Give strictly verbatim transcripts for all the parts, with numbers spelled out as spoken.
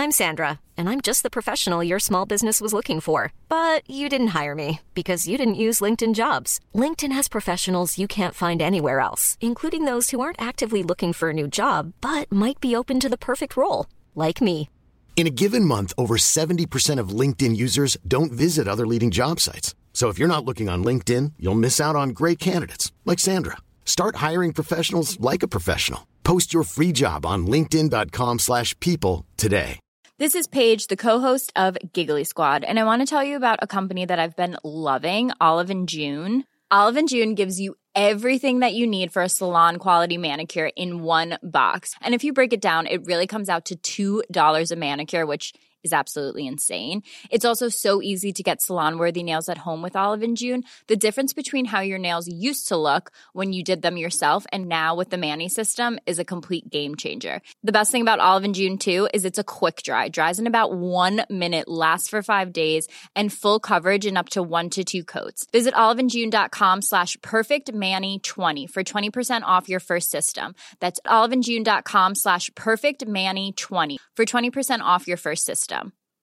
I'm Sandra, and I'm just the professional your small business was looking for. But you didn't hire me because you didn't use LinkedIn Jobs. LinkedIn has professionals you can't find anywhere else, including those who aren't actively looking for a new job, but might be open to the perfect role, like me. In a given month, over seventy percent of LinkedIn users don't visit other leading job sites. So if you're not looking on LinkedIn, you'll miss out on great candidates like Sandra. Start hiring professionals like a professional. Post your free job on linkedin dot com slash people today. This is Paige, the co-host of Giggly Squad, and I want to tell you about a company that I've been loving, Olive and June. Olive and June gives you everything that you need for a salon-quality manicure in one box. And if you break it down, it really comes out to two dollars a manicure, which is absolutely insane. It's also so easy to get salon-worthy nails at home with Olive and June. The difference between how your nails used to look when you did them yourself and now with the Mani system is a complete game changer. The best thing about Olive and June, too, is it's a quick dry. Dries in about one minute, lasts for five days, and full coverage in up to one to two coats. Visit oliveandjune.com slash perfectmani20 for twenty percent off your first system. That's oliveandjune.com slash perfectmani20 for twenty percent off your first system.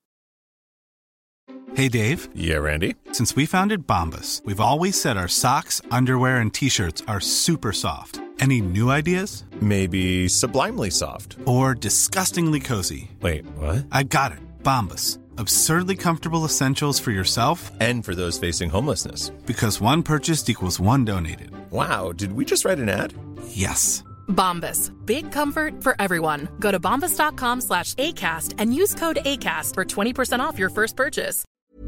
Hey, Dave. Yeah, Randy. Since we founded Bombas, we've always said our socks, underwear, and T-shirts are super soft. Any new ideas? Maybe sublimely soft. Or disgustingly cozy. Wait, what? I got it. Bombas. Absurdly comfortable essentials for yourself and for those facing homelessness. Because one purchased equals one donated. Wow, did we just write an ad? Yes. Bombas. Big comfort for everyone. Go to bombas.com slash ACAST and use code ACAST for twenty percent off your first purchase.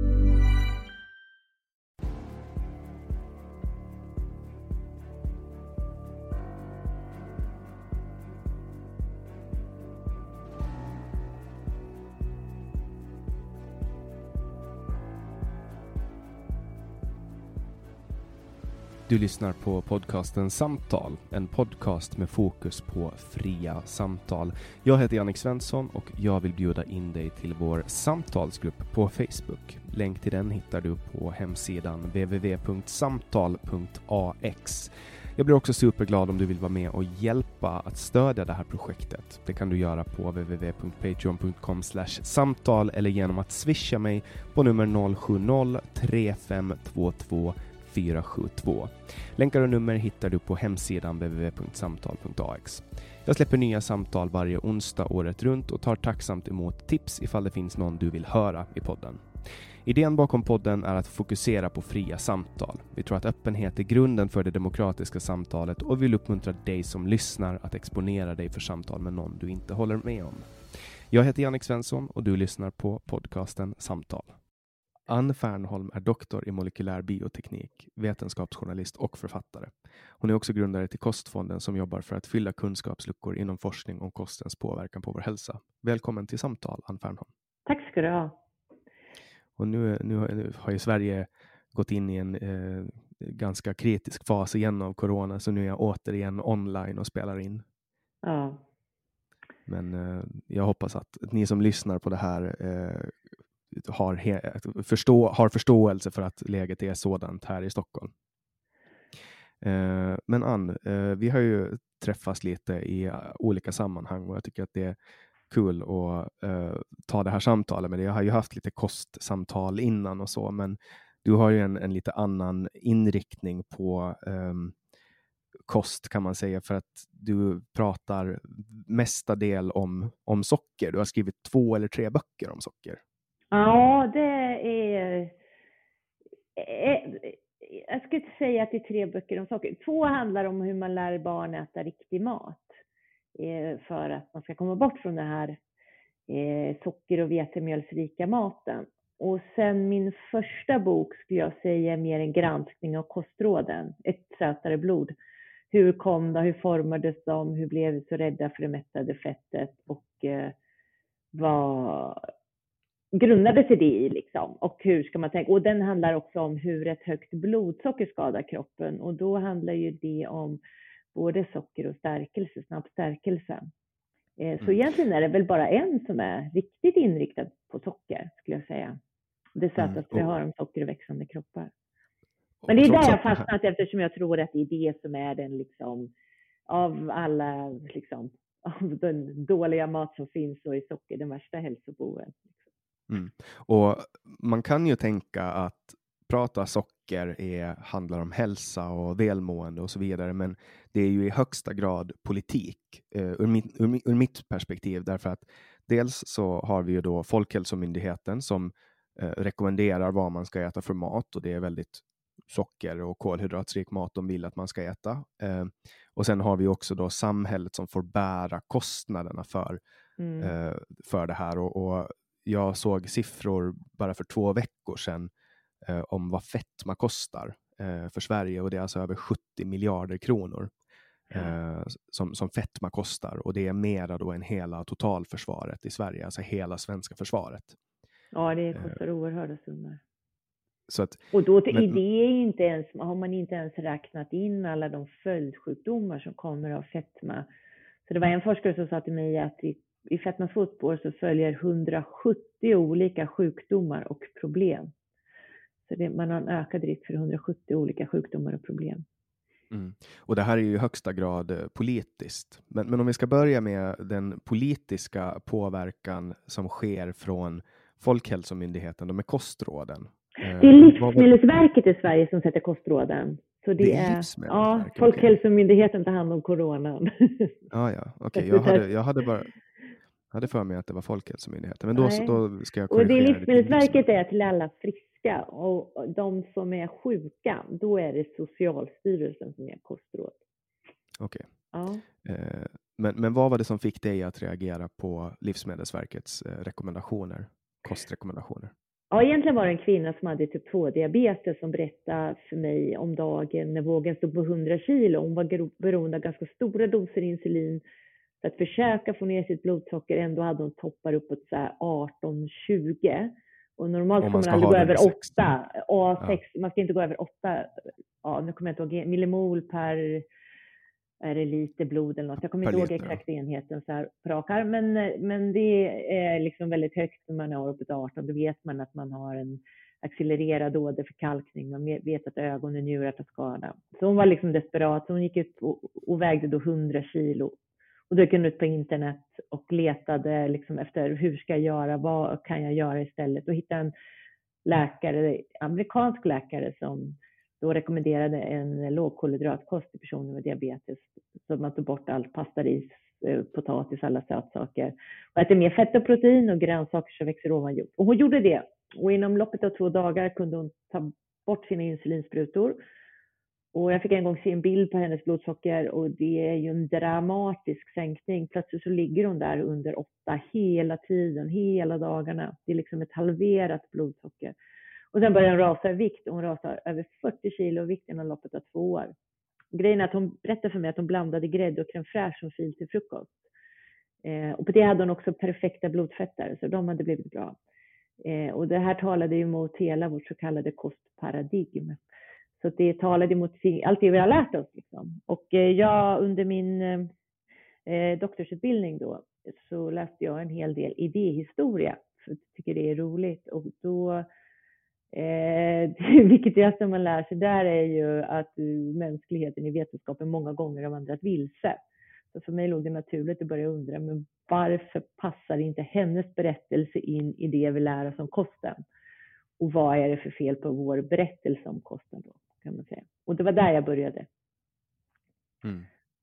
Du lyssnar på podcasten Samtal, en podcast med fokus på fria samtal. Jag heter Jannik Svensson och jag vill bjuda in dig till vår samtalsgrupp på Facebook. Länk till den hittar du på hemsidan w w w punkt samtal punkt a x. Jag blir också superglad om du vill vara med och hjälpa att stödja det här projektet. Det kan du göra på w w w punkt patreon punkt com slash samtal eller genom att swisha mig på nummer noll sju noll tre fem två två fyra sju två. Länkar och nummer hittar du på hemsidan w w w punkt samtal punkt a x. Jag släpper nya samtal varje onsdag året runt och tar tacksamt emot tips ifall det finns någon du vill höra i podden. Idén bakom podden är att fokusera på fria samtal. Vi tror att öppenhet är grunden för det demokratiska samtalet och vill uppmuntra dig som lyssnar att exponera dig för samtal med någon du inte håller med om. Jag heter Jannik Svensson och du lyssnar på podcasten Samtal. Ann Fernholm är doktor i molekylär bioteknik, vetenskapsjournalist och författare. Hon är också grundare till Kostfonden som jobbar för att fylla kunskapsluckor inom forskning om kostens påverkan på vår hälsa. Välkommen till Samtal, Ann Fernholm. Tack ska du ha. Och nu, nu har ju Sverige gått in i en eh, ganska kritisk fas igen av corona, så nu är jag återigen online och spelar in. Ja. Men eh, jag hoppas att ni som lyssnar på det här eh, har, he- förstå- har förståelse för att läget är sådant här i Stockholm. Eh, men Ann, eh, vi har ju träffats lite i olika sammanhang och jag tycker att det är kul att uh, ta det här samtalet med dig. Jag har ju haft lite kostsamtal innan och så, men du har ju en, en lite annan inriktning på um, kost kan man säga, för att du pratar mesta del om, om socker. Du har skrivit två eller tre böcker om socker. Ja, det är... Jag skulle inte säga att det är tre böcker om socker. Två handlar om hur man lär barn äta riktig mat. För att man ska komma bort från det här eh, socker- och vetemjölsrika maten. Och sen min första bok skulle jag säga är mer en granskning av kostråden. Ett sötare blod. Hur kom det? Hur formades de? Hur blev vi så rädda för det mättade fettet? Och eh, vad grundade sig det i liksom? Och hur ska man tänka? Och den handlar också om hur ett högt blodsocker skadar kroppen. Och då handlar ju det om både socker och stärkelse, snabb stärkelse. Eh, så mm. egentligen är det väl bara en som är riktigt inriktad på socker, skulle jag säga. Det sötaste mm. vi har om socker och växande kroppar. Men det är där jag fastnat eftersom jag tror att det är det som är den liksom, av alla liksom, av den dåliga mat som finns och i socker, den värsta hälsoboven. Mm. Och man kan ju tänka att prata socker är, handlar om hälsa och välmående och så vidare, men det är ju i högsta grad politik eh, ur, mitt, ur, ur mitt perspektiv, därför att dels så har vi ju då Folkhälsomyndigheten som eh, rekommenderar vad man ska äta för mat, och det är väldigt socker och kolhydratrik mat de vill att man ska äta. Eh, och sen har vi också då samhället som får bära kostnaderna för, mm. eh, för det här, och, och jag såg siffror bara för två veckor sedan eh, om vad fetma kostar eh, för Sverige, och det är alltså över sjuttio miljarder kronor eh, som, som fetma kostar, och det är mera då än hela totalförsvaret i Sverige, alltså hela svenska försvaret. Ja, det kostar eh, oerhörda summor. Så att, och då men, det är inte ens, har man inte ens räknat in alla de följdsjukdomar som kommer av fetma. Så det var en forskare som sa till mig att i I fetmas fotspår så följer hundrasjuttio olika sjukdomar och problem. Så det, man har en ökad risk för hundrasjuttio olika sjukdomar och problem. Mm. Och det här är ju i högsta grad eh, politiskt. Men, men om vi ska börja med den politiska påverkan som sker från Folkhälsomyndigheten, de är kostråden. Eh, det är Livsmedelsverket i Sverige som sätter kostråden. Så det, det är, är ja, Folkhälsomyndigheten tar hand om coronan. Ah, ja, okej. Okay. Jag, hade, jag hade bara... Jag hade för mig att det var Folkhälsomyndigheten, men då, då ska jag korrigera. Och det Livsmedelsverket är till alla friska, och de som är sjuka, då är det Socialstyrelsen som är kostråd. Okej. Okay. Ja. Eh, men, men vad var det som fick dig att reagera på Livsmedelsverkets eh, rekommendationer, kostrekommendationer? Ja, egentligen var det en kvinna som hade typ två diabetes som berättade för mig om dagen när vågen stod på hundra kilo. Hon var beroende av ganska stora doser insulin för att försöka få ner sitt blodsocker. Ändå hade hon toppar uppåt så här arton tjugo. Och normalt ska man aldrig gå över åtta. Ja, sex, ja. Man ska inte gå över åtta. Ja, nu kommer jag inte ihåg. Millimol per är det lite blod eller något. Jag kommer inte ihåg exakt enheten så här på rak arm. Men, men det är liksom väldigt högt när man har uppåt arton. Då vet man att man har en accelererad åderförkalkning. Man vet att ögonen och njurar tar skada. Så hon var liksom desperat. Så hon gick ut och, och vägde då hundra kilo. Och då gick hon ut på internet och letade liksom efter hur ska jag göra, vad kan jag göra istället. Och hittade en läkare, amerikansk läkare som då rekommenderade en lågkolhydratkost till personer med diabetes. Så man tog bort allt, pasta, ris, potatis, alla sötsaker. Och äter mer fett och protein och grönsaker så växer ovan jord. Och hon gjorde det. Och inom loppet av två dagar kunde hon ta bort sina insulinsprutor. Och jag fick en gång se en bild på hennes blodsocker och det är ju en dramatisk sänkning. Plötsligt så ligger hon där under åtta hela tiden, hela dagarna. Det är liksom ett halverat blodsocker. Och sen börjar hon rasa i vikt och hon rasar över fyrtio kilo i vikt inom loppet av två år. Grejen är att hon berättade för mig att hon blandade grädde och crème fraîche som fil till frukost. Eh, och på det hade hon också perfekta blodfetter så de hade blivit bra. Eh, och det här talade ju mot hela vårt så kallade kostparadigm. Så det talade mot allt det vi har lärt oss. Liksom. Och eh, jag under min eh, doktorsutbildning då så läste jag en hel del idéhistoria. För jag tycker det är roligt. Och då, eh, det viktigaste man lär sig där är ju att mänskligheten i vetenskapen många gånger har vandrat vilse. Så för mig låg det naturligt att börja undra, men varför passar inte hennes berättelse in i det vi lär oss om kosten? Och vad är det för fel på vår berättelse om kosten då, kan man säga. Och det var där jag började. Mm.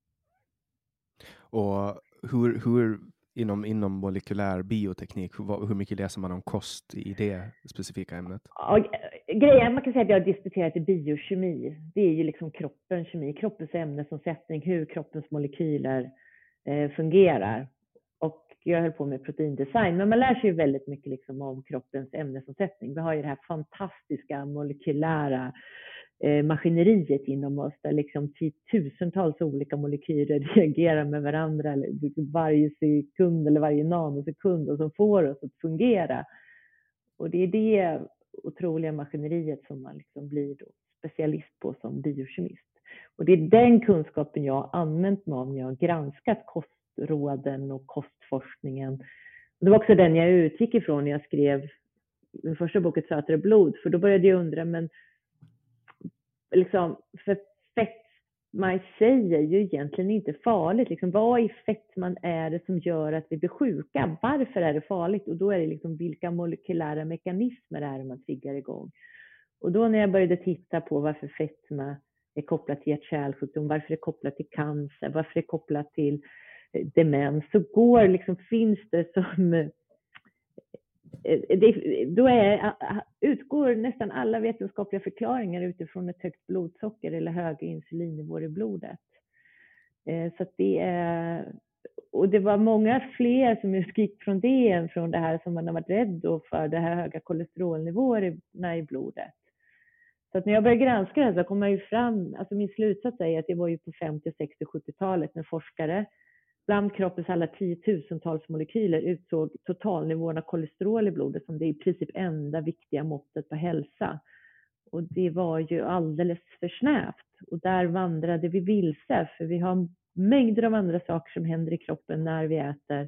Och hur, hur inom, inom molekylär bioteknik, hur, hur mycket läser man om kost i det specifika ämnet? Ja, grejen, man kan säga att jag har disputerat i biokemi. Det är ju liksom kroppens kemi, kroppens ämnesomsättning, hur kroppens molekyler eh, fungerar. Och jag höll på med proteindesign, men man lär sig ju väldigt mycket liksom om kroppens ämnesomsättning. Vi har ju det här fantastiska molekylära eh, maskineriet inom oss där liksom tusentals olika molekyler reagerar med varandra varje sekund eller varje nanosekund och som får oss att fungera. Och det är det otroliga maskineriet som man liksom blir då specialist på som biokemist. Och det är den kunskapen jag har använt mig av när jag har granskat kostråden och kostforskningen. Och det var också den jag utgick ifrån när jag skrev min första bok, Ett sötare blod. För då började jag undra, men liksom, för fett fetma i sig är ju egentligen inte farligt. Liksom, vad i fetman är det som gör att vi blir sjuka? Varför är det farligt? Och då är det liksom vilka molekylära mekanismer är det man triggar igång. Och då när jag började titta på varför fetma är kopplat till hjärt-kärlsjukdom, varför det är kopplat till cancer, varför det är kopplat till demens, så går liksom, finns det som... Det, då är, utgår nästan alla vetenskapliga förklaringar utifrån ett högt blodsocker eller höga insulinnivåer i blodet. Så att det är, och det var många fler som utgick från det än från det här som man har varit rädd för, det här höga kolesterolnivåerna i blodet. Så att när jag började granska det så kom jag ju fram, alltså min slutsats är att det var ju på femtio-, sextio-, sjuttiotalet när forskare bland kroppens alla tiotusentals molekyler utsåg totalnivån av kolesterol i blodet som det i princip enda viktiga måttet på hälsa. Och det var ju alldeles för snävt. Och där vandrade vi vilse, för vi har mängder av andra saker som händer i kroppen när vi äter.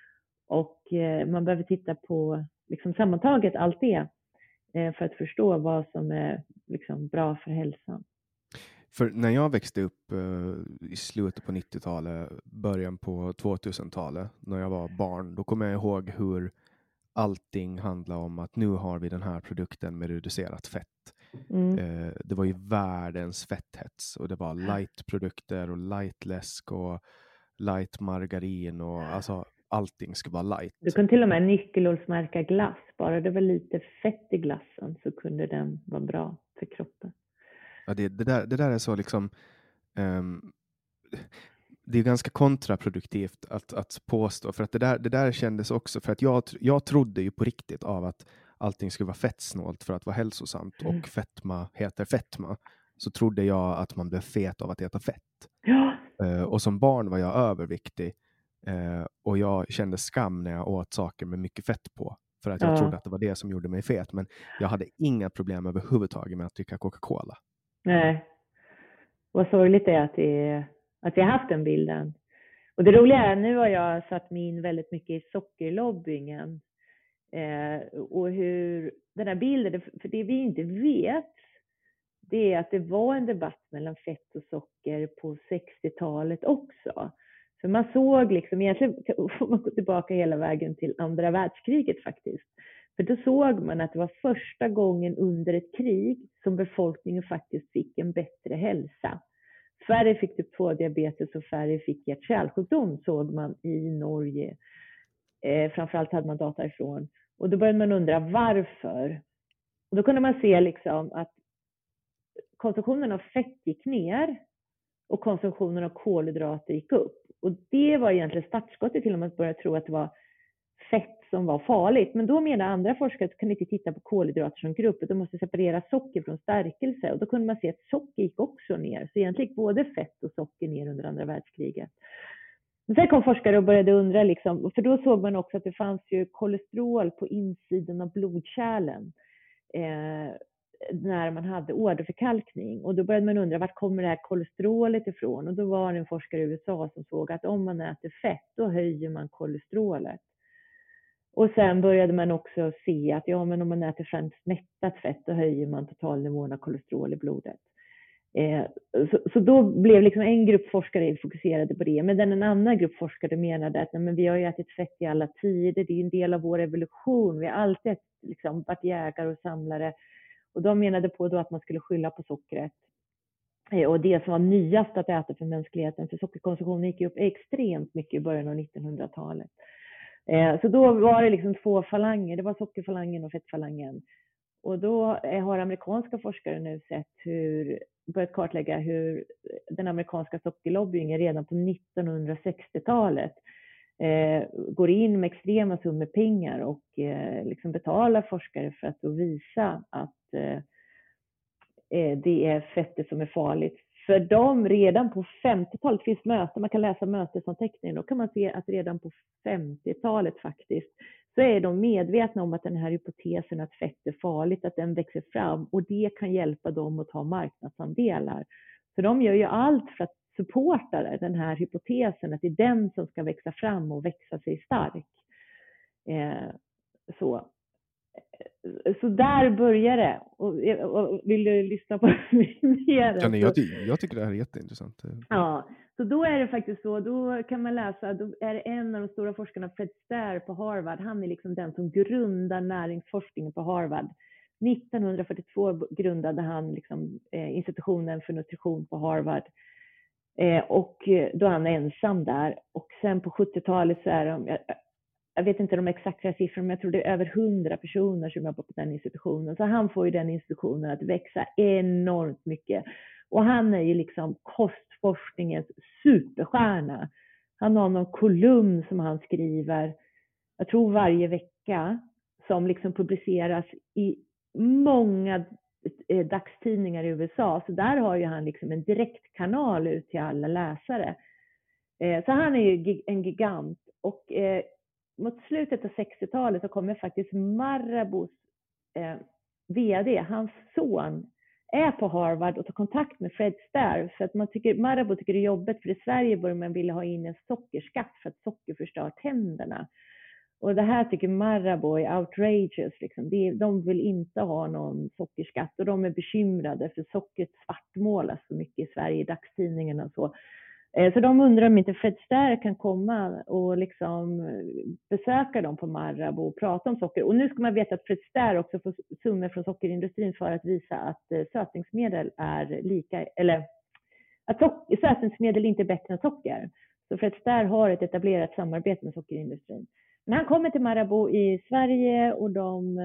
Och eh, man behöver titta på liksom sammantaget allt det eh, för att förstå vad som är liksom bra för hälsan. För när jag växte upp uh, i slutet på nittiotalet, början på tvåtusentalet, när jag var barn, då kommer jag ihåg hur allting handlar om att nu har vi den här produkten med reducerat fett. Mm. Uh, det var ju världens fetthets och det var light-produkter och light-läsk och light-margarin och alltså allting skulle vara light. Du kan till och med nyckelhålsmärka glass, bara det var lite fett i glassen så kunde den vara bra för kroppen. Ja, det, det, där, det där är så liksom um, det är ganska kontraproduktivt att, att påstå, för att det där, det där kändes också, för att jag, jag trodde ju på riktigt av att allting skulle vara fettsnålt för att vara hälsosamt mm. och fetma heter fetma, så trodde jag att man blev fet av att äta fett. Ja. Uh, och som barn var jag överviktig uh, och jag kände skam när jag åt saker med mycket fett på. För att jag ja. trodde att det var det som gjorde mig fet. Men jag hade inga problem överhuvudtaget med att dricka Coca-Cola. Nej. Vad sorgligt det är att, det, att vi har haft den bilden. Och det roliga är, nu har jag satt mig in väldigt mycket i sockerlobbingen. Eh, och hur den här bilden, för det vi inte vet, det är att det var en debatt mellan fett och socker på sextiotalet också. För man såg liksom, egentligen får man gå tillbaka hela vägen till andra världskriget faktiskt. För då såg man att det var första gången under ett krig som befolkningen faktiskt fick en bättre hälsa. Färre fick typ två diabetes och färre fick hjärt-kärlsjukdom, såg man i Norge. Eh, framförallt hade man data ifrån. Och då började man undra varför. Och då kunde man se liksom att konsumtionen av fett gick ner och konsumtionen av kolhydrater gick upp. Och det var egentligen startskottet till att man började tro att det var fett som var farligt. Men då menar andra forskare att kan inte titta på kolhydrater som grupp. De måste separera socker från stärkelse. Och då kunde man se att socker gick också ner. Så egentligen gick både fett och socker ner under andra världskriget. Men sen kom forskare och började undra, liksom, för då såg man också att det fanns ju kolesterol på insidan av blodkärlen. Eh, när man hade åderförkalkning. Och då började man undra, vart kommer det här kolesterolet ifrån? Och då var det en forskare i U S A som såg att om man äter fett, då höjer man kolesterolet. Och sen började man också se att ja, men om man äter främst mättat fett, då höjer man totalnivån av kolesterol i blodet. Eh, så, så då blev liksom en grupp forskare fokuserade på det. Men den en annan grupp forskare menade att nej, men vi har ju ätit fett i alla tider. Det är ju en del av vår evolution. Vi har alltid liksom, varit jägare och samlare. Och de menade på då att man skulle skylla på sockret. Eh, och det som var nyast att äta för mänskligheten. För sockerkonsumtionen gick upp extremt mycket i början av nittonhundratalet. Eh, så då var det liksom två falanger. Det var sockerfalangen och fettfalangen. Och då har amerikanska forskare nu sett hur, börjat kartlägga hur den amerikanska sockerlobbyn redan på nittonhundrasextiotalet eh, går in med extrema summor pengar och eh, liksom betalar forskare för att då visa att eh, det är fettet som är farligt. För de redan på femtiotalet finns möten, man kan läsa mötesanteckningar, då kan man se att redan på femtiotalet faktiskt så är de medvetna om att den här hypotesen att fett är farligt, att den växer fram och det kan hjälpa dem att ta marknadsandelar. Så de gör ju allt för att supporta den här hypotesen, att det är den som ska växa fram och växa sig stark. Eh, så. Så där börjar det. Och, och vill du lyssna på mer? Ja, nej, jag, jag tycker det här är jätteintressant. Ja, så då är det faktiskt så. Då kan man läsa, då är det en av de stora forskarna, Fred Stair på Harvard. Han är liksom den som grundar näringsforskningen på Harvard. nittonhundrafyrtiotvå grundade han liksom, eh, institutionen för nutrition på Harvard. Eh, och då är han ensam där. Och sen på sjuttiotalet så är de... Jag, jag vet inte de exakta siffrorna, men jag tror det är över hundra personer som jobbar på den institutionen. Så han får ju den institutionen att växa enormt mycket. Och han är ju liksom kostforskningens superstjärna. Han har någon kolumn som han skriver, jag tror varje vecka, som liksom publiceras i många eh, dagstidningar i U S A. Så där har ju han liksom en direktkanal ut till alla läsare. Eh, så han är ju en gigant. Och eh, mot slutet av sextiotalet så kommer faktiskt Marabous eh, vd, hans son, är på Harvard och tar kontakt med Fred Stair. För att man tycker, Marabou tycker det är jobbigt, för i Sverige börjar man vilja ha in en sockerskatt för att socker förstör tänderna. Och det här tycker Marabou är outrageous. Liksom. De vill inte ha någon sockerskatt och de är bekymrade för sockret svartmålas så mycket i Sverige i dagstidningarna och så. Så de undrar om inte Fred Stair kan komma och liksom besöka dem på Marabou och prata om socker. Och nu ska man veta att Fred Stair också får summor från sockerindustrin för att visa att sötningsmedel är lika, eller att socker, sötningsmedel inte är bättre än socker. Så Fred Stair har ett etablerat samarbete med sockerindustrin. Men han kommer till Marabou i Sverige och de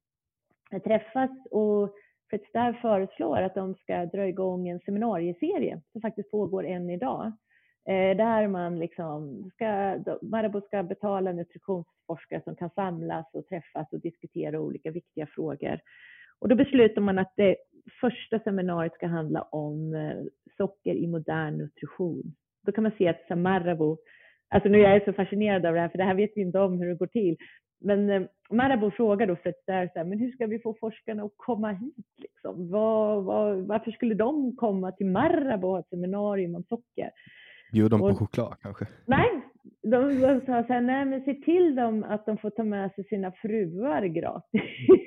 eh, träffas, och Fred Stair föreslår att de ska dra igång en seminarieserie som faktiskt pågår än idag. Eh, där man liksom ska, Marabou ska betala nutritionsforskare som kan samlas och träffas och diskutera olika viktiga frågor. Och då beslutar man att det första seminariet ska handla om eh, socker i modern nutrition. Då kan man se att Marabou, alltså nu är jag så fascinerad av det här, för det här vet vi inte om hur det går till. Men eh, Marabou frågar då Fred Stair så här, men hur ska vi få forskarna att komma hit liksom? Var, var, varför skulle de komma till Marabou och ha ett seminarium om socker? Bjuder de på och, choklad kanske? Nej, de, de sa så här, nej men se till dem att de får ta med sig sina fruar gratis.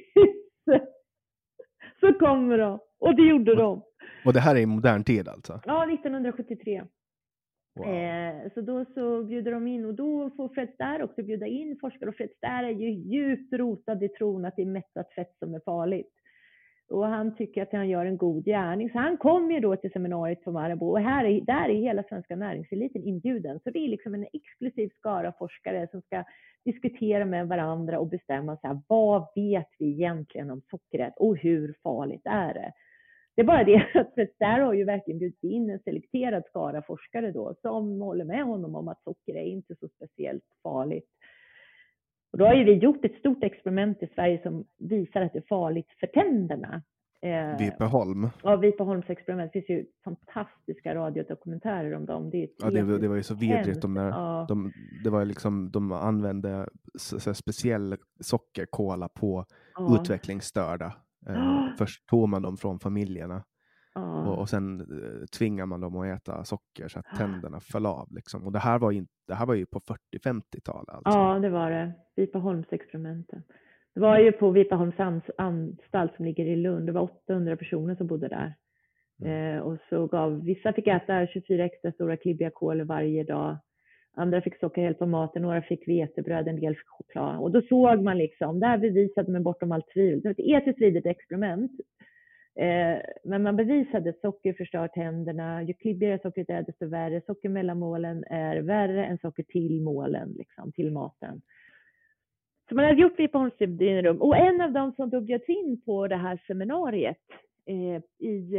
Så kommer de, och det gjorde de. Och det här är i modern tid alltså? Ja, nittonhundrasjuttiotre. Wow. Eh, så då så bjuder de in, och då får Fred Stair också bjuda in forskare, och Fred Stair är ju djupt rotad i tron att det är mättat fett som är farligt. Och han tycker att han gör en god gärning. Så han kommer ju då till seminariet på Marabou, och här är, där är hela svenska näringseliten inbjuden. Så det är liksom en exklusiv skara forskare som ska diskutera med varandra och bestämma så här, vad vet vi egentligen om sockret och hur farligt är det? Det är bara det att Fred Stair har ju verkligen bjudit in en selekterad skara forskare då, som håller med honom om att socker är inte så speciellt farligt. Och då har ju vi gjort ett stort experiment i Sverige som visar att det är farligt för tänderna. Eh, Vipeholm. Ja, Vipeholms experiment. Det finns ju fantastiska radiodokumentärer om dem. Det, är ja, det, det var ju så vidrigt. De där, ja. de, det var liksom, de använde så, så speciell sockerkola på ja. utvecklingsstörda. Eh, först tog man dem från familjerna. Ja. Och, och sen eh, tvingar man dem att äta socker så att tänderna föll av. Liksom. Och det här var ju, det här var ju på fyrtio-femtio-tal. Alltså. Ja, det var det. Vipeholms experimentet. Det var ju på Vipeholms anstalt som ligger i Lund. Det var åttahundra personer som bodde där. Mm. Eh, och så gav, vissa fick äta tjugofyra extra stora klibbiga kolor varje dag. Andra fick socker helt på maten. Några fick vetebröd, en del fick choklad. Och då såg man liksom, där bevisade man bortom allt tvivel. Det var ett etiskt vidrigt experiment. Eh, men man bevisade att socker förstör tänderna. Ju klibbigare sockret är, desto värre. Socker mellan målen är värre än socker till målen, liksom, till maten. Så man hade gjort Vipeholmsstudien. Och en av dem som då bjöds in på det här seminariet eh, i,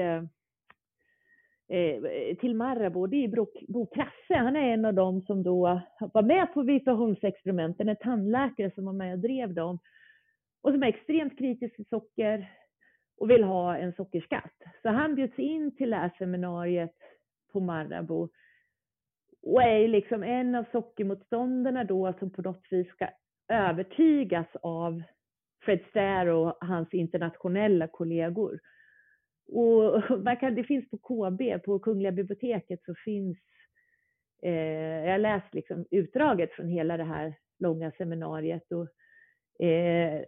eh, till Marabou, det är Bo, Bo Krasse. Han är en av dem som då var med på Vipeholmsexperimenten. En tandläkare som var med och drev dem. Och som är extremt kritisk till socker och vill ha en sockerskatt. Så han bjöds in till det här seminariet på Marabou. Och är liksom en av sockermotståndarna då som på något vis ska övertygas av Fred Stair och hans internationella kollegor. Och det finns på K B, på Kungliga biblioteket, så finns, eh, jag har läst liksom utdraget från hela det här långa seminariet. Och, eh,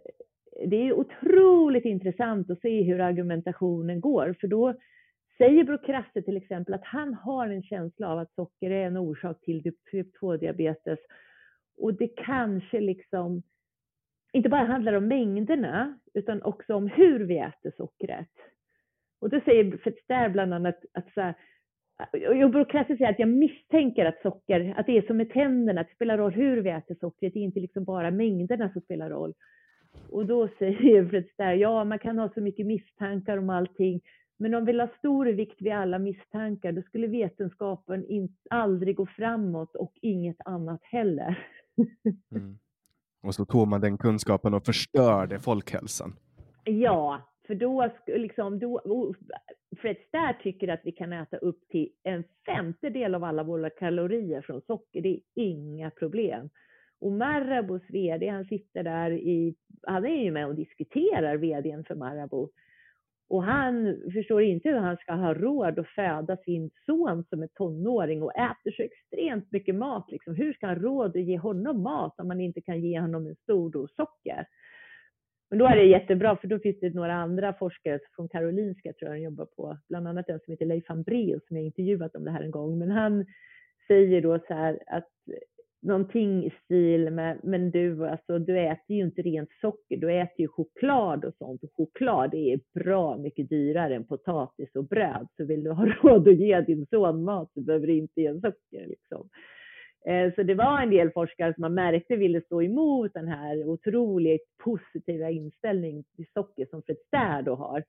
det är otroligt intressant att se hur argumentationen går. För då säger Bror Krasse till exempel att han har en känsla av att socker är en orsak till typ två diabetes. Och det kanske liksom inte bara handlar om mängderna utan också om hur vi äter sockret. Och då säger Fettster bland annat att så här, jag brukar säga att jag misstänker att socker, att det är som med tänderna, att det spelar roll hur vi äter sockret, det är inte liksom bara mängderna som spelar roll. Och då säger Fettster, ja man kan ha så mycket misstankar om allting, men om vi la stor vikt vid alla misstankar, då skulle vetenskapen in, aldrig gå framåt och inget annat heller. Mm. Och så tog man den kunskapen och förstörde folkhälsan. Ja, för då liksom, då, Fettster tycker att vi kan äta upp till en femtedel av alla våra kalorier från socker. Det är inga problem. Och Marabous vd, han sitter där i, han är ju med och diskuterar vdn för Marabou. Och han förstår inte hur han ska ha råd att föda sin son som är tonåring och äter så extremt mycket mat. Liksom. Hur ska han ha råd att ge honom mat om man inte kan ge honom en stor dos socker? Men då är det jättebra, för då finns det några andra forskare från Karolinska, tror jag han jobbar på. Bland annat en som heter Leif Ambreu som jag intervjuat om det här en gång. Men han säger då så här att någonting i stil med, men du, alltså, du äter ju inte rent socker, du äter ju choklad och sånt. Och choklad är bra mycket dyrare än potatis och bröd. Så vill du ha råd att ge din son mat så behöver du inte ge socker liksom. Så det var en del forskare som man märkte ville stå emot den här otroligt positiva inställning till socker som Fettster då har.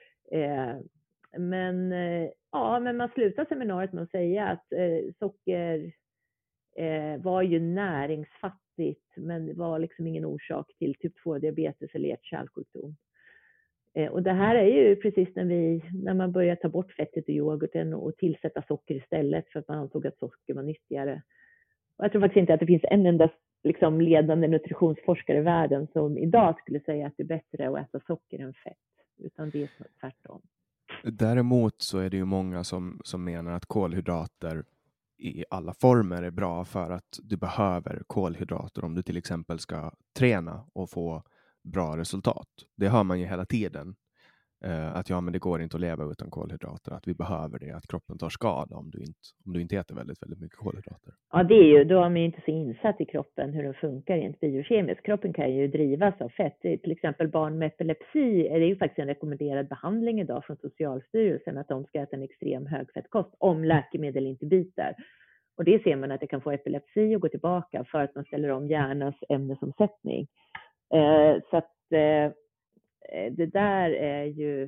Men, ja, men man slutar seminariet med att säga att socker var ju näringsfattigt, men det var liksom ingen orsak till typ två diabetes eller hjärt-kärlsjukdom. Och det här är ju precis när, vi, när man börjar ta bort fettet i yoghurten och tillsätta socker istället för att man ansåg att socker var nyttigare. Och jag tror faktiskt inte att det finns en enda liksom ledande nutritionsforskare i världen som idag skulle säga att det är bättre att äta socker än fett. Utan det är tvärtom. Däremot så är det ju många som, som menar att kolhydrater i alla former är bra för att du behöver kolhydrater om du till exempel ska träna och få bra resultat. Det hör man ju hela tiden. Eh, att ja, men det går inte att leva utan kolhydrater. Att vi behöver det, att kroppen tar skada om du inte, om du inte äter väldigt, väldigt mycket kolhydrater. Ja, det är ju, då är man ju inte så insatt i kroppen hur den funkar rent biokemiskt. Kroppen kan ju drivas av fett. Till exempel barn med epilepsi är det ju faktiskt en rekommenderad behandling idag från Socialstyrelsen att de ska äta en extrem högfettkost om läkemedel inte biter. Och det ser man att det kan få epilepsi och gå tillbaka för att man ställer om hjärnans ämnesomsättning. Eh, så att eh, det där är ju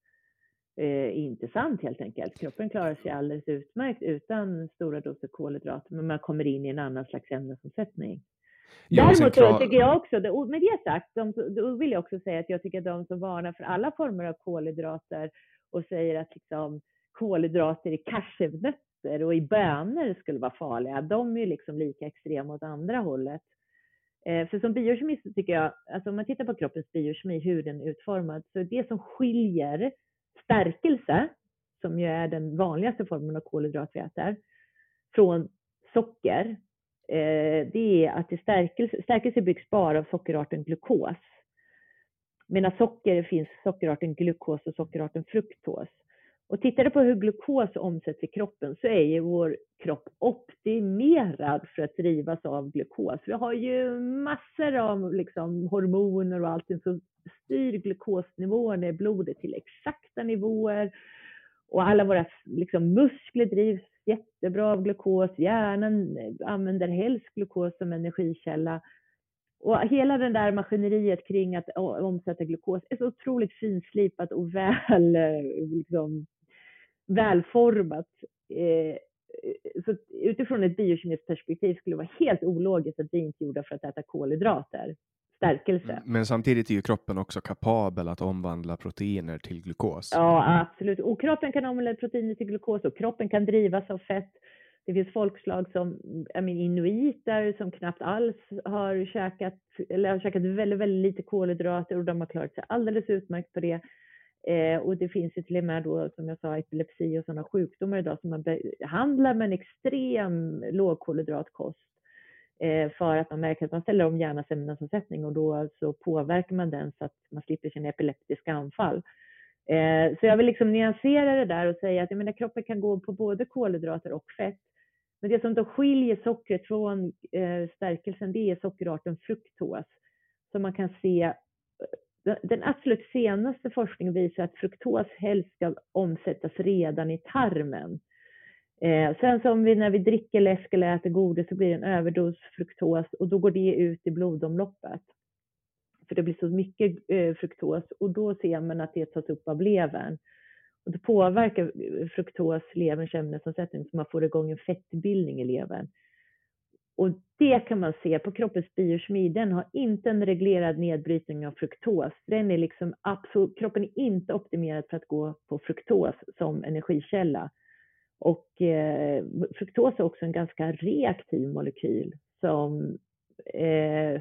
eh, inte sant helt enkelt. Kroppen klarar sig alldeles utmärkt utan stora doser kolhydrater, men man kommer in i en annan slags ämnesomsättning. Ja, däremot klar... tycker jag också, med det sagt, de, då vill jag också säga att jag tycker att de som varnar för alla former av kolhydrater och säger att liksom, kolhydrater i cashewnötter och i bönor skulle vara farliga, de är ju liksom lika extrema åt andra hållet. Eh, för som biokemist så tycker jag, alltså om man tittar på kroppens biokemi, hur den är utformad, så är det som skiljer stärkelse, som ju är den vanligaste formen av kolhydrat vi äter, från socker, eh, det är att det stärkelse, stärkelse byggs bara av sockerarten glukos. Medan socker finns sockerarten glukos och sockerarten fruktos. Och tittar du på hur glukos omsätts i kroppen så är ju vår kropp optimerad för att drivas av glukos. Vi har ju massor av liksom hormoner och allting som styr glukosnivåerna i blodet till exakta nivåer. Och alla våra liksom, muskler drivs jättebra av glukos. Hjärnan använder helst glukos som energikälla. Och hela den där maskineriet kring att omsätta glukos är så otroligt finslipat och väl liksom, välformat. Så utifrån ett biokemiskt perspektiv skulle det vara helt ologiskt att vi inte gjorde för att äta kolhydrater. Stärkelse. Men samtidigt är ju kroppen också kapabel att omvandla proteiner till glukos. Ja, absolut. Och kroppen kan omvandla proteiner till glukos och kroppen kan drivas av fett. Det finns folkslag som jag menar, inuiter som knappt alls har käkat, eller har käkat väldigt, väldigt lite kolhydrater och de har klarat sig alldeles utmärkt på det. Eh, och det finns ju till och med då, som jag sa, epilepsi och sådana sjukdomar idag som man behandlar med en extrem lågkolhydratkost. eh, för att man märker att man ställer om hjärnans ämnesomsättning och då så påverkar man den så att man slipper sina epileptiska anfall. Eh, så jag vill liksom nyansera det där och säga att jag menar, kroppen kan gå på både kolhydrater och fett. Men det som då skiljer sockret från eh, stärkelsen, det är sockerarten fruktos. Så man kan se, den absolut senaste forskningen visar att fruktos helst ska omsättas redan i tarmen. Eh, sen som vi när vi dricker läsk eller äter godis så blir det en överdos fruktos och då går det ut i blodomloppet. För det blir så mycket eh, fruktos och då ser man att det tas upp av levern. Och det påverkar fruktos leverns ämnesomsättning så man får igång en fettbildning i levern. Och det kan man se på kroppens biokemi. Den har inte en reglerad nedbrytning av fruktos. Den är liksom absolut, kroppen är inte optimerad för att gå på fruktos som energikälla. Och eh, fruktos är också en ganska reaktiv molekyl som, eh,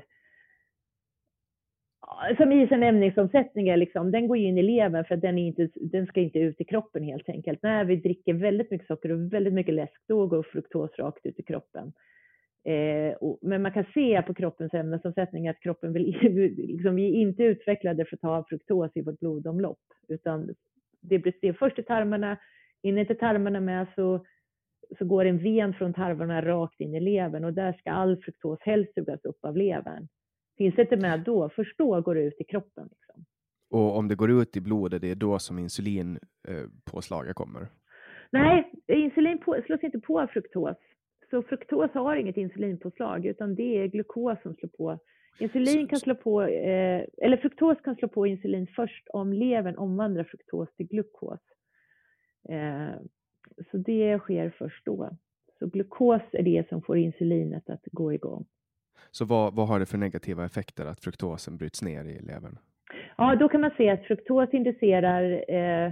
som i sin ämnesomsättning är liksom, den går in i levern för att den, är inte, den ska inte ut i kroppen helt enkelt. När vi dricker väldigt mycket socker och väldigt mycket läsk, då går fruktos rakt ut i kroppen. Eh, och, men man kan se på kroppens ämnesomsättning att kroppen vill, liksom, vi är inte utvecklade för att ta fruktos i vårt blodomlopp. Utan det blir det först i tarmarna, in i tarmarna med så, så går en ven från tarmarna rakt in i levern. Och där ska all fruktos helst sugas upp av levern. Finns det inte med då, först då går det ut i kroppen. Liksom. Och om det går ut i blodet, det är då som insulinpåslaget kommer? Nej, insulin på, slås inte på av fruktos. Så fruktos har inget insulinpåslag utan det är glukos som slår på. Insulin kan slå på, eh, eller fruktos kan slå på insulin först om levern omvandlar fruktos till glukos. Eh, så det sker först då. Så glukos är det som får insulinet att gå igång. Så vad, vad har det för negativa effekter att fruktosen bryts ner i levern? Ja, då kan man se att fruktos inducerar... Eh,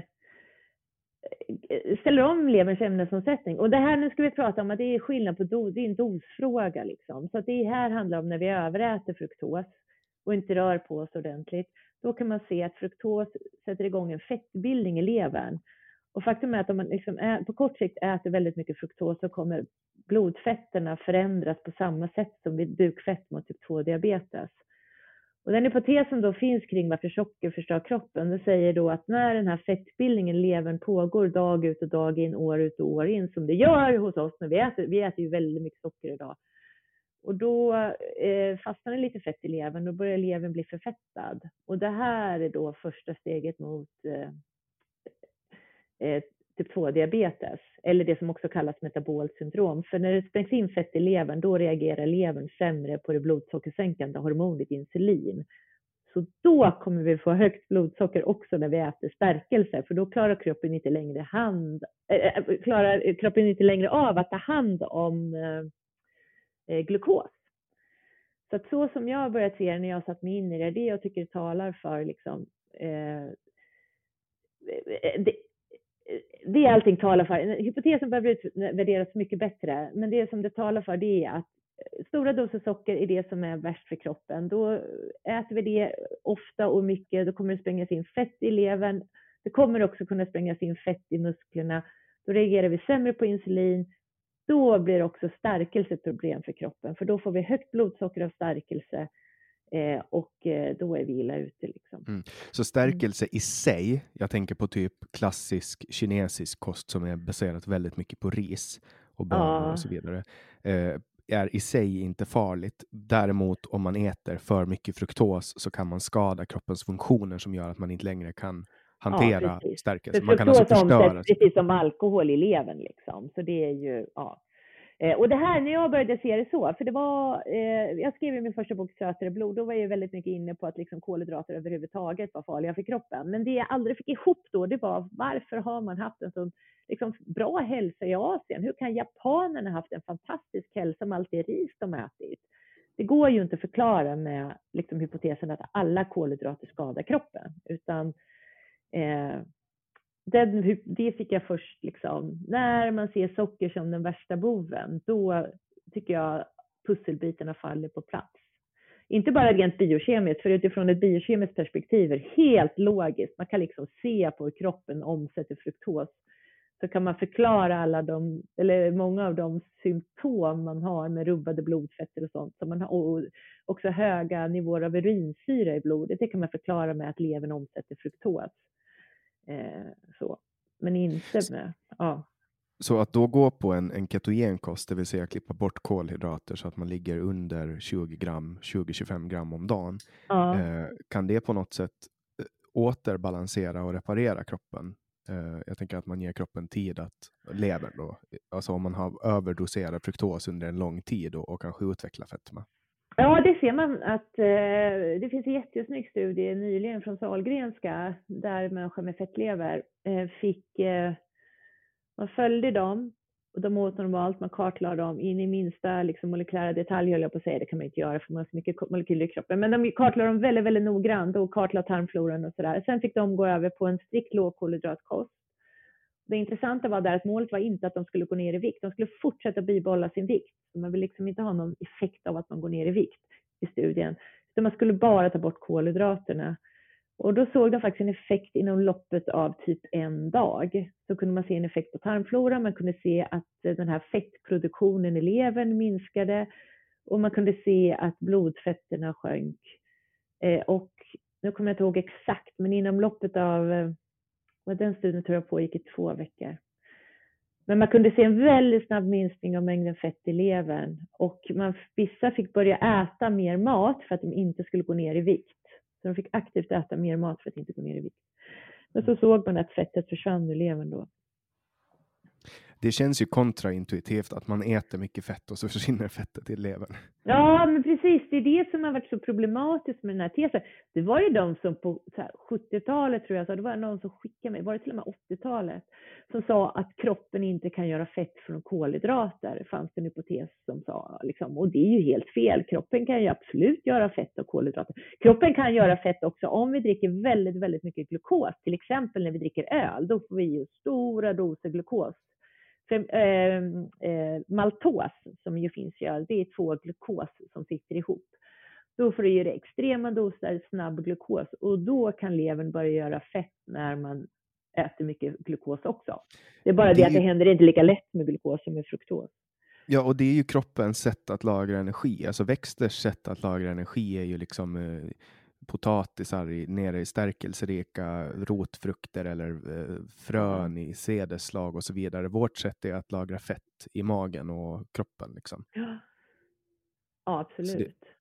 ställer om leverns ämnesomsättning. Och det här, nu ska vi prata om att det är skillnad på dos, det är en dosfråga liksom. Så att det här handlar om när vi överäter fruktos och inte rör på oss ordentligt. Då kan man se att fruktos sätter igång en fettbildning i levern. Och faktum är att om man liksom är, på kort sikt äter väldigt mycket fruktos så kommer blodfetterna förändras på samma sätt som vid bukfett mot typ två diabetes. Och den hypotesen då finns kring varför socker förstör kroppen. Det säger då att när den här fettbildningen i levern pågår dag ut och dag in, år ut och år in, som det gör hos oss när vi äter, vi äter ju väldigt mycket socker idag. Och då eh, fastnar det lite fett i levern och börjar levern bli förfettad. Och det här är då första steget mot eh, eh, typ två diabetes. Eller det som också kallas metabolt syndrom. För när det sprängs in fett i levern, då reagerar levern sämre på det blodsockersänkande hormonet insulin. Så då kommer vi få högt blodsocker också när vi äter stärkelse. För då klarar kroppen inte längre, hand, äh, klarar kroppen inte längre av att ta hand om äh, glukos. Så att så som jag har börjat se när jag har satt mig in i det, det jag tycker det talar för liksom, äh, det, det är allting talar för. Hypotesen behöver värderas mycket bättre. Men det som det talar för det är att stora doser socker är det som är värst för kroppen. Då äter vi det ofta och mycket. Då kommer det sprängas in fett i levern. Det kommer också kunna sprängas in fett i musklerna. Då reagerar vi sämre på insulin. Då blir också stärkelse ett problem för kroppen. För då får vi högt blodsocker av stärkelse. Eh, och eh, då är vi illa ute liksom. Mm. Så stärkelse i sig, jag tänker på typ klassisk kinesisk kost som är baserat väldigt mycket på ris och bönor ja. och så vidare, eh, är i sig inte farligt. Däremot om man äter för mycket fruktos så kan man skada kroppens funktioner som gör att man inte längre kan hantera ja, stärkelse. För man kan alltså förstöra. Precis som alkohol i levern liksom. Så det är ju, ja. Eh, och det här, när jag började se det så, för det var, eh, jag skrev i min första bok Sötare blod, då var jag väldigt mycket inne på att liksom kolhydrater överhuvudtaget var farliga för kroppen. Men det jag aldrig fick ihop då, det var varför har man haft en så liksom, bra hälsa i Asien? Hur kan japanerna haft en fantastisk hälsa med allt det ris de ätit? Det går ju inte att förklara med liksom, hypotesen att alla kolhydrater skadar kroppen, utan eh, Den, det fick jag först liksom, när man ser socker som den värsta boven, då tycker jag pusselbitarna faller på plats. Inte bara rent biokemiskt, för utifrån ett biokemiskt perspektiv är helt logiskt. Man kan liksom se på hur kroppen omsätter fruktos. så kan man förklara alla de, eller många av de symptom man har med rubbade blodfetter och sånt. Så man har, och också höga nivåer av urinsyra i blodet. Det kan man förklara med att levern omsätter fruktos. Eh, så. Men inte med, ja. Så att då gå på en, en ketogenkost, det vill säga klippa bort kolhydrater så att man ligger under tjugo gram, tjugo till tjugofem gram om dagen. Ja. Eh, kan det på något sätt återbalansera och reparera kroppen? Eh, jag tänker att man ger kroppen tid att leva då. Alltså om man har överdoserat fruktos under en lång tid och, och kanske utveckla fetma. Ja, det ser man att eh, det finns en jättesnygg studie nyligen från Sahlgrenska där människor med fettlever eh, fick, eh, man följde dem och de åt normalt, man kartlade dem in i minsta liksom, molekylära detalj, höll jag på att säga, det kan man inte göra för man har så mycket molekyler i kroppen, men de kartlade dem väldigt, väldigt noggrant och kartlade tarmfloran och sådär. Sen fick de gå över på en strikt lågkolhydratkost. Det intressanta var där att målet var inte att de skulle gå ner i vikt. De skulle fortsätta bibehålla sin vikt. Så man vill liksom inte ha någon effekt av att man går ner i vikt i studien. Utan man skulle bara ta bort kolhydraterna. Och då såg de faktiskt en effekt inom loppet av typ en dag. Så kunde man se en effekt på tarmfloran. Man kunde se att den här fettproduktionen i levern minskade. Och man kunde se att blodfetterna sjönk. Eh, och nu kommer jag inte ihåg exakt, men inom loppet av... Och den studien tror jag pågick i två veckor. Men man kunde se en väldigt snabb minskning av mängden fett i levern. Och man, vissa fick börja äta mer mat för att de inte skulle gå ner i vikt. Så de fick aktivt äta mer mat för att inte gå ner i vikt. Men så såg man att fettet försvann ur levern då. Det känns ju kontraintuitivt att man äter mycket fett och så försvinner fettet i levern. Ja, men precis. Det är det som har varit så problematiskt med den här tesen. Det var ju de som på så här, sjuttiotalet tror jag, så det var någon som skickade mig, var det till och med åttiotalet, som sa att kroppen inte kan göra fett från kolhydrater. Det fanns en hypotes som sa, liksom, och det är ju helt fel. Kroppen kan ju absolut göra fett och kolhydrater. Kroppen kan göra fett också om vi dricker väldigt, väldigt mycket glukos. Till exempel när vi dricker öl, då får vi ju stora doser glukos. För, eh, eh, maltos som ju finns i öl, det är två glukos som sitter ihop. Då får du göra extrema doser snabb glukos och då kan levern börja göra fett när man äter mycket glukos också. Det är bara det, det att det händer inte lika lätt med glukos som med fruktos. Ja, och det är ju kroppens sätt att lagra energi. Alltså växters sätt att lagra energi är ju liksom eh, potatisar i, nere i stärkelserika rotfrukter eller eh, frön i sädesslag och så vidare. Vårt sätt är att lagra fett i magen och kroppen liksom. Ja, ja absolut.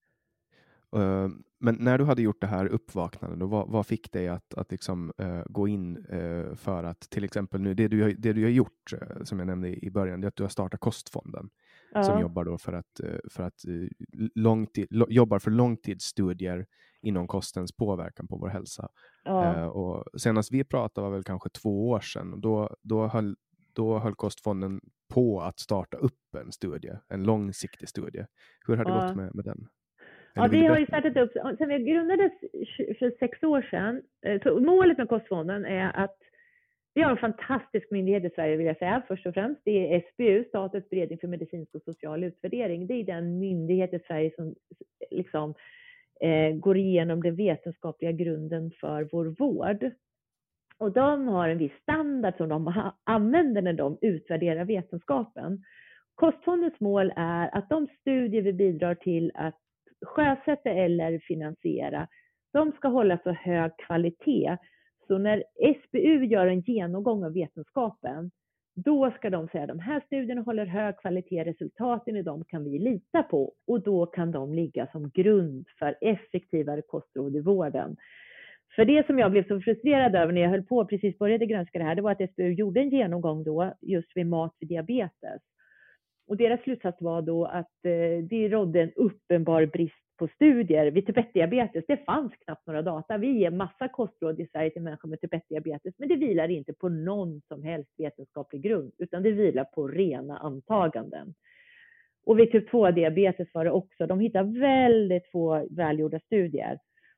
Det, uh, men när du hade gjort det här uppvaknandet, då, vad, vad fick dig att, att liksom, uh, gå in uh, för att till exempel nu, det du, har, det du har gjort uh, som jag nämnde i början, det är att du har startat Kostfonden. Ja. Som jobbar då för att, uh, för att uh, långtid, lo, jobbar för långtidsstudier inom kostens påverkan på vår hälsa. Ja. Uh, och senast vi pratade var väl kanske två år sedan. Då, då, höll, då höll Kostfonden på att starta upp en studie, en långsiktig studie. Hur har det ja. gått med, med den? Eller ja, vi har ju startat upp, sen vi grundades för sex år sedan. Så målet med Kostfonden är att vi har en fantastisk myndighet i Sverige vill jag säga. Först och främst, det är S B U, Statens beredning för medicinsk och social utvärdering. Det är den myndighet i Sverige som liksom eh, går igenom den vetenskapliga grunden för vår vård. Och de har en viss standard som de använder när de utvärderar vetenskapen. Kostfondens mål är att de studier vi bidrar till att sjösätta eller finansiera, de ska hålla så hög kvalitet. Så när S B U gör en genomgång av vetenskapen, då ska de säga att de här studierna håller hög kvalitet, resultaten i dem kan vi lita på. Och då kan de ligga som grund för effektivare kostråd i vården. För det som jag blev så frustrerad över när jag höll på precis började granska det här, det var att S B U gjorde en genomgång då just vid mat för diabetes. Och deras slutsats var då att eh, det rådde en uppenbar brist på studier vid typ ett-diabetes. Det fanns knappt några data. Vi ger massa kostråd i Sverige till människor med typ ett-diabetes, men det vilar inte på någon som helst vetenskaplig grund, utan det vilar på rena antaganden. Och vid typ två-diabetes var det också. De hittar väldigt få välgjorda studier.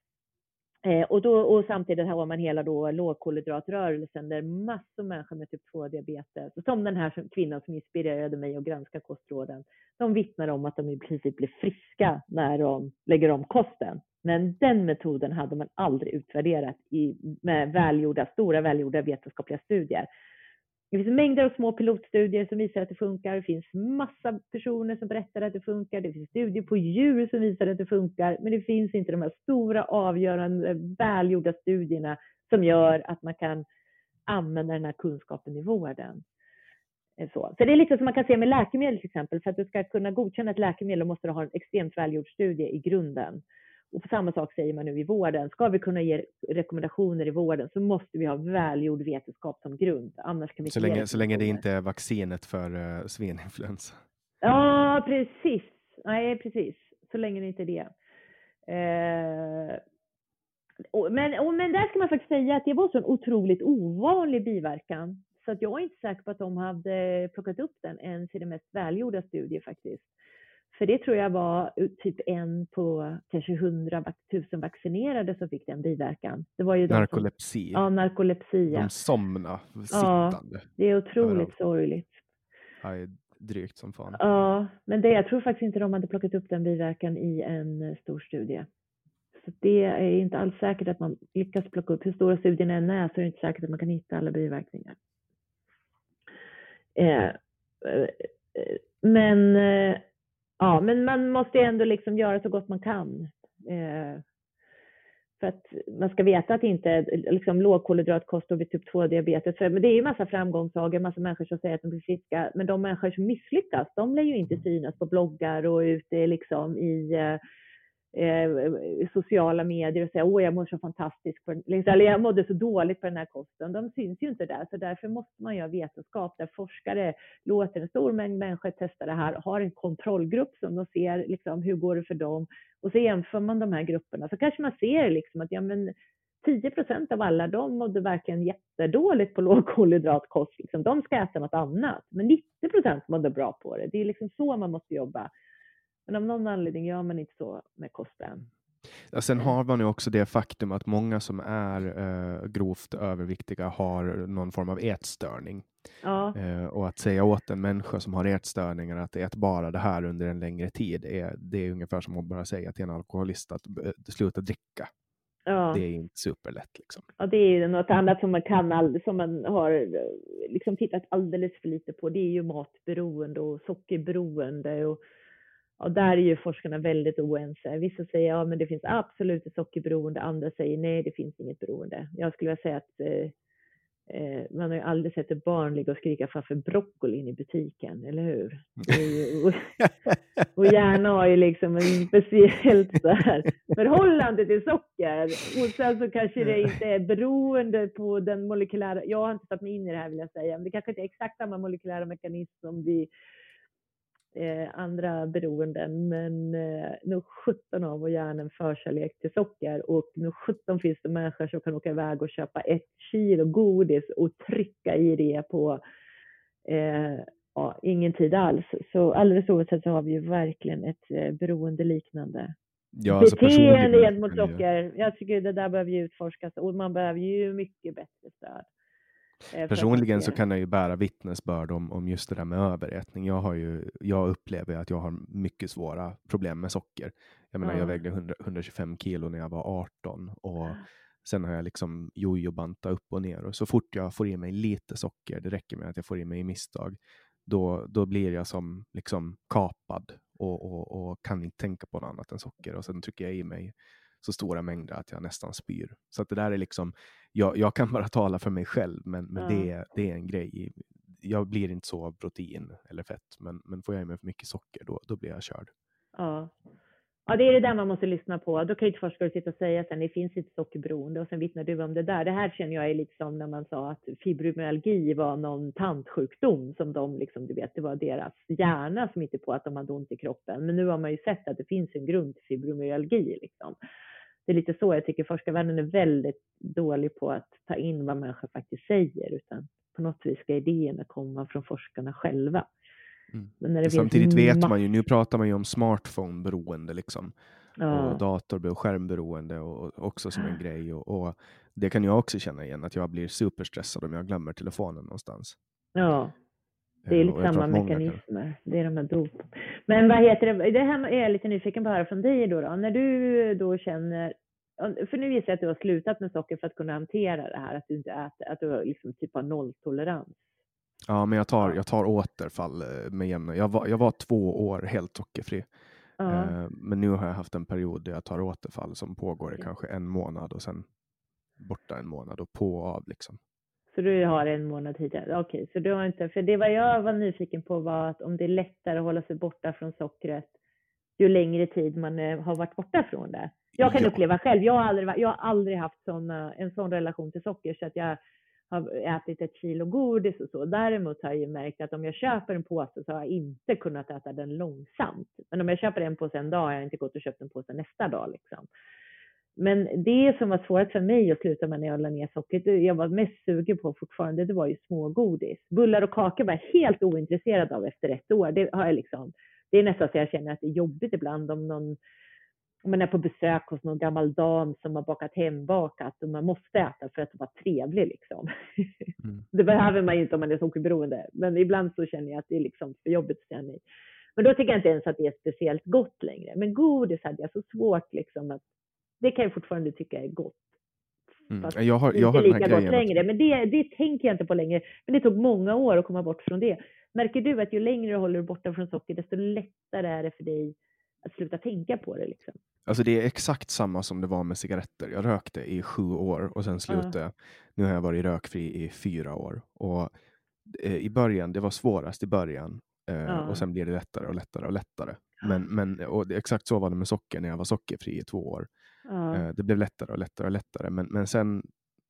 Eh, och, då, och samtidigt har man hela då lågkolhydratrörelsen där massor av människor med typ två-diabetes, som den här kvinnan som inspirerade mig att granska kostråden, de vittnar om att de i princip blir friska när de lägger om kosten. Men den metoden hade man aldrig utvärderat i, med välgjorda, stora välgjorda vetenskapliga studier. Det finns mängder av små pilotstudier som visar att det funkar. Det finns massa personer som berättar att det funkar. Det finns studier på djur som visar att det funkar. Men det finns inte de här stora, avgörande, välgjorda studierna som gör att man kan använda den här kunskapen i vården. Så, så det är lite som man kan se med läkemedel till exempel. För att du ska kunna godkänna ett läkemedel måste du ha en extremt välgjord studie i grunden. Och på samma sak säger man nu i vården. Ska vi kunna ge rekommendationer i vården så måste vi ha välgjord vetenskap som grund. Annars kan vi så, länge, så länge det inte är vaccinet för uh, svininfluensa. Ja, precis. Nej, precis. Så länge det inte är det. Eh, och, men, och, men där ska man faktiskt säga att det var så en otroligt ovanlig biverkan. Så att jag är inte säker på att de hade plockat upp den ens i den mest välgjorda studie faktiskt. För det tror jag var typ en på kanske hundratusen vaccinerade som fick den biverkan. Det var ju narkolepsi. Som, ja, narkolepsi. De somna sittande. Ja, det är otroligt sorgligt. Ja, det är drygt som fan. Ja, men det, jag tror faktiskt inte de hade plockat upp den biverkan i en stor studie. Så det är inte alls säkert att man lyckas plocka upp. Hur stora studien än är så är det inte säkert att man kan hitta alla biverkningar. Eh, men... Eh, Ja, men man måste ändå liksom göra så gott man kan. Eh, för att man ska veta att inte liksom lågkolhydratkost och vid typ två diabetes. För, men det är ju massa framgångssagor, massa människor som säger att de blir friska. Men de människor som misslyckas, de lär ju inte synas på bloggar och ute liksom i eh, eh, sociala medier och säga åh jag mår så fantastiskt. På, eller jag mådde så dåligt på den här kosten. De syns ju inte där. Så därför måste man göra vetenskap där forskare låter en stor mängd människor testa det här. Har en kontrollgrupp som de ser liksom, hur går det för dem. Och så jämför man de här grupperna. Så kanske man ser liksom att ja, men tio procent av alla de mådde verkligen jättedåligt på lågkolhydratkost. Liksom. De ska äta något annat. Men nittio procent mådde bra på det. Det är liksom så man måste jobba. Men av någon anledning gör man inte så med kosten. Ja, sen har man ju också det faktum att många som är eh, grovt överviktiga har någon form av ätstörning. Ja. Eh, och att säga åt en människa som har ätstörningar att ät bara det här under en längre tid. Är, det är ungefär som att bara säga till en alkoholist att uh, sluta dricka. Ja. Det är inte superlätt liksom. Ja, det är ju något annat som man kan all, som man har liksom tittat alldeles för lite på. Det är ju matberoende och sockerberoende och och där är ju forskarna väldigt oense. Vissa säger ja men det finns absolut ett sockerberoende. Andra säger nej det finns inget beroende. Jag skulle vilja säga att eh, eh, man har ju aldrig sett ett barn ligga och skrika framför broccolin i butiken. Eller hur? Det är ju, och, och hjärna har ju liksom en speciellt så här förhållande till socker. Och sen så kanske det inte är beroende på den molekylära. Jag har inte satt mig in i det här vill jag säga. Men det kanske inte är exakt samma molekylära mekanism som vi Eh, andra beroenden, men eh, nu sjutton av vår hjärna en förkärlek till socker och nu sjutton finns det människor som kan åka iväg och köpa ett kilo godis och trycka i det på eh, ja, ingen tid alls. Så alldeles oavsett så har vi ju verkligen ett eh, beroendeliknande ja, beteende gentemot socker. Jag tycker det där behöver ju utforskas och man behöver ju mycket bättre stöd. Personligen så kan jag ju bära vittnesbörd om, om just det där med överätning. Jag, har ju, jag upplever att jag har mycket svåra problem med socker. Jag menar, mm. jag vägde hundra, hundratjugofem kilo när jag var arton. Och sen har jag liksom jojo-bantat upp och ner. Och så fort jag får i mig lite socker, det räcker med att jag får i mig i misstag. Då, då blir jag som liksom kapad och, och, och kan inte tänka på något annat än socker. Och sen trycker jag i mig så stora mängder att jag nästan spyr. Så att det där är liksom, jag, jag kan bara tala för mig själv, men, men ja. det, det är en grej. Jag blir inte så av protein eller fett, men, men får jag i mig för mycket socker, då, då blir jag körd. Ja. Ja, det är det där man måste lyssna på. Då kan ju inte forskare sitta och säga att det finns inte sockerberoende och sen vittnar du om det där. Det här känner jag är liksom när man sa att fibromyalgi var någon tandsjukdom som de liksom, du vet, det var deras hjärna som inte på att de hade ont i kroppen. Men nu har man ju sett att det finns en grund till fibromyalgi liksom. Det är lite så jag tycker forskarvärlden är väldigt dålig på att ta in vad människor faktiskt säger, utan på något vis ska idéerna komma från forskarna själva. Mm. Men när det samtidigt vet ma- man ju, nu pratar man ju om smartphone-beroende liksom. Ja. Och dator- och skärmberoende och också som en grej. Och, och det kan jag också känna igen, att jag blir superstressad om jag glömmer telefonen någonstans. Ja, det är lite samma mekanismer. Kan... Det är de här dop. Men vad heter det? Det här är jag lite nyfiken på att höra från dig då, då. När du då känner, för nu visar jag att du har slutat med socker för att kunna hantera det här, att du inte äter, att du liksom typ har nolltolerans. Ja, men jag tar, jag tar återfall med jämna. Jag var, jag var två år helt sockerfri. Ja. Eh, men nu har jag haft en period där jag tar återfall som pågår i Okej. kanske en månad och sen borta en månad och på och av liksom. Så du har en månad tidigare? Okej, så du har inte, för det var jag var nyfiken på var att om det är lättare att hålla sig borta från sockret ju längre tid man eh, har varit borta från det. Jag kan Ja. uppleva själv, jag har aldrig, jag har aldrig haft såna, en sån relation till socker så att jag har ätit ett kilo godis och så. Däremot har jag ju märkt att om jag köper en påse så har jag inte kunnat äta den långsamt. Men om jag köper en påse en dag har jag inte gått och köpt en påse nästa dag liksom. Men det som var svårt för mig att sluta med när jag la ner sockret, jag var mest sugen på fortfarande, det var ju smågodis. Bullar och kakor var jag helt ointresserad av efter ett år. Det har jag liksom, det är nästan så jag känner att det är jobbigt ibland om någon, om man är på besök hos någon gammal dam som har bakat hembakat och man måste äta för att vara trevlig liksom. Mm. Det behöver man ju inte om man är sockerberoende, men ibland så känner jag att det är liksom för jobbigt att säga nej. Men då tycker jag inte ens att det är speciellt gott längre. Men godis hade jag så svårt liksom att det kan jag fortfarande tycka är gott. Mm. Jag har, jag har inte lika den här gott längre. Men det, det tänker jag inte på längre. Men det tog många år att komma bort från det. Märker du att ju längre du håller borta från socker, desto lättare är det för dig att sluta tänka på det liksom? Alltså det är exakt samma som det var med cigaretter. Jag rökte i sju år och sen slutade jag. Uh. Nu har jag varit rökfri i fyra år. Och eh, i början, det var svårast i början. Eh, uh. Och sen blir det lättare och lättare och lättare. Uh. Men, men och det, exakt så var det med socker när jag var sockerfri i två år. Uh. Det blev lättare och lättare och lättare. Men, men sen,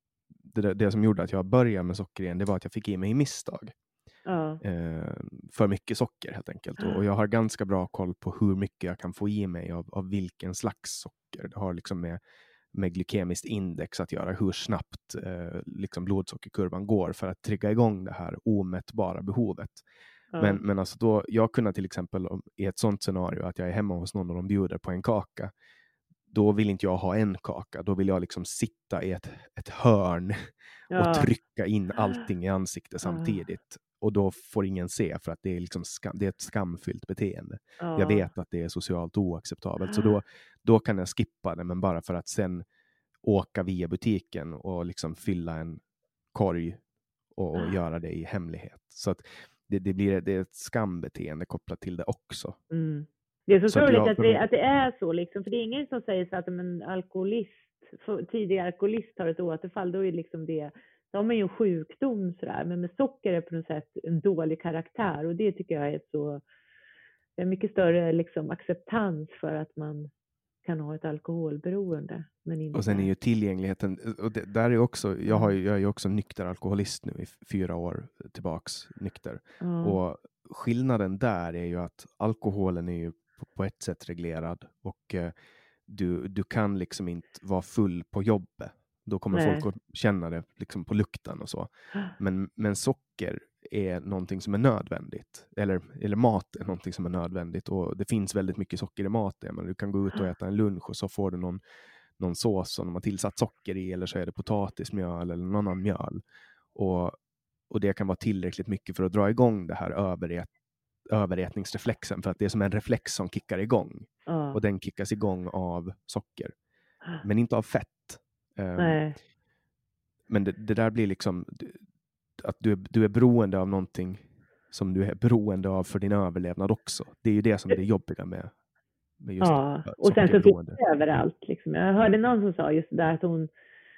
det, det som gjorde att jag började med socker igen, det var att jag fick i mig i misstag. Uh. Eh, för mycket socker helt enkelt. Uh. Och, och jag har ganska bra koll på hur mycket jag kan få i mig av, av vilken slags socker. Det har liksom med, med glykemiskt index att göra. Hur snabbt eh, liksom blodsockerkurvan går för att trigga igång det här omättbara behovet. Uh. Men, men alltså då, jag kunde till exempel i ett sånt scenario att jag är hemma hos någon och de bjuder på en kaka. Då vill inte jag ha en kaka. Då vill jag liksom sitta i ett, ett hörn ja. och trycka in allting i ansiktet samtidigt. Och då får ingen se för att det är, liksom skam, det är ett skamfyllt beteende. Ja. Jag vet att det är socialt oacceptabelt. Så då, då kan jag skippa det. Men bara för att sen åka via butiken och liksom fylla en korg och, och göra det i hemlighet. Så att det, det blir det är ett skambeteende kopplat till det också. Mm. Det är så, så troligt att, att, det, att det är så liksom, för det är ingen som säger så att en alkoholist, tidigare alkoholist har ett återfall, då är liksom det, då har man ju en sjukdom sådär, men med socker är på något sätt en dålig karaktär och det tycker jag är så, det är mycket större liksom acceptans för att man kan ha ett alkoholberoende. Men inte. Och sen är ju tillgängligheten, och det, där är också, jag, har ju, jag är ju också nykter alkoholist nu i fyra år tillbaks nykter. Mm. Och skillnaden där är ju att alkoholen är ju på, på ett sätt reglerad och eh, du, du kan liksom inte vara full på jobbet. Då kommer Nej. folk att känna det liksom på lukten och så. Men, men socker är någonting som är nödvändigt. Eller, eller mat är någonting som är nödvändigt. Och det finns väldigt mycket socker i maten. Men du kan gå ut och äta en lunch och så får du någon, någon sås som de har tillsatt socker i. Eller så är det potatismjöl eller någon annan mjöl. Och, och det kan vara tillräckligt mycket för att dra igång det här överät, överätningsreflexen. För att det är som en reflex som kickar igång. Mm. Och den kickas igång av socker. Men inte av fett. Um, men det, det där blir liksom att du, du är beroende av någonting som du är beroende av för din överlevnad också. Det är ju det som är det jobbiga med, med just ja, och sen så finns det överallt liksom. Jag hörde någon som sa just det där att hon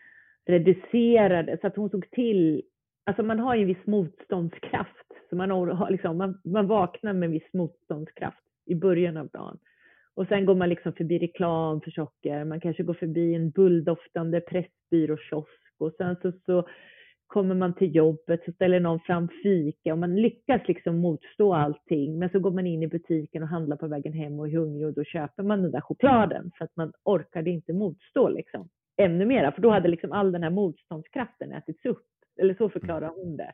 reducerade, så att hon såg till, alltså man har ju en viss motståndskraft, så man har liksom, man, man vaknar med en viss motståndskraft i början av dagen. Och sen går man liksom förbi reklam för socker. Man kanske går förbi en bulldoftande pressbyråkiosk. Och sen så, så kommer man till jobbet. Så ställer någon fram fika. Och man lyckas liksom motstå allting. Men så går man in i butiken och handlar på vägen hem och är hungrig. Och då köper man den där chokladen. För att man orkade inte motstå liksom ännu mera. För då hade liksom all den här motståndskraften ätits upp. Eller så förklarar hon det.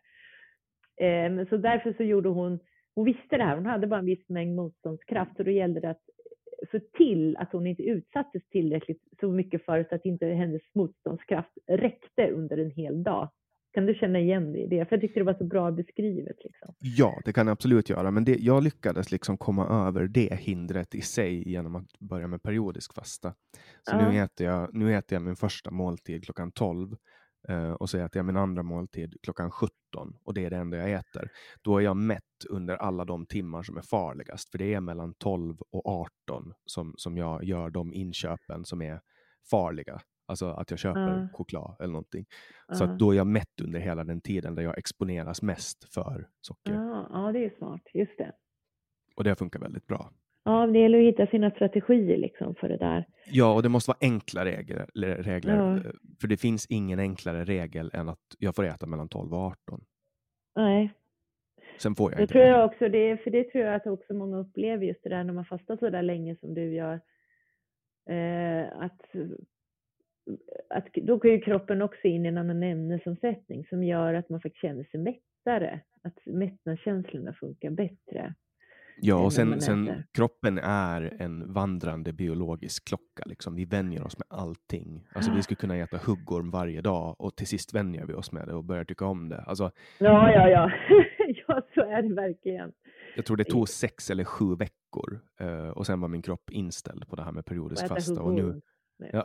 Eh, så därför så gjorde hon... Hon visste det här. Hon hade bara en viss mängd motståndskraft. Och då gällde det att se till att hon inte utsattes tillräckligt så mycket för så att inte hennes motståndskraft räckte under en hel dag. Kan du känna igen det? För jag tyckte det var så bra beskrivet. Liksom. Ja, det kan jag absolut göra. Men det, jag lyckades liksom komma över det hindret i sig genom att börja med periodisk fasta. Så ja. nu, äter jag, nu äter jag min första måltid klockan tolv. Uh, och säger att jag min andra måltid klockan sjutton och det är det enda jag äter. Då är jag mätt under alla de timmar som är farligast. För det är mellan tolv och arton som, som jag gör de inköpen som är farliga. Alltså att jag köper uh. choklad eller någonting. Uh. Så att då är jag mätt under hela den tiden där jag exponeras mest för socker. Uh. Ja, det är smart. Just det. Och det funkar väldigt bra. Ja, det gäller att hitta sina strategier liksom för det där. Ja, och det måste vara enkla regler. regler Ja. För det finns ingen enklare regel än att jag får äta mellan tolv och arton. Nej. Sen får jag det inte tror det. jag också, det, för det tror jag att också många upplever just det där när man fastar så där länge som du gör. Eh, att, att då går ju kroppen också in i en annan ämnesomsättning som gör att man faktiskt känner sig mättare. Att mättnadskänslorna funkar bättre. Ja, och sen, sen kroppen är en vandrande biologisk klocka. Liksom. Vi vänjer oss med allting. Alltså vi skulle kunna äta huggorm varje dag och till sist vänjer vi oss med det och börjar tycka om det. Alltså, ja, ja, ja. Ja, så är det verkligen. Jag tror det tog sex eller sju veckor uh, och sen var min kropp inställd på det här med periodisk fasta. Och nu, ja.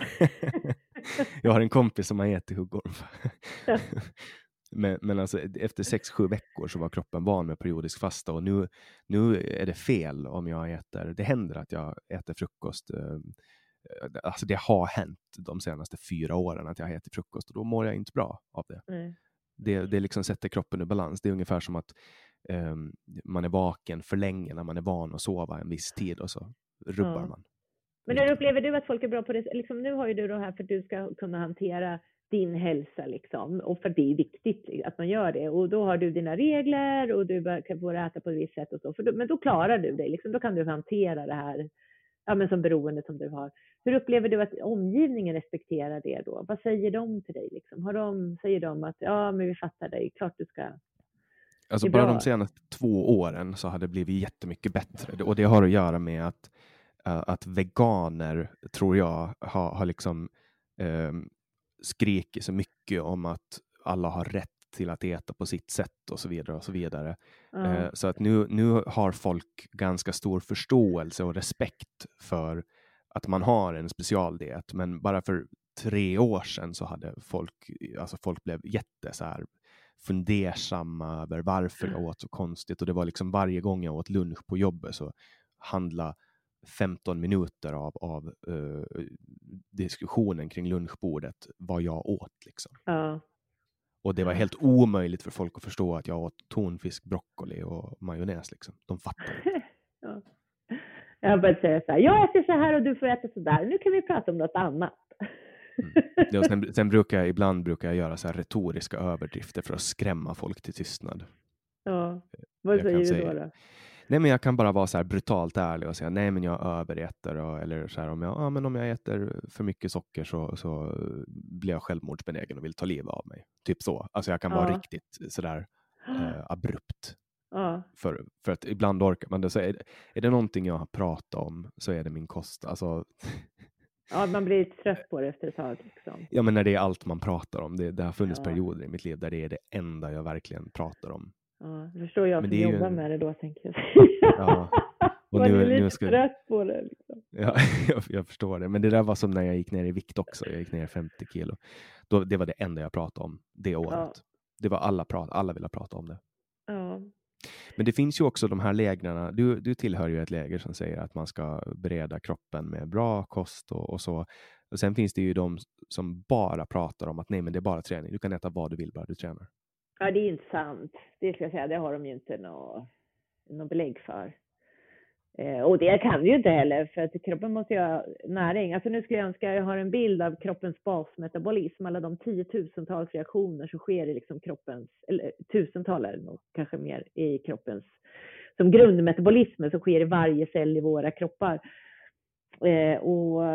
Jag har en kompis som har ätit huggorm. Ja. Men, men alltså efter sex sju veckor så var kroppen van med periodisk fasta och nu, nu är det fel om jag äter, det händer att jag äter frukost, eh, alltså det har hänt de senaste fyra åren att jag har ätit frukost och då mår jag inte bra av det. Mm. Det, det liksom sätter kroppen i balans, det är ungefär som att eh, man är vaken för länge när man är van att sova en viss tid och så rubbar ja. man. Men hur upplever du att folk är bra på det? Liksom, nu har ju du det här för att du ska kunna hantera din hälsa liksom. Och för det är viktigt att man gör det. Och då har du dina regler och du kan få äta på ett visst sätt och så. För då, men då klarar du det liksom. Då kan du hantera det här ja, men som beroende som du har. Hur upplever du att omgivningen respekterar det då? Vad säger de till dig liksom? Har de, säger de att ja men vi fattar dig, klart du ska. Alltså bara de senaste två åren så har det blivit jättemycket bättre. Och det har att göra med att, uh, att veganer tror jag har, har liksom um, skriker så mycket om att alla har rätt till att äta på sitt sätt och så vidare och så vidare. Mm. Eh, så att nu, nu har folk ganska stor förståelse och respekt för att man har en specialdiet. Men bara för tre år sedan så hade folk, alltså folk blev jätte så här fundersamma över varför jag åt så konstigt. Och det var liksom varje gång jag åt lunch på jobbet så handla femton minuter av, av uh, diskussionen kring lunchbordet vad jag åt liksom. Ja. Och det var helt omöjligt för folk att förstå att jag åt tonfisk, broccoli och majonnäs liksom. De fattar inte. Ja. Jag bara säga så här, jag äter så här och du får äta så där. Nu kan vi prata om något annat. Mm. Det, och sen, sen brukar jag, ibland brukar jag göra så här retoriska överdrifter för att skrämma folk till tystnad. Ja, vad säger du säga, då, då? Nej, men jag kan bara vara så här brutalt ärlig och säga nej men jag överäter och, eller så här om jag, ja, men om jag äter för mycket socker så, så blir jag självmordsbenägen och vill ta livet av mig. Typ så. Alltså jag kan vara ja. riktigt sådär eh, abrupt. Ja. För, för att ibland orkar man det. Så är, är det någonting jag har pratat om så är det min kost. Alltså... Ja, man blir trött på det efter ett tag. Liksom. Ja, men när det är allt man pratar om. Det, det har funnits ja. perioder i mitt liv där det är det enda jag verkligen pratar om. Ja, det förstår jag som jobbar en... med det då, tänker jag. Ja. Och man nu, är lite nu ska... trött på det. Liksom. Ja, jag, jag förstår det. Men det där var som när jag gick ner i vikt också. Jag gick ner femtio kilo. Då, det var det enda jag pratade om det året. Ja. Det var alla, prat, alla ville prata om det. Ja. Men det finns ju också de här lägren. Du, du tillhör ju ett läger som säger att man ska bereda kroppen med bra kost och, och så. Och sen finns det ju de som bara pratar om att nej, men det är bara träning. Du kan äta vad du vill bara du tränar. Ja, det är inte sant. Det ska jag säga, det har de ju inte något, något belägg för. Eh, och det kan vi ju inte heller, för att kroppen måste ju ha näring. Alltså nu skulle jag önska, jag har en bild av kroppens basmetabolism, alla de tiotusentals reaktioner som sker i liksom kroppens, eller tusental eller något, kanske mer i kroppens, som grundmetabolismen som sker i varje cell i våra kroppar. Eh, och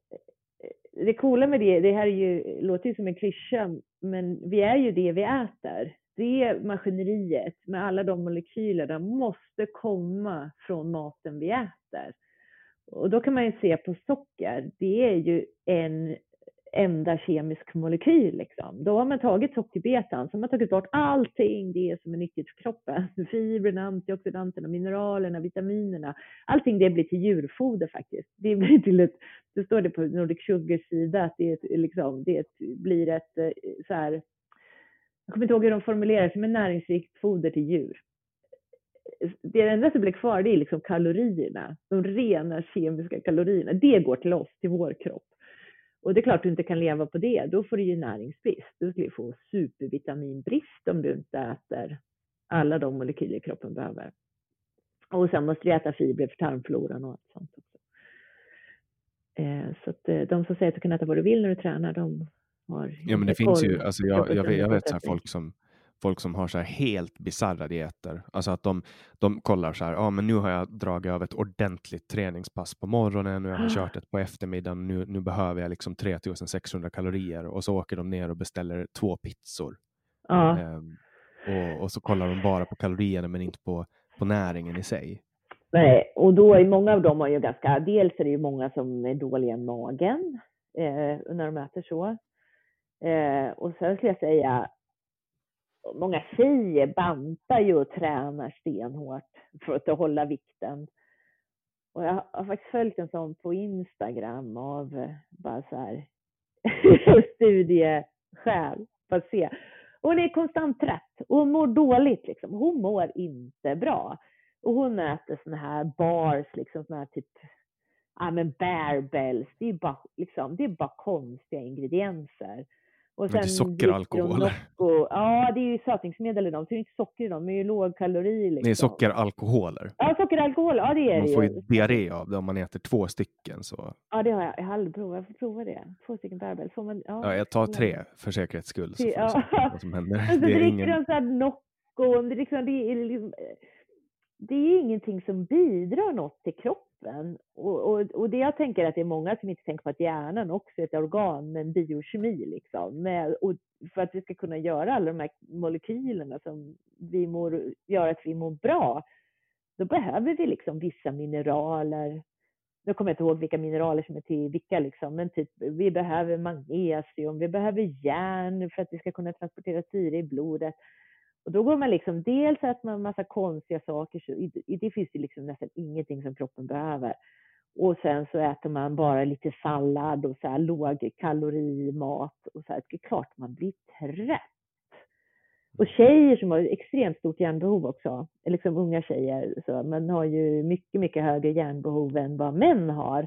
det coola med det, det här är ju, låter ju som en klyscha, men vi är ju det vi äter. Det maskineriet med alla de molekylerna måste komma från maten vi äter. Och då kan man ju se på socker. Det är ju en, enda kemisk molekyl liksom. Då har man tagit sockerbetan, så har man tagit bort allting det som är nyttigt för kroppen. Fibrerna, antioxidanterna, mineralerna, vitaminerna. Allting det blir till djurfoder faktiskt. Det blir till ett, det står det på Nordic Sugars sida att det, är ett, liksom, det är ett, blir ett så här, jag kommer inte ihåg hur de formulerar, som en näringsrikt foder till djur. Det enda som blir kvar, det är liksom kalorierna. De rena kemiska kalorierna. Det går till oss, till vår kropp. Och det är klart du inte kan leva på det. Då får du ju näringsbrist. Du skulle få supervitaminbrist om du inte äter alla de molekyler kroppen behöver. Och sen måste du äta fibrer för tarmfloran och allt sånt också. Eh, så att de som säger att du kan äta vad du vill när du tränar, de har... Ja, men det finns ju, alltså jag, jag vet, jag vet så här folk som folk som har så här helt bizarra dieter. Alltså att de, de kollar så här, ja ah, men nu har jag dragit av ett ordentligt träningspass på morgonen, nu har jag kört ett på eftermiddagen, nu, nu behöver jag liksom tre tusen sexhundra kalorier, och så åker de ner och beställer två pizzor. Ja. Ehm, och, och så kollar de bara på kalorierna men inte på, på näringen i sig. Nej, och då är många av dem har ju ganska, dels är det ju många som är dåliga i magen eh, när de äter så. Eh, och sen skulle jag säga, många tjejer bantar ju och tränar stenhårt för att hålla vikten. Och jag har faktiskt följt en sån på Instagram av bara så här studieskäl. För att se. Hon är konstant trött och hon mår dåligt liksom. Hon mår inte bra. Och hon äter såna här bars, liksom såna här typ, ja men bärbells. Det är bara liksom, det är bara konstiga ingredienser. Och sen det är sockeralkohol. Ja, det är ju sötningsmedel i dem. Så det är inte socker i dem, men det är ju lågkalori. Liksom. Det är sockeralkoholer. Ja, sockeralkohol. Ja, det är man det ju. får ju diarré av det om man äter två stycken. Så. Ja, det har jag. Jag har aldrig provat. Jag får prova det. Två stycken bärbel. Får man, ja, ja, jag tar tre för säkerhets skull. Så får ja. se vad som händer. Alltså, det är dricker ingen... de så här Nocco. Det är liksom, det är liksom, det är ingenting som bidrar något till kroppen. Och, och, och det jag tänker att det är många som inte tänker på att hjärnan också är ett organ med en biokemi. Liksom. Med, och för att vi ska kunna göra alla de här molekylerna som vi mår, gör att vi mår bra. Då behöver vi liksom vissa mineraler. Nu kommer jag inte ihåg vilka mineraler som är till vilka. Liksom, men typ, vi behöver magnesium, vi behöver järn för att vi ska kunna transportera syre i blodet. Och då går man liksom, dels att man massa konstiga saker, så i, i det finns det liksom nästan ingenting som kroppen behöver. Och sen så äter man bara lite sallad och så här lågkalorimat och så här. Det är klart man blir trött. Och tjejer som har extremt stort järnbehov också, liksom unga tjejer, så man har ju mycket, mycket högre järnbehov än vad män har.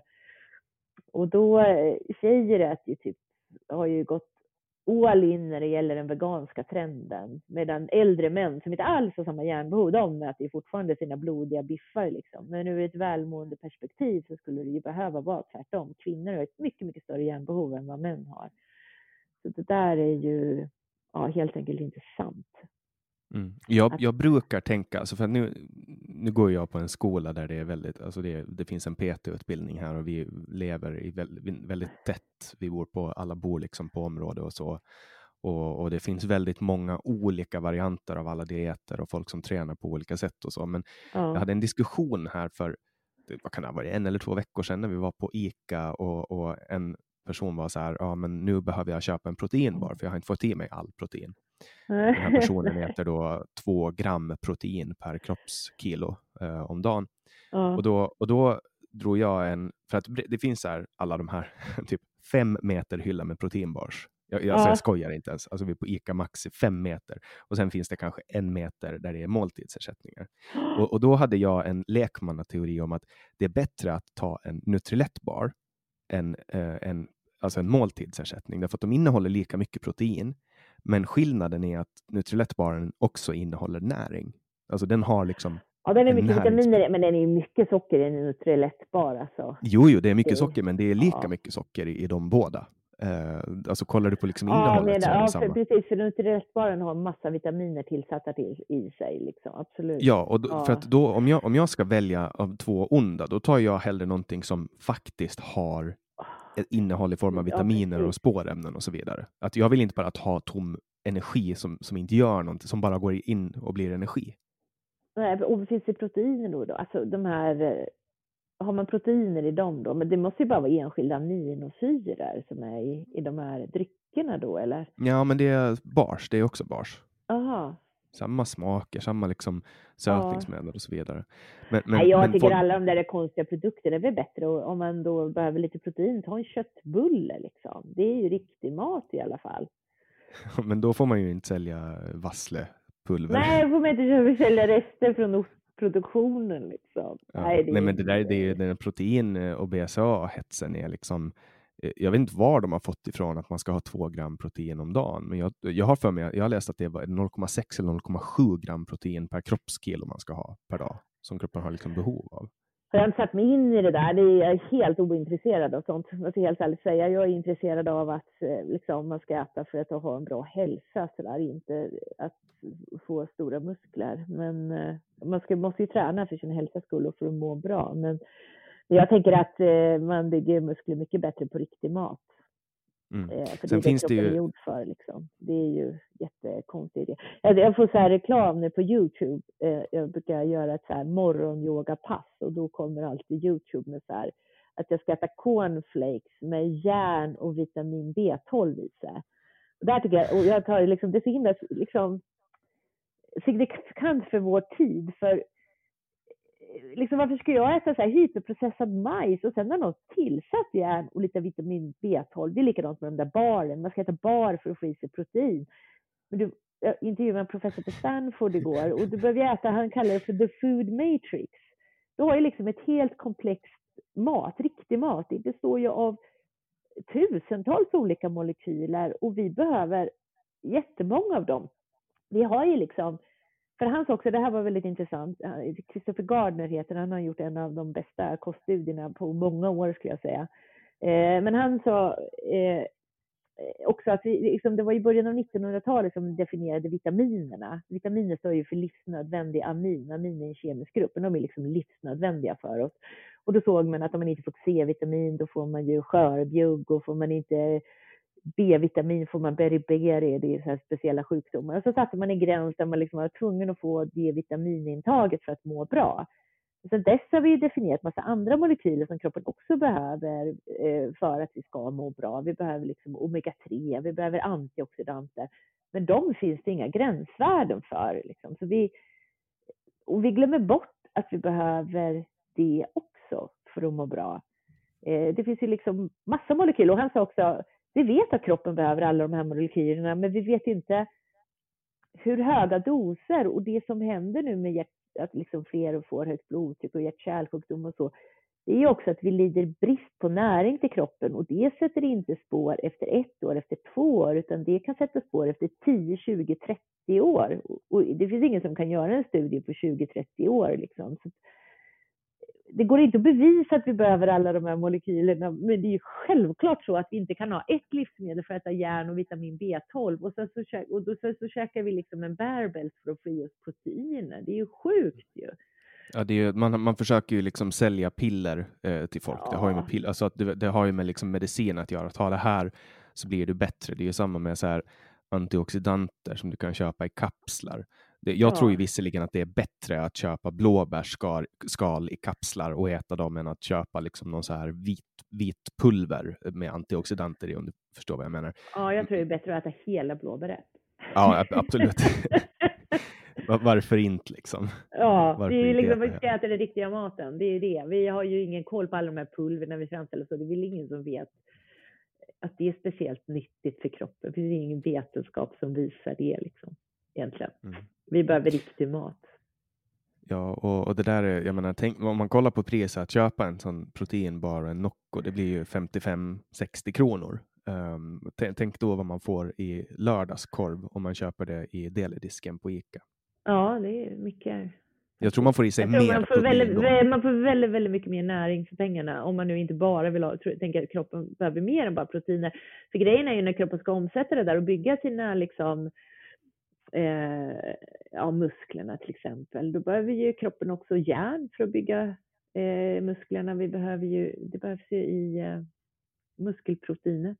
Och då, tjejer äter ju typ, har ju gått all in när det gäller den veganska trenden. Medan äldre män som inte alls har samma järnbehov, de äter ju fortfarande sina blodiga biffar liksom. Men ur ett välmående perspektiv så skulle det ju behöva vara tvärtom. Kvinnor har ett mycket, mycket större järnbehov än vad män har. Så det där är ju ja, helt enkelt inte sant. Mm. Jag, jag brukar tänka, alltså för nu, nu går jag på en skola där det är väldigt, alltså det, det finns en P T-utbildning här och vi lever i väldigt, väldigt tätt. Vi bor på, alla bor liksom på område och så. Och, och det finns väldigt många olika varianter av alla dieter och folk som tränar på olika sätt och så. Men Ja. jag hade en diskussion här för, vad kan det ha varit, en eller två veckor sedan när vi var på ICA och, och en person var så här, ja men nu behöver jag köpa en proteinbar för jag har inte fått i mig all protein. Den här personen äter då två gram protein per kroppskilo eh, om dagen. Ja. Och, då, och då drog jag en, för att det finns så här alla de här typ fem meter hylla med proteinbars. Jag, jag, Ja. jag skojar inte ens. Alltså vi är på ICA Maxi fem meter. Och sen finns det kanske en meter där det är måltidsersättningar. Och, och då hade jag en lekmannateori om att det är bättre att ta en Nutrilett-bar än eh, en, alltså en måltidsersättning. Därför att de innehåller lika mycket protein. Men skillnaden är att Nutrilett-baren också innehåller näring. Alltså den har liksom... Ja, den är mycket närings- vitaminer, men den är mycket socker i en Nutrilett-bar alltså. Jo, jo, det är mycket Det- socker, men det är lika ja. mycket socker i, i de båda. Eh, alltså kollar du på liksom Ja, innehållet men, så är det ja samma. för, precis. För Nutrilett-baren har massa vitaminer tillsatta till, i sig. Liksom. Absolut. Ja, och då, Ja. för att då om jag, om jag ska välja av två onda, då tar jag hellre någonting som faktiskt har ett innehåll i form av Ja, vitaminer precis. och spårämnen och så vidare. Att jag vill inte bara ha tom energi som, som inte gör någonting, som bara går in och blir energi. Nej, och finns det proteiner då? då? Alltså de här, eh, har man proteiner i dem då? Men det måste ju bara vara enskilda aminosyror som är i, i de här dryckerna då, eller? Ja, men det är bars. Det är också bars. Aha. Samma smaker, samma liksom sötningsmedel och så vidare. Men, men, Nej, jag men tycker folk... alla de där konstiga produkterna är väl bättre. Och om man då behöver lite protein, ta en köttbulle liksom. Det är ju riktig mat i alla fall. Men då får man ju inte sälja vasslepulver. Nej, då får man inte sälja rester från ostproduktionen liksom. Ja. Nej, det Nej, men det där det är ju den protein och B C A-hetsen är liksom, jag vet inte var de har fått ifrån att man ska ha två gram protein om dagen. Men jag, jag har för mig, jag har läst att det var noll komma sex eller noll komma sju gram protein per kroppskilo man ska ha per dag. Som kroppen har liksom behov av. Jag har inte satt mig in i det där. Det är, jag är helt ointresserad av sånt. Jag ska helt ärligt säga. Jag är intresserad av att liksom, man ska äta för att ha en bra hälsa. Så där. Inte att få stora muskler. Men eh, man ska, måste ju träna för sin hälsas skull och för att må bra. Men jag tänker att eh, man bygger muskler mycket bättre på riktig mat. Mm. Eh, för Sen det är finns det ju... är gjord för, liksom. Det är ju jättekonstigt. Jag, jag får så här reklam nu på YouTube. Eh, jag brukar göra ett så här morgonyogapass. Och då kommer alltid YouTube med så här att jag ska äta cornflakes med järn och vitamin B tolv i sig. Och där tycker jag, och jag tar liksom, det är så himla liksom, signifikant för vår tid. För liksom, varför ska jag äta så här hyperprocessad majs och sen har något tillsatt järn och lite vitamin B tolv. Det är likadant med de där baren. Man ska äta bar för att få i sig protein. Men du, jag intervjuade en professor på Stanford igår och du behöver äta, han kallar det för the food matrix. Du har ju liksom ett helt komplext mat, riktig mat. Det består ju av tusentals olika molekyler och vi behöver jättemånga av dem. Vi har ju liksom, för han sa också, det här var väldigt intressant, Christopher Gardner heter han, har gjort en av de bästa koststudierna på många år skulle jag säga. Eh, men han sa eh, också att vi, liksom, det var i början av nittonhundratalet som definierade vitaminerna. Vitaminer står ju för livsnödvändig amin. Amin är en kemisk grupp, men de är liksom livsnödvändiga för oss. Och då såg man att om man inte får C-vitamin, då får man ju skörbjugg, och får man inte B-vitamin får man beriberi, det är så här speciella sjukdomar. Och så satte man en gräns där man liksom var tvungen att få D-vitaminintaget för att må bra. Och sen dess har vi definierat massa andra molekyler som kroppen också behöver eh, för att vi ska må bra. Vi behöver liksom omega tre, vi behöver antioxidanter. Men de finns det inga gränsvärden för. Liksom. Så vi, och vi glömmer bort att vi behöver det också för att må bra. Eh, det finns ju liksom massa molekyler. Och han sa också, vi vet att kroppen behöver alla de här molekylerna, men vi vet inte hur höga doser. Och det som händer nu med hjärt, att liksom fler får högt blodtryck och hjärt-kärlsjukdom och så, det är ju också att vi lider brist på näring till kroppen. Och det sätter inte spår efter ett år, efter två år, utan det kan sätta spår efter tio, tjugo, trettio år. Och det finns ingen som kan göra en studie på tjugo, trettio år. Liksom. Så det går inte att bevisa att vi behöver alla de här molekylerna, men det är ju självklart så att vi inte kan ha ett livsmedel för att äta järn och vitamin B tolv och sen så, och då, så, så käkar vi liksom en bärbelt för att få i oss proteiner. Det är ju sjukt ju. Ja, det är ju, man, man försöker ju liksom sälja piller eh, till folk. Ja. Det har ju med piller, alltså att det, det har ju med liksom medicin att göra. Ta det här så blir du bättre. Det är ju samma med så här antioxidanter som du kan köpa i kapslar. Det, jag ja. tror ju visserligen att det är bättre att köpa blåbärsskal skal i kapslar och äta dem än att köpa liksom någon så här vit, vit pulver med antioxidanter i, om du förstår vad jag menar. Ja, jag tror det är bättre att äta hela blåbäret. Ja, absolut. Varför inte liksom? Ja, Varför det är ju liksom, vi ska äta den riktiga maten. Det är ju det. Vi har ju ingen koll på alla de här pulver när vi framställer så. Det är väl ingen som vet att det är speciellt nyttigt för kroppen. Det finns ingen vetenskap som visar det liksom, egentligen. Mm. Vi behöver riktig mat. Ja, och, och det där är, jag menar, tänk, om man kollar på priset att köpa en sån proteinbar och en Nocco, det blir ju femtiofem till sextio kronor. Um, t- tänk då vad man får i lördagskorv om man köper det i deledisken på Ica. Ja, det är mycket. Jag tror man får i sig mer man får, väldigt, man får väldigt, väldigt mycket mer näring för pengarna om man nu inte bara vill ha, tror, tänker att kroppen behöver mer än bara proteiner. För grejen är ju när kroppen ska omsätta det där och bygga sina liksom Eh, ja, musklerna till exempel. Då behöver ju kroppen också järn för att bygga eh, musklerna. Vi behöver ju, det behövs ju i eh, muskelproteinet.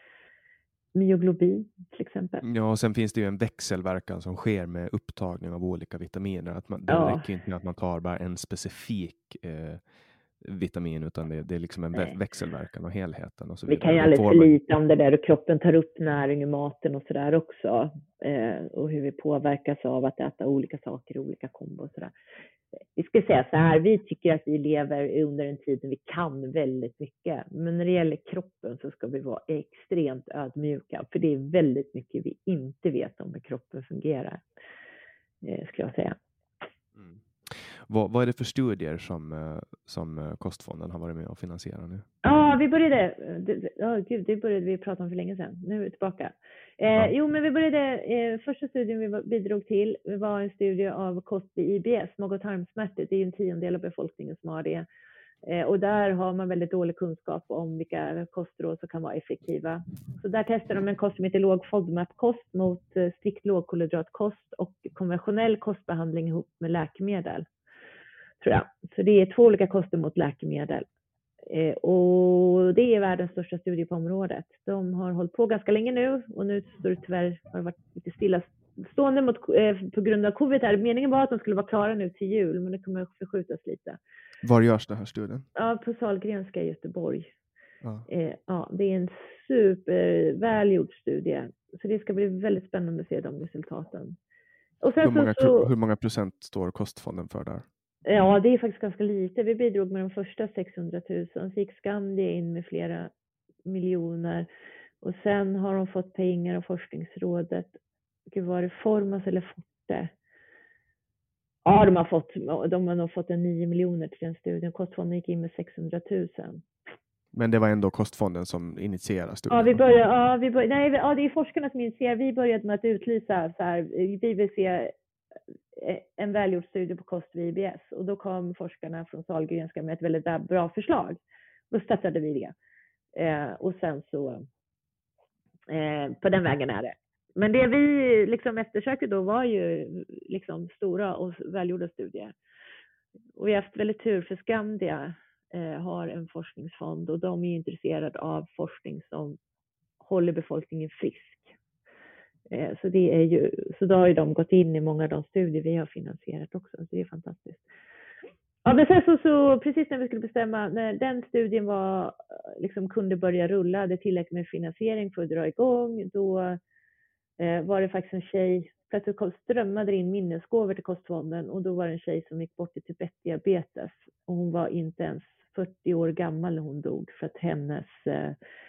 Myoglobin till exempel. Ja, och sen finns det ju en växelverkan som sker med upptagning av olika vitaminer. Att man, det ja. räcker inte med att man tar bara en specifik eh, vitamin, utan det, det är liksom en Nej. växelverkan och helheten och så Vi vidare. kan ju Det alldeles får för man- lite om det där, och kroppen tar upp näring i maten och sådär också. Eh, och hur vi påverkas av att äta olika saker, olika kombo och sådär. Vi ska säga så här, vi tycker att vi lever under en tid när vi kan väldigt mycket. Men när det gäller kroppen så ska vi vara extremt ödmjuka. För det är väldigt mycket vi inte vet om hur kroppen fungerar. Eh, skulle jag säga. Mm. Vad, vad är det för studier som, eh, som eh, Kostfonden har varit med och finansierat nu? Ja, vi började, det, oh, gud, det började vi prata om för länge sedan. Nu är vi tillbaka. Eh, Ja. Jo, men vi började, eh, första studien vi var- bidrog till var en studie av kost vid I B S, mag- och tarmsmärtor. Det är ju en tiondel av befolkningen som har det. Eh, och där har man väldigt dålig kunskap om vilka kostråd som kan vara effektiva. Så där testar de en kost som heter låg FODMAP-kost mot eh, strikt lågkolhydratkost och konventionell kostbehandling ihop med läkemedel. Tror jag. Så det är två olika koster mot läkemedel. Eh, och det är världens största studie på området. De har hållit på ganska länge nu, och nu står det tyvärr, har det varit lite stillastående mot, eh, på grund av covid här. Meningen var att de skulle vara klara nu till jul, men det kommer att förskjutas lite. Var görs den här studien? Ja, på Sahlgrenska i Göteborg. Ja. Eh, ja, det är en supervälgjord studie. Så det ska bli väldigt spännande att se de resultaten. Och sen Hur, många, så, så, hur många procent står Kostfonden för där? Ja, det är faktiskt ganska lite. Vi bidrog med de första sexhundratusen. Så gick Skandia in med flera miljoner. Och sen har de fått pengar av forskningsrådet. Gud, var det Formas eller Forte? Ja, de har fått, de har nog fått en nio miljoner till den studien. Kostfonden gick in med sexhundratusen. Men det var ändå Kostfonden som initierade studien? Ja, vi började, ja, vi började, nej, ja, det är forskarna som initierar. Vi började med att utlysa så här, vi vill se en välgjord studie på kost vid I B S, och då kom forskarna från Sahlgrenska med ett väldigt bra förslag. Då startade vi det. Eh, och sen så eh, på den vägen är det. Men det vi liksom eftersökte då var ju liksom stora och välgjorda studier. Och vi har haft väldigt tur, för Skandia eh, har en forskningsfond, och de är intresserade av forskning som håller befolkningen frisk. Så, det är ju, så då har ju de gått in i många av de studier vi har finansierat också. Så det är fantastiskt. Ja, men sen så, så precis när vi skulle bestämma, när den studien var, liksom kunde börja rulla, hade tillräckligt med finansiering för att dra igång, då eh, var det faktiskt en tjej, plötsligt kom, strömmade in minnesgåvor till Kostfonden, och då var det en tjej som gick bort i typ ett diabetes. Och hon var inte ens fyrtio år gammal när hon dog, för att hennes eh,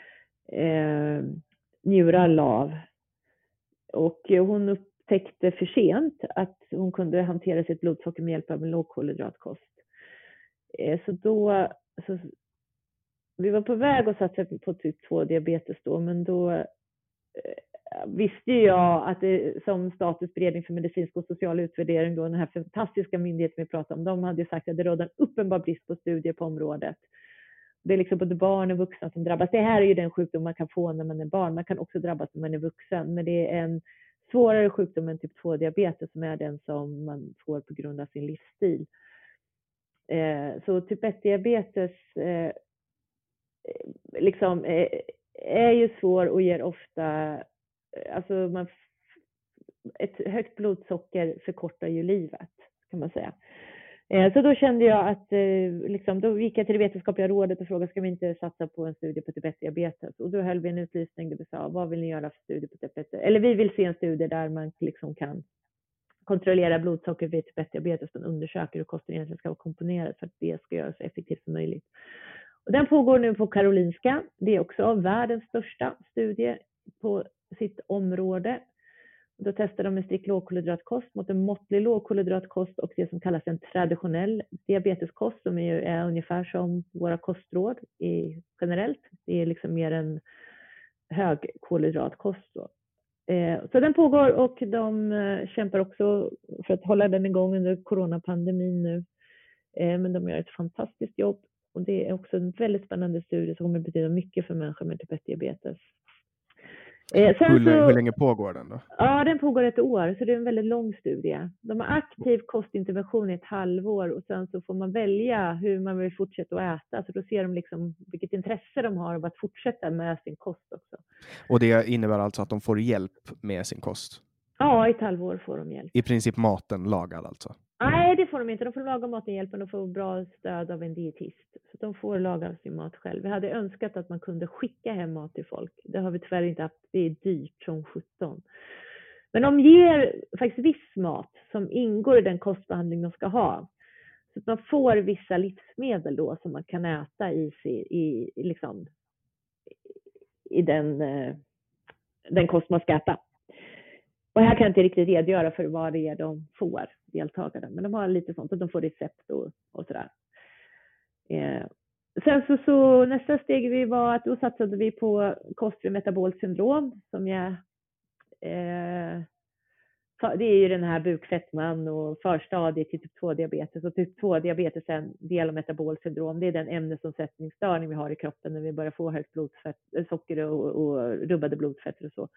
eh, njurar lav. Och hon upptäckte för sent att hon kunde hantera sitt blodsocker med hjälp av en lågkolhydratkost. Så då, så, vi var på väg att satsa på typ två diabetes då, men då eh, visste jag att det, som Statens beredning för medicinsk och social utvärdering, då, den här fantastiska myndigheten vi pratade om, de hade sagt att det råder en uppenbar brist på studier på området. Det är liksom både barn och vuxna som drabbas. Det här är ju den sjukdom man kan få när man är barn. Man kan också drabbas när man är vuxen. Men det är en svårare sjukdom än typ två diabetes, som är den som man får på grund av sin livsstil. Eh, så typ ett diabetes eh, liksom, eh, är ju svår och ger ofta... Alltså man, ett högt blodsocker förkortar ju livet, kan man säga. Så då kände jag att, liksom, då gick jag till det vetenskapliga rådet och frågade, ska vi inte satsa på en studie på typ ett diabetes? Och då höll vi en utlysning där vi sa, vad vill ni göra för studie på typ ett? Eller vi vill se en studie där man liksom kan kontrollera blodsocker vid typ ett diabetes. Man undersöker hur kosten egentligen ska vara komponerad för att det ska göras så effektivt som möjligt. Och den pågår nu på Karolinska. Det är också världens största studie på sitt område. Då testar de en strikt lågkolhydratkost mot en måttlig lågkolhydratkost och det som kallas en traditionell diabeteskost, som är, är ungefär som våra kostråd i, generellt. Det är liksom mer en högkolhydratkost då. Eh, så den pågår, och de eh, kämpar också för att hålla den igång under coronapandemin nu. Eh, men de gör ett fantastiskt jobb, och det är också en väldigt spännande studie som kommer betyda mycket för människor med typ ett diabetes. Eh, sen hur, så, hur länge pågår den då? Ja, den pågår ett år, så det är en väldigt lång studie. De har aktiv kostintervention i ett halvår, och sen så får man välja hur man vill fortsätta att äta. Så då ser de liksom vilket intresse de har av att fortsätta med sin kost också. Och det innebär alltså att de får hjälp med sin kost? Ja, i ett halvår får de hjälp. I princip maten lagad alltså? Nej, det får de inte. De får laga maten hjälp, och de får bra stöd av en dietist. Så de får laga sin mat själv. Vi hade önskat att man kunde skicka hem mat till folk. Det har vi tyvärr inte haft. Det är dyrt som sjutton. Men de ger faktiskt viss mat som ingår i den kostbehandling de ska ha. Så att man får vissa livsmedel då som man kan äta i, i, i, liksom, i den, den kost man ska äta. Och här kan jag inte riktigt redogöra för vad det är de får, deltagarna. Men de har lite sånt, och de får recept och, och sådär. Eh, sen så, så nästa steg vi var att då satsade vi på kostfri metabolt syndrom. Som jag, eh, det är ju den här bukfettman och förstadiet till typ två diabetes. Och typ två diabetes är en del av metabolt syndrom. Det är den ämnesomsättningsstörning vi har i kroppen när vi börjar få högt blodfett, socker och, och rubbade blodfetter och så.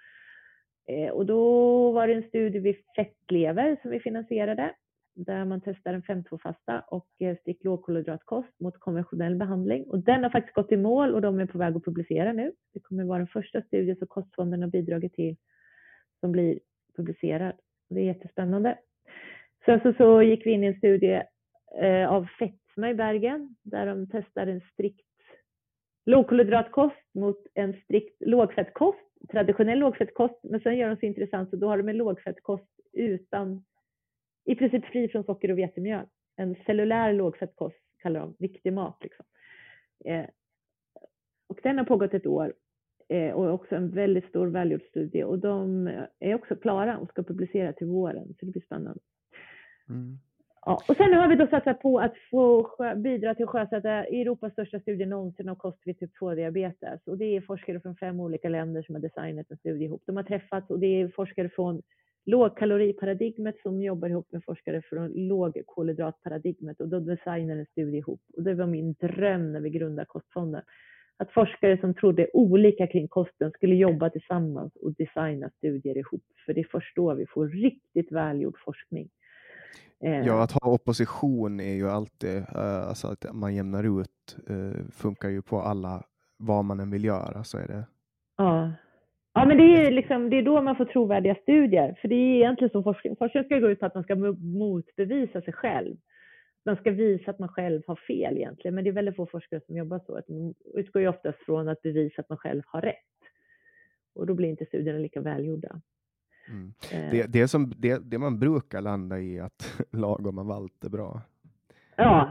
Och då var det en studie vid fettlever som vi finansierade. Där man testar en fem två-fasta och strikt lågkolhydratkost mot konventionell behandling. Och den har faktiskt gått i mål, och de är på väg att publicera nu. Det kommer vara den första studien som Kostfonden har bidragit till som blir publicerad. Det är jättespännande. Sen så, så gick vi in i en studie eh, av fetma i Bergen. Där de testar en strikt lågkolhydratkost mot en strikt lågfettkost. Traditionell lågfettkost, men sen gör de så intressant, så då har de en lågfettkost utan, i princip fri från socker och vetemjöl. En cellulär lågfettkost kallar de, riktig mat liksom. Eh, och den har pågått ett år eh, och också en väldigt stor välgjord studie, och de är också klara och ska publicera till våren, så det blir spännande. Mm. Ja, och sen har vi då satsat på att få bidra till att sjösätta Europas största studie någonsin om kost vid typ två diabetes. Och det är forskare från fem olika länder som har designat en studie ihop. De har träffats, och det är forskare från lågkaloriparadigmet som jobbar ihop med forskare från lågkolhydratparadigmet. Och då designar en studie ihop. Och det var min dröm när vi grundade Kostfonden. Att forskare som trodde olika kring kosten skulle jobba tillsammans och designa studier ihop. För det är först då vi får riktigt välgjord forskning. Ja, att ha opposition är ju alltid, uh, alltså att man jämnar ut, uh, funkar ju på alla, vad man än vill göra, så är det. Ja, ja men det är liksom, det är då man får trovärdiga studier, för det är egentligen som forskning. Forskning ska gå ut på att man ska motbevisa sig själv. Man ska visa att man själv har fel egentligen, men det är väldigt få forskare som jobbar så. Att man utgår ju oftast från att bevisa att man själv har rätt. Och då blir inte studierna lika välgjorda. Mm. Det, det, som, det, det man brukar landa i att lagom av allt är bra. Ja,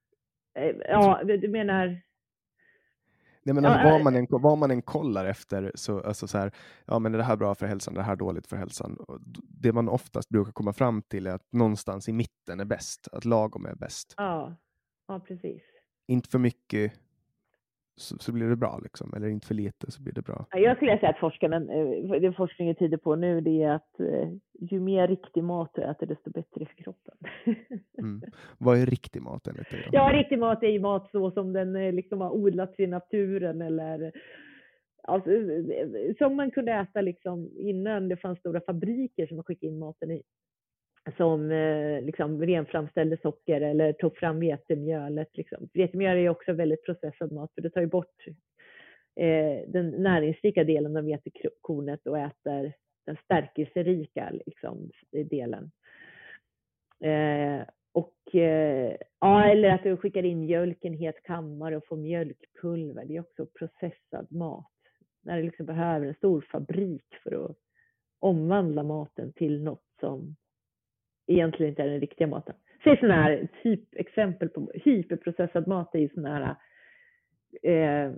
ja du menar... Nej, men alltså, ja, vad, man än, vad man än kollar efter, så, alltså så här, ja men är det här bra för hälsan, det här dåligt för hälsan. Det man oftast brukar komma fram till är att någonstans i mitten är bäst, att lagom är bäst. Ja, ja precis. Inte för mycket... Så, så blir det bra liksom, eller inte för lite så blir det bra. Jag skulle säga att forskarna, det forskningen tyder på nu, det är att ju mer riktig mat du äter, desto bättre för kroppen. Mm. Vad är riktig mat enligt dig då? Ja, riktig mat är ju mat så som den liksom har odlats i naturen, eller alltså, som man kunde äta liksom innan det fanns stora fabriker som man skickade in maten i. Som eh, liksom renframställde socker eller tog fram vetemjölet. Liksom. Vetemjöl är också väldigt processad mat, för det tar ju bort eh, den näringsrika delen av vetekornet och äter den stärkelserika liksom, delen. Eh, och, eh, ja, eller att du skickar in mjölk i en het kammare och får mjölkpulver. Det är också processad mat. När du liksom behöver en stor fabrik för att omvandla maten till något som egentligen inte är den riktiga maten. Se sådana här typ exempel på hyperprocessad mat är ju sådana här eh,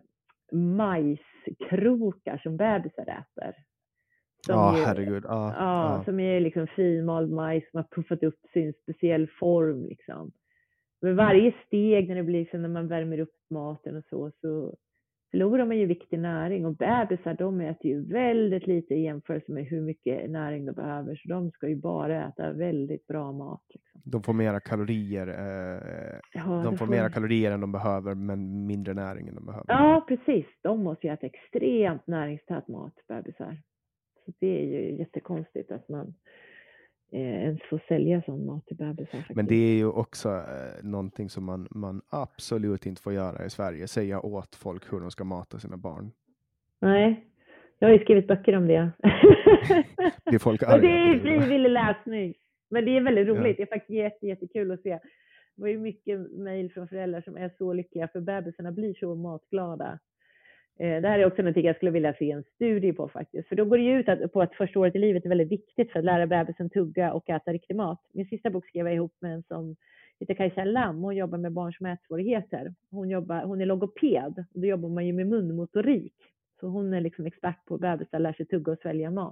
majskrokar som bebisar äter. Ja, oh, herregud. Ja, ah, ah. Som är liksom finmald majs som har puffat upp sin speciell form liksom. Men varje steg när det blir så, när man värmer upp maten och så, så förlorar man ju viktig näring. Och bebisar, de äter ju väldigt lite i jämförelse med hur mycket näring de behöver. Så de ska ju bara äta väldigt bra mat. Liksom. De får mera kalorier. Eh, ja, de får, får mera kalorier än de behöver, men mindre näring än de behöver. Ja, precis. De måste ju äta extremt näringstät mat, bebisar. Så det är ju jättekonstigt att man eh, ens får sälja sån mat till bebisar. Faktiskt. Men det är ju också eh, någonting som man, man absolut inte får göra i Sverige. Säga åt folk hur de ska mata sina barn. Nej, jag har ju skrivit böcker om det. Det är folk arga. Och det är frivillig läsning. Men det är väldigt roligt. Ja. Det är faktiskt jätte, jättekul att se. Det var ju mycket mejl från föräldrar som är så lyckliga för bebisarna blir så matglada. Det här är också någonting jag skulle vilja se en studie på faktiskt. För då går det ju ut att, på att första året i livet är väldigt viktigt för att lära bebisen tugga och äta riktig mat. Min sista bok skrev jag ihop med en som heter Kajsa Lam. Hon jobbar med barn som har ätsvårigheter. Hon, jobbar, hon är logoped och då jobbar man ju med munmotorik. Så hon är liksom expert på bebisar, lär sig tugga och svälja mat.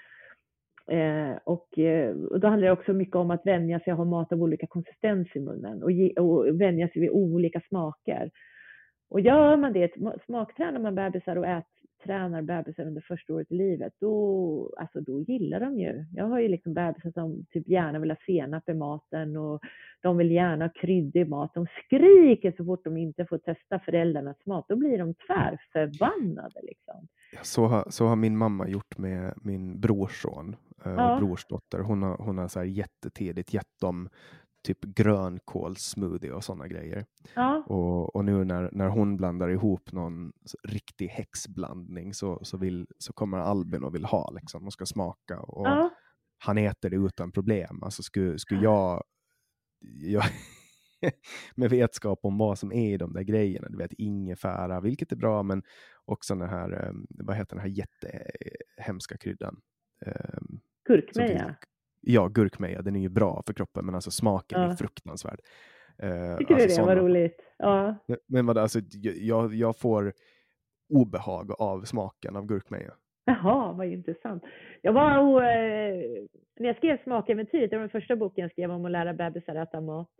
Eh, och, eh, och då handlar det också mycket om att vänja sig att ha mat av olika konsistens i munnen. Och, ge, och vänja sig vid olika smaker. Och gör man det, smaktränar man bebisar och ättränar bebisar under första året i livet, då, alltså då gillar de ju. Jag har ju liksom bebisar som typ gärna vill ha senap i maten och de vill gärna ha krydd i mat. De skriker så fort de inte får testa föräldrarnas mat. Då blir de tvärförbannade liksom. Så har, så har min mamma gjort med min brorson och Ja. brorsdotter. Hon har, hon har så här jättetidigt gett dem typ grönkålssmoothie och sådana grejer. Ja. Och, och nu när, när hon blandar ihop någon riktig häxblandning så, så, vill, så kommer Albin och vill ha liksom, och ska smaka. Och Ja. han äter det utan problem. Alltså skulle, skulle jag, jag med vetskap om vad som är i de där grejerna, du vet ingefära, vilket är bra, men också den här, vad heter den här jättehemska kryddan? Gurkmeja. Ja, gurkmeja, den är ju bra för kroppen, men alltså smaken Ja. är fruktansvärd. Uh, Tycker alltså du det såna... var roligt? Ja. Men vad alltså, jag, jag får obehag av smaken av gurkmeja. Jaha, vad intressant. Jag var, eh, när jag skrev Smakäventyret, det var den första boken jag skrev om att lära bebisar äta mat.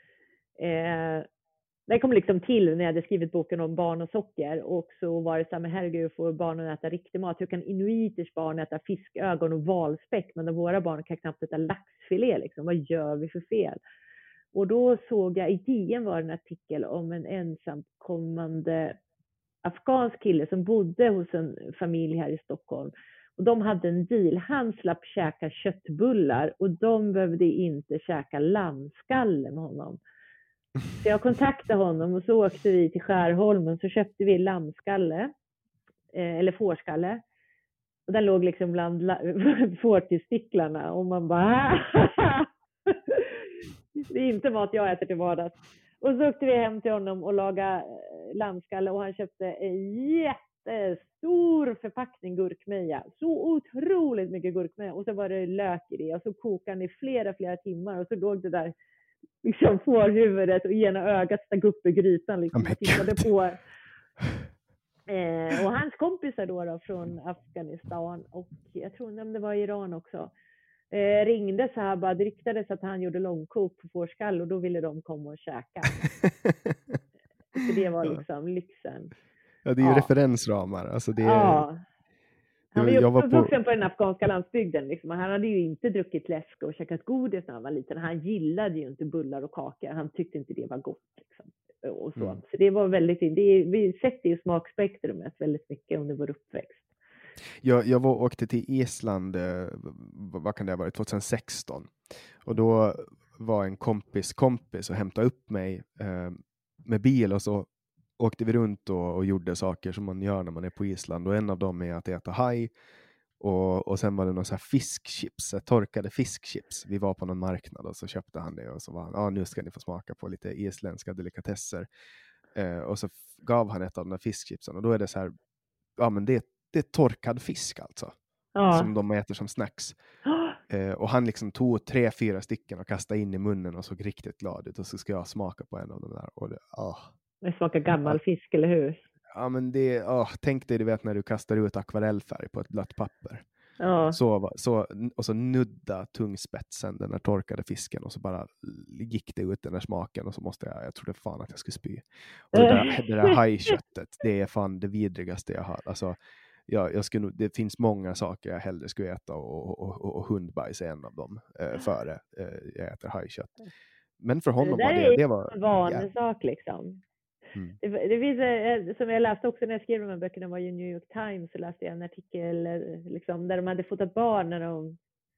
Eh, det kom liksom till när jag hade skrivit boken om barn och socker. Och så var det så här, men herregud, får barnen äta riktig mat? Hur kan inuiters barn äta fiskögon och valspäck? Men våra barn kan knappt äta laxfilé. Liksom. Vad gör vi för fel? Och då såg jag, i D N var en artikel om en ensamkommande afghansk kille som bodde hos en familj här i Stockholm. Och de hade en deal. Han slapp käka köttbullar och de behövde inte käka lammskalle med honom. Så jag kontaktade honom och så åkte vi till Skärholmen, så köpte vi lammskalle, eh, eller fårskalle. Och den låg liksom bland la- fårtestiklarna och man bara det är inte mat jag äter till vardags. Och så åkte vi hem till honom och lagade lammskalle och han köpte en jättestor förpackning gurkmeja. Så otroligt mycket gurkmeja. Och så var det lök i det och så kokade han i flera, flera timmar och så låg det där liksom fårhuvudet och ena ögat stack upp i grytan liksom, och tittade på. Eh, och hans kompisar då, då från Afghanistan och jag tror inte det var Iran också. Eh, ringde så här, bara det ryktades att han gjorde långkok på fårskall och då ville de komma och käka. Så det var liksom lyxen. Ja, det är ju ja. referensramar. Alltså det är... Ja. Han var ju jag var uppvuxen på... på den afghanska landsbygden. Liksom. Han hade ju inte druckit läsk och käkat godis när han var liten. Han gillade ju inte bullar och kakor. Han tyckte inte det var gott. Liksom. Och så. Mm. Så det var väldigt... Det, vi sätter ju smakspektrumet väldigt mycket under vår uppväxt. Jag, jag var, åkte till Island, vad kan det ha varit, tjugohundrasexton. Och då var en kompis kompis och hämtade upp mig eh, med bil och så åkte vi runt och, och gjorde saker som man gör när man är på Island. Och en av dem är att äta haj. Och, och sen var det någon så här fiskchips, torkade fiskchips. Vi var på någon marknad och så köpte han det. Och så var han, ja nu ska ni få smaka på lite isländska delikatesser. Eh, och så f- gav han ett av de där fiskchipsen. Och då är det så här, ja men det, det är torkad fisk alltså. Ja. Som de äter som snacks. Eh, och han liksom tog tre, fyra stycken och kastade in i munnen och såg riktigt glad ut. Och så ska jag smaka på en av de där. Och det, åh. Det smakar gammal fisk, eller hur? Ja, men det, åh, tänk dig, du vet när du kastar ut akvarellfärg på ett blött papper. Ja. Så, så, och så nudda tungspetsen, den där torkade fisken. Och så bara gick det ut den där smaken. Och så måste jag, jag trodde fan att jag skulle spy. Och det där, det där hajköttet, det är fan det vidrigaste jag har. Alltså, jag, jag skulle, det finns många saker jag hellre skulle äta. Och, och, och, och hundbajs är en av dem eh, före eh, jag äter hajkött. Men för honom det var det, det var en vanlig ja. sak liksom. Mm. Det, det finns, som jag läste också när jag skrev de här böckerna, var ju New York Times, så läste jag en artikel liksom, där de hade fotat barn när de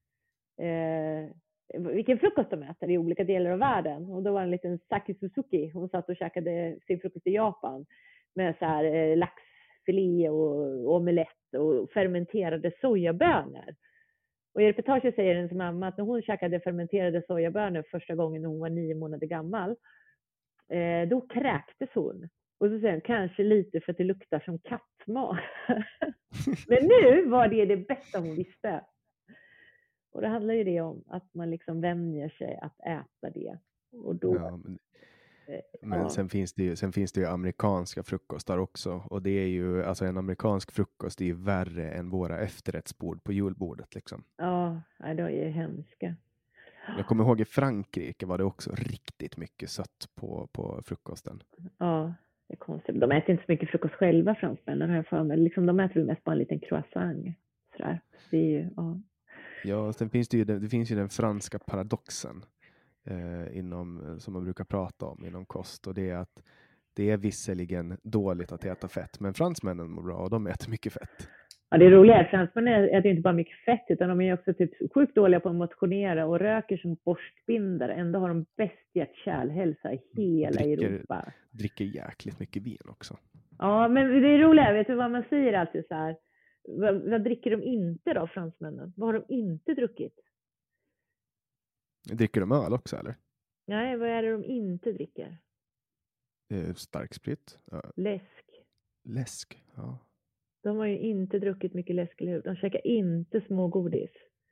eh, vilken frukost de äter i olika delar av världen. Och då var en liten Saki Suzuki, hon satt och käkade sin frukost i Japan med så här eh, laxfilé och, och omelett och fermenterade sojabönor. Och i reportaget säger hennes mamma att när hon käkade fermenterade sojabönor första gången när hon var nio månader gammal, eh, då kräktes hon. Och så säger hon, kanske lite för att det luktar som kattmat. Men nu var det det bästa hon visste. Och det handlar ju det om att man liksom vänjer sig att äta det. Och då... Ja, men... Men ja. sen finns det ju, sen finns det ju amerikanska frukostar också. Och det är ju, alltså en amerikansk frukost är ju värre än våra efterrättsbord på julbordet liksom. Ja, de är ju hemska. Jag kommer ihåg i Frankrike var det också riktigt mycket sött på, på frukosten. Ja, det är konstigt. De äter inte så mycket frukost själva, fransmännen, har jag för mig. Liksom, de äter ju mest bara en liten croissant. Sådär. Det är ju, ja. Ja, sen finns det ju, det finns ju den franska paradoxen. Eh, inom, som man brukar prata om inom kost, och det är att det är visserligen dåligt att äta fett, men fransmännen mår bra och de äter mycket fett. Ja, det är roligt. Fransmännen äter inte bara mycket fett, utan de är också typ sjukt dåliga på att motionera och röker som borstbindare. Ändå har de bäst hjärt-kärlhälsa i hela dricker, Europa. Dricker jäkligt mycket vin också. Ja, men det är roligt. Vet du vad man säger alltid så här? Vad, vad dricker de inte då, fransmännen? Vad har de inte druckit? Dricker de öl också, eller? Nej, vad är det de inte dricker? Eh, starksprit. Ja. Läsk. Läsk, ja. De har ju inte druckit mycket läsk, eller hur? De käkar inte smågodis.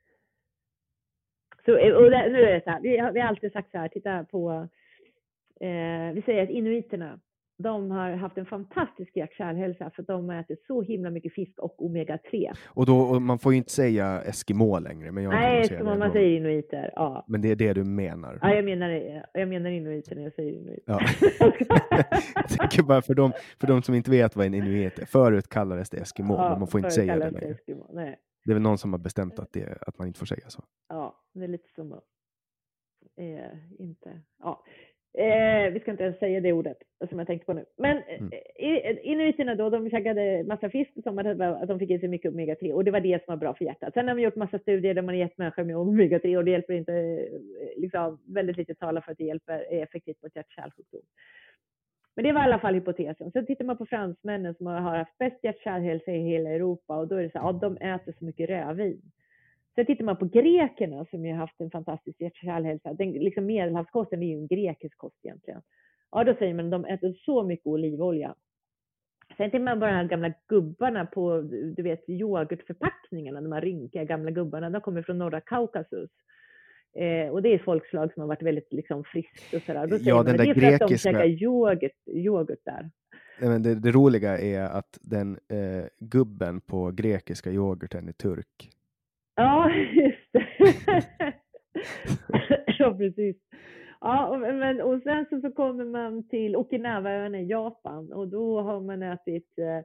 Så, och det, nu är det så här, vi har, vi har alltid sagt så här, titta på, eh, vi säger att inuiterna, de har haft en fantastisk hjärt-kärlhälsa för att de äter så himla mycket fisk och omega tre. Och då, och man får ju inte säga eskimo längre. Men jag Nej, eskimo, man säger inuiter, ja. Men det är det du menar. Ja, jag menar, jag menar inuiter när jag säger inuiter. Ja. Jag tänker bara för de, för de som inte vet vad en inuit är. Förut kallades det eskimo, ja, men man får inte säga det längre. Eskimo, nej. Det är väl någon som har bestämt att, det, att man inte får säga så. Ja, det är lite som att, eh, inte, ja. Eh, vi ska inte ens säga det ordet som jag tänkte på nu. Men mm. eh, inuiterna då, de käkade massa fisk som att de fick i sig mycket omega tre. Och det var det som var bra för hjärtat. Sen har vi gjort massa studier där man har gett människor med omega tre. Och det hjälper inte, liksom, väldigt lite talar för att det hjälper, är effektivt mot hjärt-kärlsjukdom. Men det var i alla fall hypotesen. Sen tittar man på fransmännen som har haft bäst hjärt-kärlhälsa i hela Europa. Och då är det så här, ja, de äter så mycket rödvin. Sen tittar man på grekerna som ju har haft en fantastisk hjärt-kärlhälsa. Den liksom medelhavskosten är ju en grekisk kost egentligen. Ja, då säger man att de äter så mycket olivolja. Sen tittar man på de här gamla gubbarna på, du vet, yoghurtförpackningarna. De här rynkiga gamla gubbarna, de kommer från norra Kaukasus. Eh, och det är folkslag som har varit väldigt liksom friskt och sådär. Då säger ja, man den att där det är för grekiska... att de käkar yoghurt, yoghurt där. Men det, det roliga är att den eh, gubben på grekiska yoghurten är turk. Ja, just det. Ja, precis. Ja, och, men, och sen så, så kommer man till Okinawa-öarna i Japan. Och då har man ätit eh,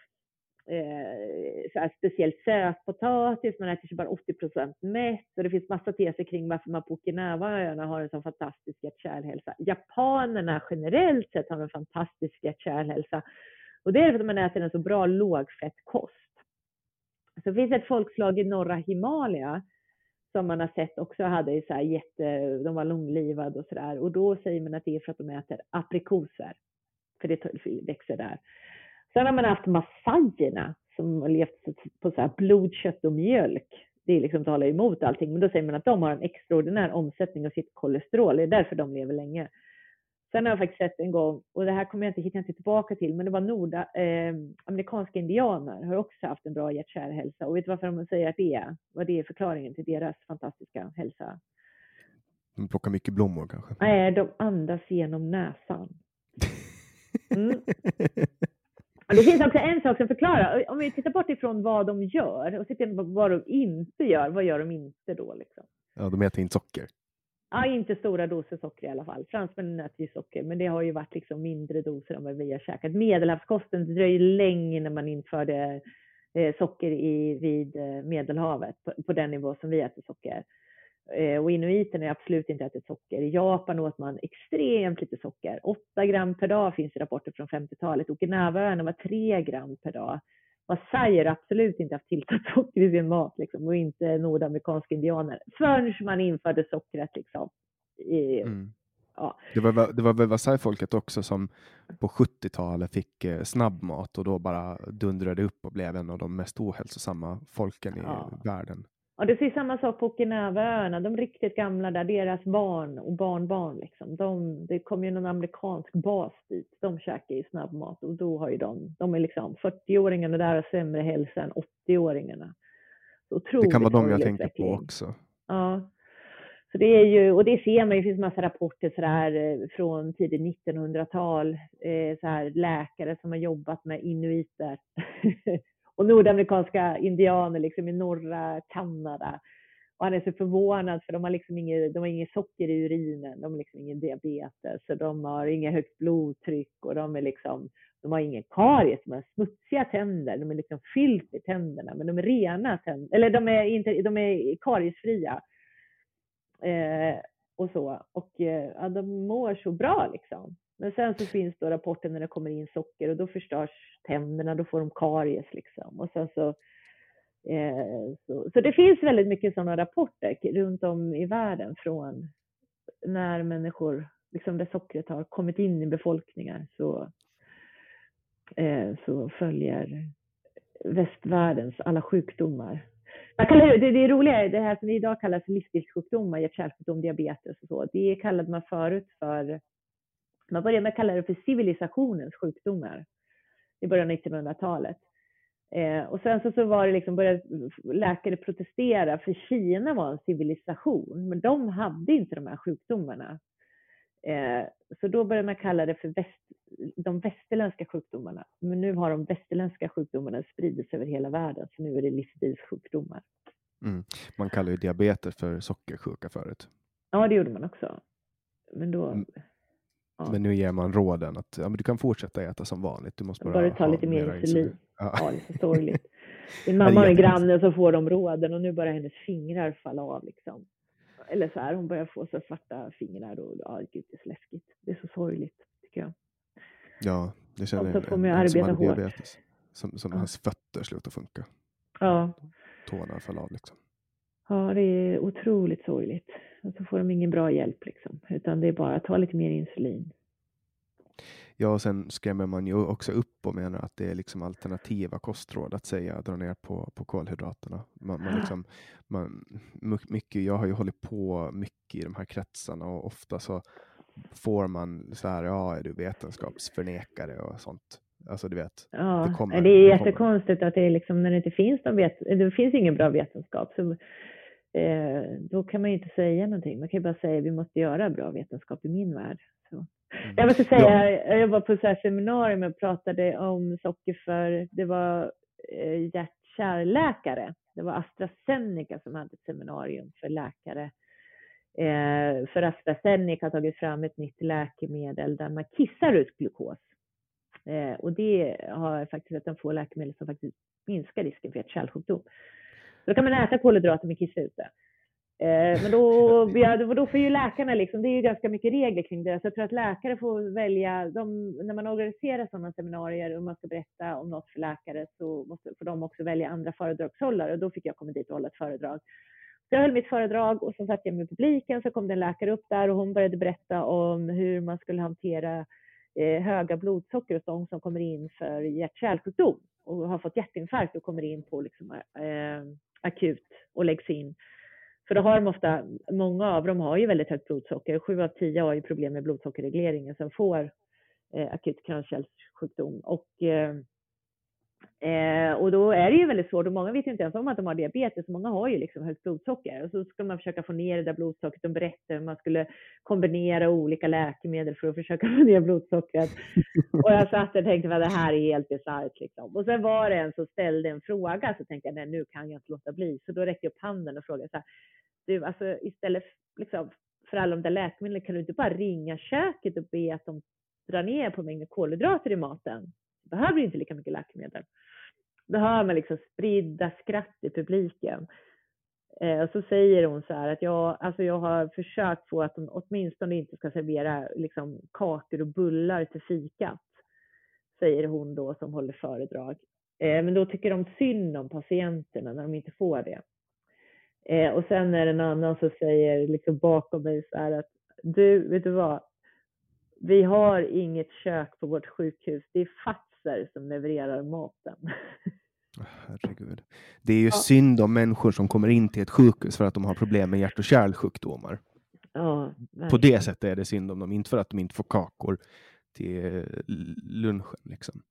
så här speciellt sötpotatis. Man äter sig bara åttio procent mätt. Och det finns massa teser kring varför man på Okinawa-öarna har en så fantastisk hjärt-kärlhälsa. Japanerna generellt sett har en fantastisk hjärt-kärlhälsa. Och det är för att man äter en så bra lågfettkost. Så finns ett folkslag i norra Himalaya som man har sett också hade så här jätte, de var långlivade och sådär. Och då säger man att det är för att de äter aprikoser. För det växer där. Sen har man haft massajerna som har levt på så här blodkött och mjölk. Det är liksom talar emot allting. Men då säger man att de har en extraordinär omsättning av sitt kolesterol. Det är därför de lever länge. Sen har jag faktiskt sett en gång, och det här kommer jag inte hitta inte tillbaka till, men det var norda, eh, amerikanska indianer har också haft en bra hjärt-kärlhälsa. Och vet du varför de säger att det är? Vad det är förklaringen till deras fantastiska hälsa? De plockar mycket blommor kanske. Nej, de andas genom näsan. Mm. Och det finns också en sak som förklarar, om vi tittar bort ifrån vad de gör och tittar på vad de inte gör, vad gör de inte då liksom? Ja, de äter inte socker. Ja, inte stora doser socker i alla fall. Fransmännen äter ju socker, men det har ju varit liksom mindre doser än vad vi har käkat. Medelhavskosten, det dröjer länge när man införde eh, socker i, vid eh, Medelhavet på, på den nivå som vi äter socker. Eh, och inuiterna har absolut inte ätit socker. I Japan åt man extremt lite socker. åtta gram per dag finns det rapporter från femtiotalet. Okinawa-öarna var tre gram per dag. Masai har absolut inte haft tillsatt socker i sin mat liksom, och inte nordamerikanska indianer. Förrän man införde sockret liksom. I, mm. ja. Det var, det var väl Masai-folket också som på sjuttiotalet fick eh, snabbmat och då bara dundrade upp och blev en av de mest ohälsosamma folken i ja. världen. Ja, det är samma sak på Okinawaöarna. De riktigt gamla där, deras barn och barnbarn liksom. De, det kom ju någon amerikansk bas dit. De käkar ju snabbmat och då har ju de, de är liksom fyrtio-åringarna där har sämre hälsa än åttio-åringarna. Så otroligt Det kan vara de jag sorglig tänker på utveckling. också. Ja. Så det är ju, och det ser man ju, det finns massa rapporter så där från tidigt nittonhundratal, eh, så här läkare som har jobbat med inuiter och nordamerikanska indianer liksom i norra Kanada. Och han är så förvånad för de har liksom inget, de har inget socker i urinen, de har liksom ingen diabetes, så de har inget högt blodtryck och de är liksom, de har ingen karies, de har smutsiga tänder, de är liksom fyllt i tänderna, men de är rena tänder, eller de är inte, de är kariesfria. Eh, och så, och eh, ja, de mår så bra liksom. Men sen så finns då rapporter när det kommer in socker och då förstörs tänderna, då får de karies liksom. Och sen så, eh, så, så det finns väldigt mycket sådana rapporter runt om i världen från när människor, liksom där sockret har kommit in i befolkningar, så, eh, så följer västvärldens alla sjukdomar. Man kallar, det, det roliga är det här som idag kallas livsstilssjukdomar, hjärt-kärlsjukdom, diabetes och så. Det kallade man förut för, man började med att kalla det för civilisationens sjukdomar i början av nittonhundratalet. Eh, och sen så, så var det liksom, började läkare protestera för Kina var en civilisation, men de hade inte de här sjukdomarna. Eh, så då började man kalla det för väst, de västerländska sjukdomarna. Men nu har de västerländska sjukdomarna spridits över hela världen. Så nu är det livsstilssjukdomar. Mm. Man kallar ju diabetes för sockersjuka förut. Ja, det gjorde man också. Men då... Mm. Ja. Men nu ger man råden att ja, men du kan fortsätta äta som vanligt. Du måste bara, bara ta ha lite mer insulin. Ja. Ja, det är så sorgligt. Min mamma är granne så får de råden och nu börjar hennes fingrar falla av liksom. Eller så här, hon börjar få så svarta fingrar och ja, gud, det är så läskigt. Det är så sorgligt, tycker jag. Ja, det känner och så får man en, en arbeta som hårt. diabetes. Som, som ja. Hans fötter slutar funka. Ja. Tårna faller av liksom. Ja, det är otroligt sorgligt. Och så får de ingen bra hjälp liksom. Utan det är bara att ta lite mer insulin. Ja, och sen skrämmer man ju också upp och menar att det är liksom alternativa kostråd att säga, dra ner på, på kolhydraterna. Man, man liksom, man, mycket, jag har ju hållit på mycket i de här kretsarna och ofta så får man så här, ja, är du vetenskapsförnekare och sånt. Alltså du vet. Ja, det, kommer, det är det jättekonstigt kommer. Att det är liksom när det inte finns någon vet, det finns ingen bra vetenskap så eh, då kan man ju inte säga någonting. Man kan ju bara säga vi måste göra bra vetenskap i min värld. Så. Mm. Jag måste säga, ja. Jag var på så här seminarium och pratade om socker för, det var eh, hjärt-kärlläkare. Det var AstraZeneca som hade ett seminarium för läkare. Eh, för AstraZeneca har tagit fram ett nytt läkemedel där man kissar ut glukos. Eh, och det har faktiskt ett av få läkemedel som faktiskt minskar risken för hjärt-kärlsjukdom. Då kan man äta kolhydrater med kissa ute. Eh, men då, ja, då får ju läkarna liksom, det är ju ganska mycket regler kring det. Så jag tror att läkare får välja, de, när man organiserar sådana seminarier och man ska berätta om något för läkare så måste, får de också välja andra föredragshållare. Och då fick jag komma dit och hålla ett föredrag. Så jag höll mitt föredrag och så satt jag med publiken, så kom det en läkare upp där och hon började berätta om hur man skulle hantera eh, höga blodsocker hos de som kommer in för hjärt-kärlsjukdom och har fått hjärtinfarkt och kommer in på liksom, eh, akut och läggs in. För då har de ofta, många av dem har ju väldigt högt blodsocker. Sju av tio har ju problem med blodsockerregleringen som får eh, akut kranskärlssjukdom. Och, eh, eh, och då är det ju väldigt svårt. Och många vet ju inte ens om att de har diabetes. Många har ju liksom högt blodsocker. Och så ska man försöka få ner det där blodsockret. De berättar hur man skulle kombinera olika läkemedel för att försöka få ner blodsockret. Och jag satt och tänkte att det här är helt bisarrt. Liksom. Och sen var det en som ställde en fråga. Så tänkte jag, nej nu kan jag inte låta bli. Så då räckte jag upp handen och frågade så här. Du, alltså istället liksom, för alla de där läkemedlen kan du inte bara ringa köket och be att de drar ner på mängden kolhydrater i maten. Du behöver inte lika mycket läkemedel. Då hör man liksom spridda skratt i publiken. Eh, och så säger hon så här att jag, alltså jag har försökt få att de åtminstone inte ska servera liksom, kakor och bullar till fikat. Säger hon då som håller föredrag. Eh, men då tycker de synd om patienterna när de inte får det. Eh, och sen är det en annan som säger liksom bakom mig så här att du, vet du vad? Vi har inget kök på vårt sjukhus. Det är Fazer som levererar maten. Herregud. Det är ju Ja. synd om människor som kommer in till ett sjukhus för att de har problem med hjärt- och kärlsjukdomar. Ja, På det sättet är det synd om dem, inte för att de inte får kakor till lunchen liksom.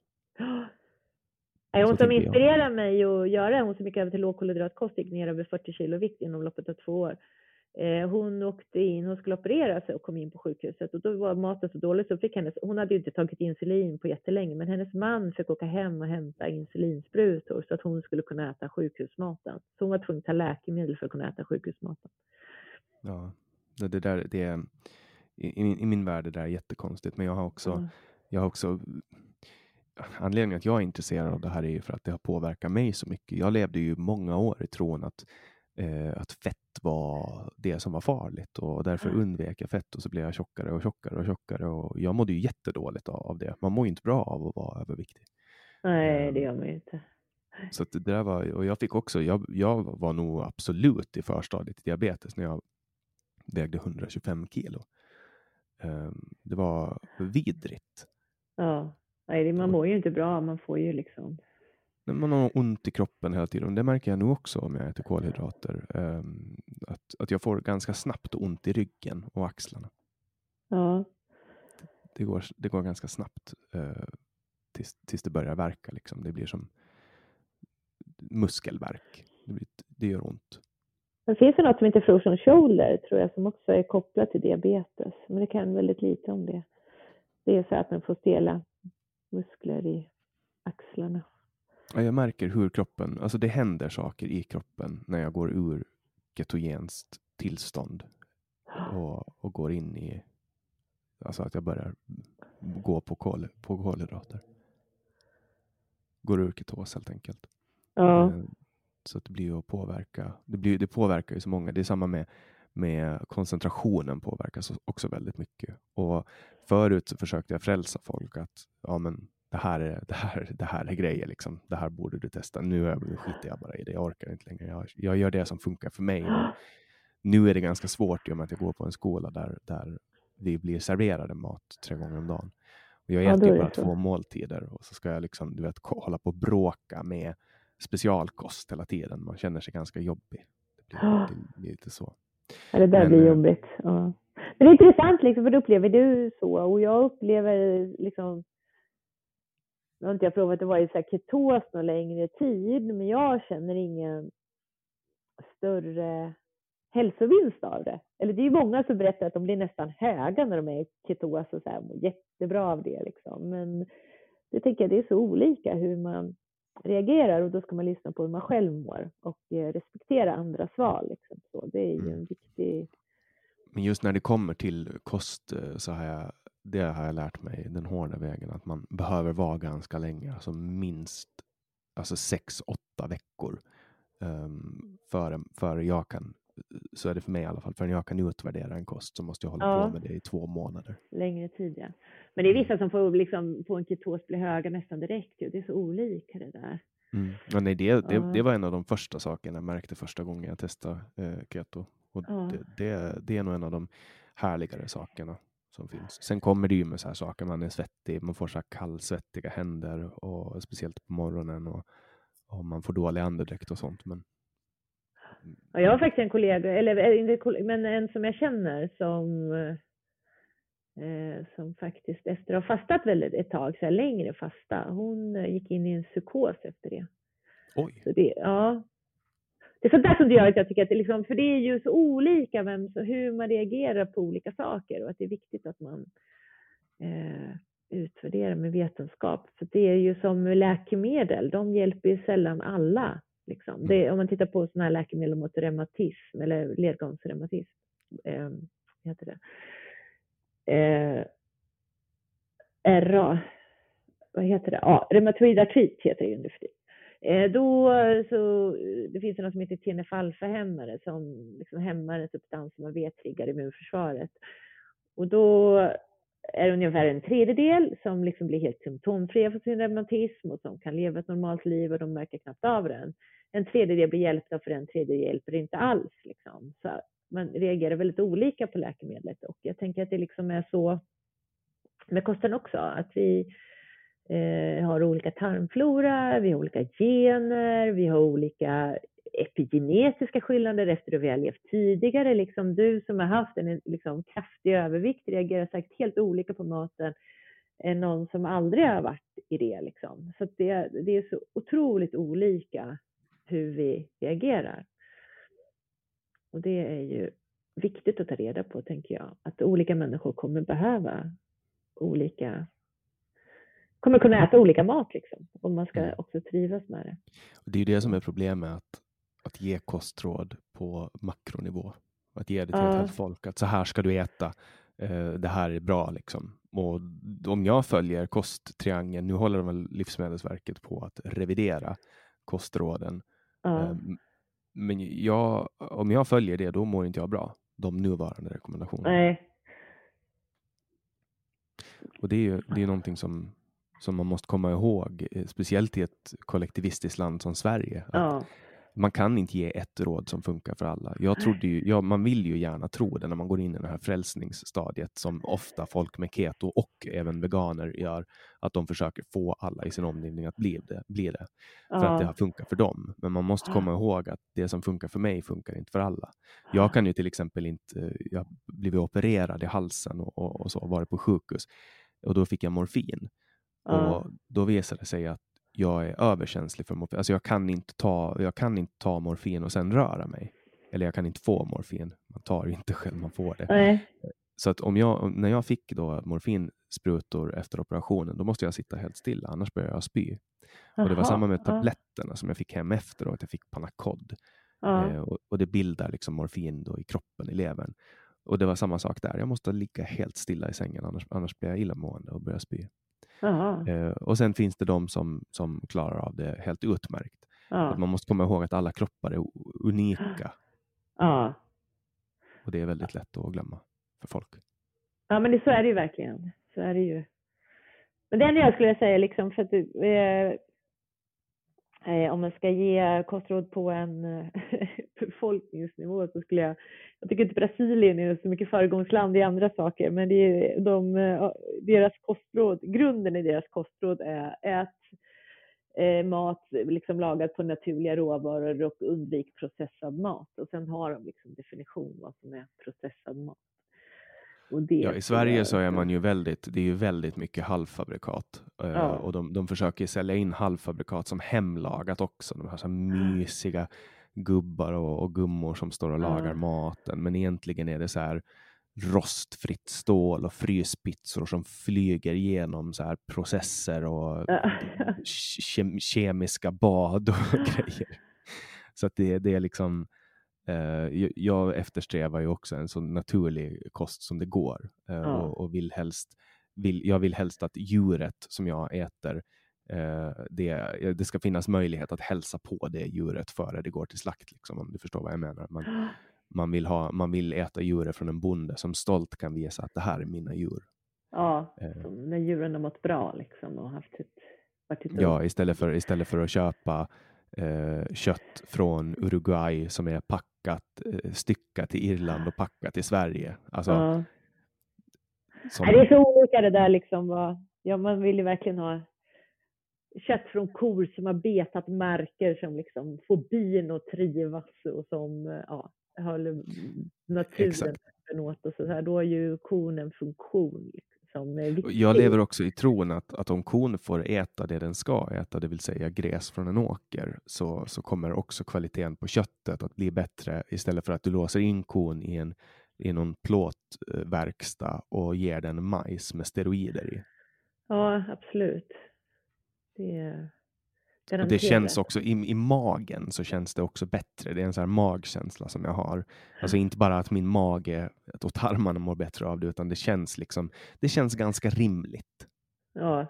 Nej, hon Så som tänker jag. inspirerar mig att göra, hon som gick över till lågkolhydratkost, gick ner över fyrtio kilo vikt inom loppet av två år. Eh, hon åkte in, hon skulle operera sig och kom in på sjukhuset och då var maten så dålig så fick hennes, hon hade ju inte tagit insulin på jättelänge, men hennes man fick åka hem och hämta insulinsprutor så att hon skulle kunna äta sjukhusmaten. Så hon var tvungen att ta läkemedel för att kunna äta sjukhusmaten. Ja, det, det där, det är, i, i min värld är det där jättekonstigt, men jag har också, Mm. jag har också, anledningen att jag är intresserad av det här är ju för att det har påverkat mig så mycket. Jag levde ju många år i tron att Eh, att fett var det som var farligt och därför undvek jag fett och så blev jag tjockare och tjockare och tjockare och jag mådde ju jättedåligt av, av det. Man mår ju inte bra av att vara överviktig. Nej, det gör man ju inte. Så att det där var, och jag fick också, jag, jag var nog absolut i förstadiet till diabetes när jag vägde hundratjugofem kilo. Eh, det var vidrigt. Ja, nej, man mår ju inte bra, man får ju liksom... Man har ont i kroppen hela tiden. Det märker jag nu också om jag äter kolhydrater. Um, att, att jag får ganska snabbt ont i ryggen och axlarna. Ja. Det går, det går ganska snabbt uh, tills, tills det börjar verka. Liksom. Det blir som muskelvärk. Det, blir, det gör ont. Det finns ju något som heter frozen shoulder tror jag som också är kopplat till diabetes. Men det kan väldigt lite om det. Det är så att man får stela muskler i axlarna. Ja, jag märker hur kroppen, alltså det händer saker i kroppen när jag går ur ketogenskt tillstånd och, och går in i, alltså att jag börjar gå på, kol, på kolhydrater. Går ur ketos helt enkelt. Ja. Så att det blir ju att påverka, det, blir, det påverkar ju så många, det är samma med, med koncentrationen påverkas också väldigt mycket. Och förut så försökte jag frälsa folk att, ja men Det här, är, det, här, det här är grejer liksom. Det här borde du testa. Nu, är, nu skiter jag bara i det. Jag orkar inte längre. Jag, jag gör det som funkar för mig. Men nu är det ganska svårt i och med att jag går på en skola där, där vi blir serverade mat tre gånger om dagen. Och jag äter ja, ju bara så. två måltider. Och så ska jag liksom, du vet, hålla på och bråka med specialkost hela tiden. Man känner sig ganska jobbig. Det blir, det blir lite så. Ja, det där Men, blir jobbigt. Ja. Men det är intressant liksom, för det upplever du så. Och jag upplever liksom, nu har inte jag provat att vara i så här ketos någon längre tid, men jag känner ingen större hälsovinst av det. Eller det är ju många som berättar att de blir nästan höga när de är i ketos och så här, mår jättebra av det liksom. Men det tänker jag, det är så olika hur man reagerar och då ska man lyssna på hur man själv mår och respektera andras val liksom. Så det är ju Mm. en viktig... Men just när det kommer till kost så har jag, det har jag lärt mig den hårda vägen, att man behöver vara ganska länge, alltså minst alltså sex, åtta veckor um, före, före jag kan, så är det för mig i alla fall, förrän jag kan utvärdera en kost så måste jag hålla Ja. på med det i två månader. Längre tid, ja. Men det är vissa som får liksom på en ketos bli höga nästan direkt. Ju. Det är så olika det där. Mm. Ja, nej, det, det, Ja. det var en av de första sakerna jag märkte första gången jag testade eh, keto. Och Ja. det, det, det är nog en av de härligare sakerna som finns. Sen kommer det ju med så här saker, man är svettig, man får så här kallsvettiga händer och speciellt på morgonen och, och man får dålig andedräkt och sånt. Men... Ja, jag har faktiskt en kollega, eller men en som jag känner som eh, som faktiskt efter att ha fastat väldigt ett tag, så här längre fasta, hon gick in i en psykos efter det. Oj. Så det, ja. Det är sånt där som det gör att jag tycker att det liksom, för det är ju så olika vem, så hur man reagerar på olika saker och att det är viktigt att man eh, utvärderar med vetenskap. För det är ju som läkemedel, de hjälper ju sällan alla. Liksom. Det, om man tittar på sådana här läkemedel mot reumatism eller ledgångsreumatism, eh, vad heter det? Eh, R A, vad heter det? Ja, reumatoid artrit heter det ju nu för tiden. Eh, då så det finns något som heter T N F-alfa-hämmare som liksom hämmar en substans som man vet triggar immunförsvaret. Och då är det ungefär en tredjedel som liksom blir helt symptomfria för sin reumatism och som kan leva ett normalt liv och de märker knappt av den. En tredjedel blir hjälpta för en tredjedel hjälper inte alls. Liksom. Så man reagerar väldigt olika på läkemedlet och jag tänker att det liksom är så med kosten också. Att vi eh, har olika tarmflora, vi har olika gener, vi har olika epigenetiska skillnader efter att vi har levt tidigare. Liksom du som har haft en liksom, kraftig övervikt reagerar säkert helt olika på maten än någon som aldrig har varit i det. Liksom. Så det, det är så otroligt olika hur vi reagerar. Och det är ju viktigt att ta reda på, tänker jag. Att olika människor kommer behöva olika, kommer kunna äta olika mat liksom. Och man ska också trivas med det. Det är ju det som är problemet, att, att ge kostråd på makronivå. Att ge det till ja. ett helt folk. Att så här ska du äta. Uh, det här är bra liksom. Och om jag följer kosttriangeln, nu håller de väl Livsmedelsverket på att revidera kostråden. Ja. Uh, men jag, om jag följer det, då mår inte jag bra. De nuvarande rekommendationerna. Nej. Och det är ju det är någonting som, som man måste komma ihåg. Speciellt i ett kollektivistiskt land som Sverige. Ja. Man kan inte ge ett råd som funkar för alla. Jag trodde ju, ja, man vill ju gärna tro det när man går in i det här frälsningsstadiet som ofta folk med keto och även veganer gör, att de försöker få alla i sin omgivning att bli det. Bli det för ja. att det har funkat för dem. Men man måste komma ihåg att det som funkar för mig funkar inte för alla. Jag kan ju till exempel inte, jag blivit opererad i halsen och, och, och så, varit på sjukhus. Och då fick jag morfin. Ja. Och då visade det sig att jag är överkänslig för morfin. Alltså jag kan inte ta, jag kan inte ta morfin och sen röra mig. Eller jag kan inte få morfin. Man tar ju inte själv, man får det. Nej. Så att om jag, när jag fick då morfinsprutor efter operationen, då måste jag sitta helt stilla. Annars börjar jag spy. Aha, och det var samma med ja. tabletterna som jag fick hem efter då, att jag fick Panacod. Ja. Eh, och, och det bildar liksom morfin då i kroppen, i levern. Och det var samma sak där. Jag måste ligga helt stilla i sängen, annars, annars blir jag illamående och börjar spy. Eh, och sen finns det de som, som klarar av det helt utmärkt. Ja. Att man måste komma ihåg att alla kroppar är unika. Ja. Och det är väldigt lätt att glömma för folk. Ja, men det, så är det ju verkligen. Så är det ju. Men det enda jag skulle säga liksom, för att eh, eh, om man ska ge kostråd på en eh, befolkningsnivå, så skulle jag, jag tycker inte Brasilien är så mycket föregångsland i andra saker, men det är de, deras kostråd, grunden i deras kostråd är ät eh, mat liksom lagad på naturliga råvaror och undvik processad mat. Och sen har de liksom definition vad som är processad mat. Och det ja, i Sverige så är man ju väldigt, det är ju väldigt mycket halvfabrikat. Ja. Och de, de försöker sälja in halvfabrikat som hemlagat också. De här så här mysiga gubbar och, och gummor som står och lagar ja. maten. Men egentligen är det så här rostfritt stål och fryspizzor som flyger igenom så här processer och Ja. ke- kemiska bad och grejer. Så att det, det är liksom Uh, jag eftersträvar ju också en så naturlig kost som det går. Uh, ja. och, och vill helst, vill, jag vill helst att djuret som jag äter, uh, det, det ska finnas möjlighet att hälsa på det djuret före det går till slakt. Liksom, om du förstår vad jag menar. Man, man, vill ha, man vill äta djuret från en bonde som stolt kan visa att det här är mina djur. Ja, uh, när djuren har mått bra liksom, och haft ett, varit ett ja, istället för, istället för att köpa uh, kött från Uruguay som är packat styckat till Irland och packat till Sverige. Alltså, ja. som... Nej, det är så olika det där liksom. Va? Ja, man vill ju verkligen ha kött från kor som har betat marker som liksom får bin att trivas och som ja, håller naturen åt och så här. Då har ju kon en funktion som är viktig. Jag lever också i tron att, att om kon får äta det den ska äta, det vill säga gräs från en åker, så, så kommer också kvaliteten på köttet att bli bättre, istället för att du låser in kon i, en, i någon plåtverkstad och ger den majs med steroider i. Ja, absolut. Det är... Och det känns också i, i magen, så känns det också bättre. Det är en sån här magkänsla som jag har. Alltså inte bara att min mage och tarmarna mår bättre av det, utan det känns liksom, det känns ganska rimligt. Ja,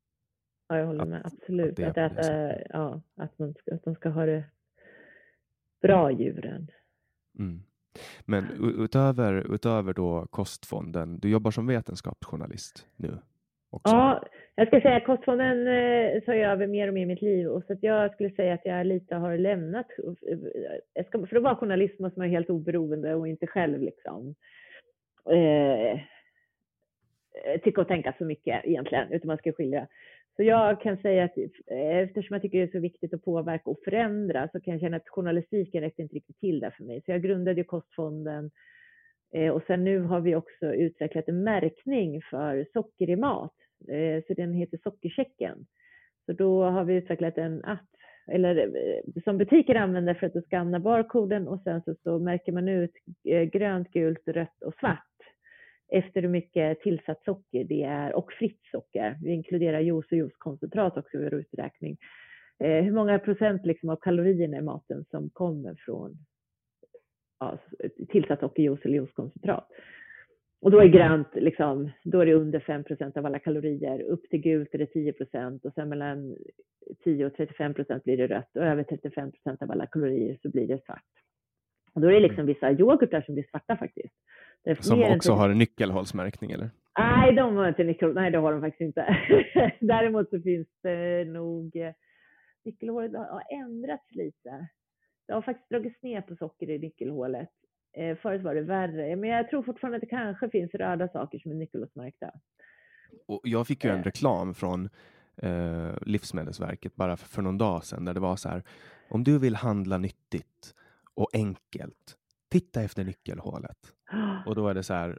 ja jag håller att, med. Absolut. Att, att, äta, ja, att, man ska, att de ska ha det bra, djuren. Mm. Men utöver, utöver då kostfonden, du jobbar som vetenskapsjournalist nu också. Ja, jag ska säga att kostfonden eh, tar jag över mer och mer i mitt liv. Och så att jag skulle säga att jag lite har lämnat. Jag ska, för att vara journalist måste man är helt oberoende och inte själv liksom eh, tycka och tänka så mycket egentligen. Utan man ska skilja. Så jag kan säga att eftersom jag tycker det är så viktigt att påverka och förändra, så kan jag känna att journalistiken räckte inte riktigt till där för mig. Så jag grundade ju Kostfonden. Och sen nu har vi också utvecklat en märkning för socker i mat. Så den heter Sockerchecken. Så då har vi utvecklat en app, eller som butiker använder för att du skannar barkoden, och sen så, så märker man ut grönt, gult, rött och svart efter hur mycket tillsatt socker det är, och fritt socker. Vi inkluderar juice och juicekoncentrat också i vår uträkning. Eh, hur många procent liksom av kalorierna i maten som kommer från ja, tillsatt socker, juice eller juicekoncentrat. Och då är grönt, liksom, då är det under fem procent av alla kalorier. Upp till gult är det tio procent, och sen mellan tio och trettiofem procent blir det rött. Och över trettiofem procent av alla kalorier så blir det svart. Och då är det liksom vissa yoghurtar som blir svarta faktiskt. Som också har en nyckelhålsmärkning, eller? Nej, de har inte nyckel. Nej, det har de faktiskt inte. Däremot så finns det nog... Nyckelhålet har ändrats lite. Det har faktiskt dragits ner på socker i nyckelhålet. Eh, förut var det värre. Men jag tror fortfarande att det kanske finns röda saker som är nyckelhålsmärkta. Och jag fick ju en reklam från eh, Livsmedelsverket bara för, för någon dag sedan. Där det var så här: om du vill handla nyttigt och enkelt, titta efter nyckelhålet. Och då är det så här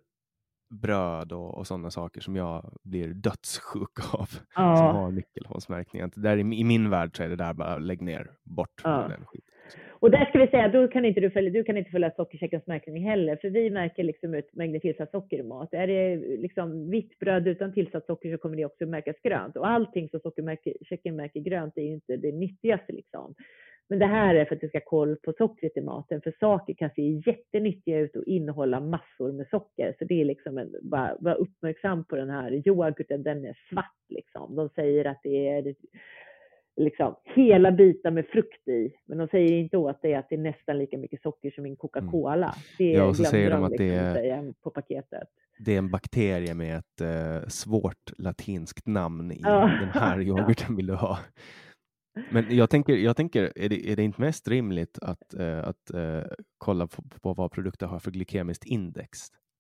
bröd och, och sådana saker som jag blir dödssjuk av. Ja. Som har nyckelhålsmärkningen. Där i, I min värld så är det där bara lägg ner bort ja. den skiten. Och där ska vi säga, då kan inte du följa, du kan inte följa Sockercheckens märkning heller. För vi märker liksom ut mängden tillsatt socker i mat. Är det liksom vitt bröd utan tillsatt socker så kommer det också märkas grönt. Och allting som Sockerchecken märker grönt är ju inte det nyttigaste liksom. Men det här är för att du ska ha koll på sockret i maten. För saker kan se jättenyttiga ut och innehålla massor med socker. Så det är liksom en, bara, bara uppmärksam på den här yoghurten, den är svart liksom. De säger att det är liksom hela bitar med frukt i. Men de säger inte åt det att det är nästan lika mycket socker som i en Coca-Cola. Mm. Det ja, och så säger de att liksom, det är på paketet. Det är en bakterie med ett eh, svårt latinskt namn i ja. den här yoghurten vill du ha. Men jag tänker, jag tänker är, det, är det inte mest rimligt att, uh, att uh, kolla på, på vad produkter har för glykemiskt index?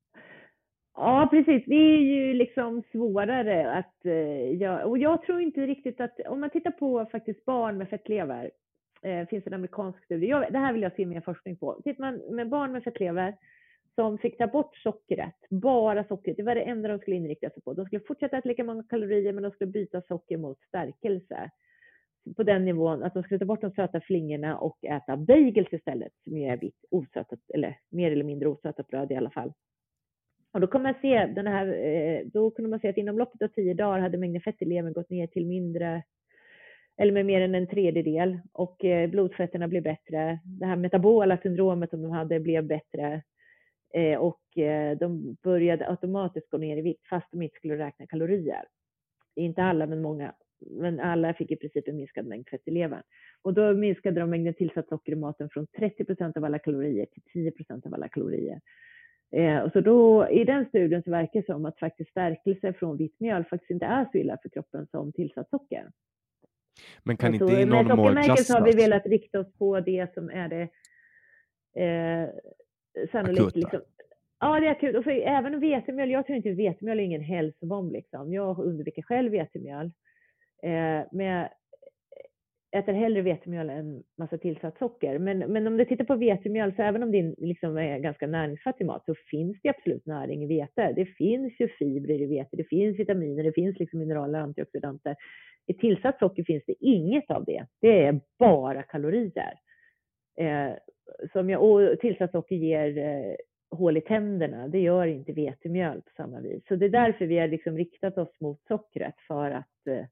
Ja, precis. Det är ju liksom svårare att uh, ja, och jag tror inte riktigt att, om man tittar på faktiskt barn med fettlever, uh, finns en amerikansk studie. Jag, det här vill jag se mer forskning på. Tittar man med barn med fettlever som fick ta bort sockret, bara sockret, det var det enda de skulle inrikta sig på. De skulle fortsätta äta lika många kalorier, men de skulle byta socker mot stärkelse. På den nivån att de skulle ta bort de söta flingorna och äta bagels istället, som är vitt osötat, eller mer eller mindre osötat bröd i alla fall. Och då kommer man se den här, då kunde man se att inom loppet av tio dagar hade mängden fett i levern gått ner till mindre, eller med mer än en tredjedel, och blodfetterna blev bättre. Det här metabola syndromet som de hade blev bättre, och de började automatiskt gå ner i vikt fast de inte skulle räkna kalorier. Inte alla, men många. Men alla fick i princip en minskad mängd fett i levern. Och då minskade de mängden tillsatt socker i maten från trettio procent av alla kalorier till tio procent av alla kalorier. Eh, och så då, i den studien så verkar det som att faktiskt stärkelse från vitt mjöl faktiskt inte är så illa för kroppen som tillsatt socker. Men kan så, inte i någon mån klassas? Så har vi velat rikta oss på det som är det eh, sannolikt liksom. Ja, det är akut. Och för även vetemjöl, jag tror inte vetemjöl är ingen hälsobomb liksom. Jag undviker själv vetemjöl. Eh, men jag äter hellre vetemjöl än massa tillsatt socker. Men, men om du tittar på vetemjöl, så även om det liksom är ganska näringsfattig mat, så finns det absolut näring i vete. Det finns ju fibrer i vete, det finns vitaminer, det finns liksom mineraler och antioxidanter. I tillsatt socker finns det inget av det. Det är bara kalorier. Eh, som jag, och tillsatt socker ger eh, hål i tänderna. Det gör inte vetemjöl på samma vis. Så det är därför vi har liksom riktat oss mot sockret, för att eh,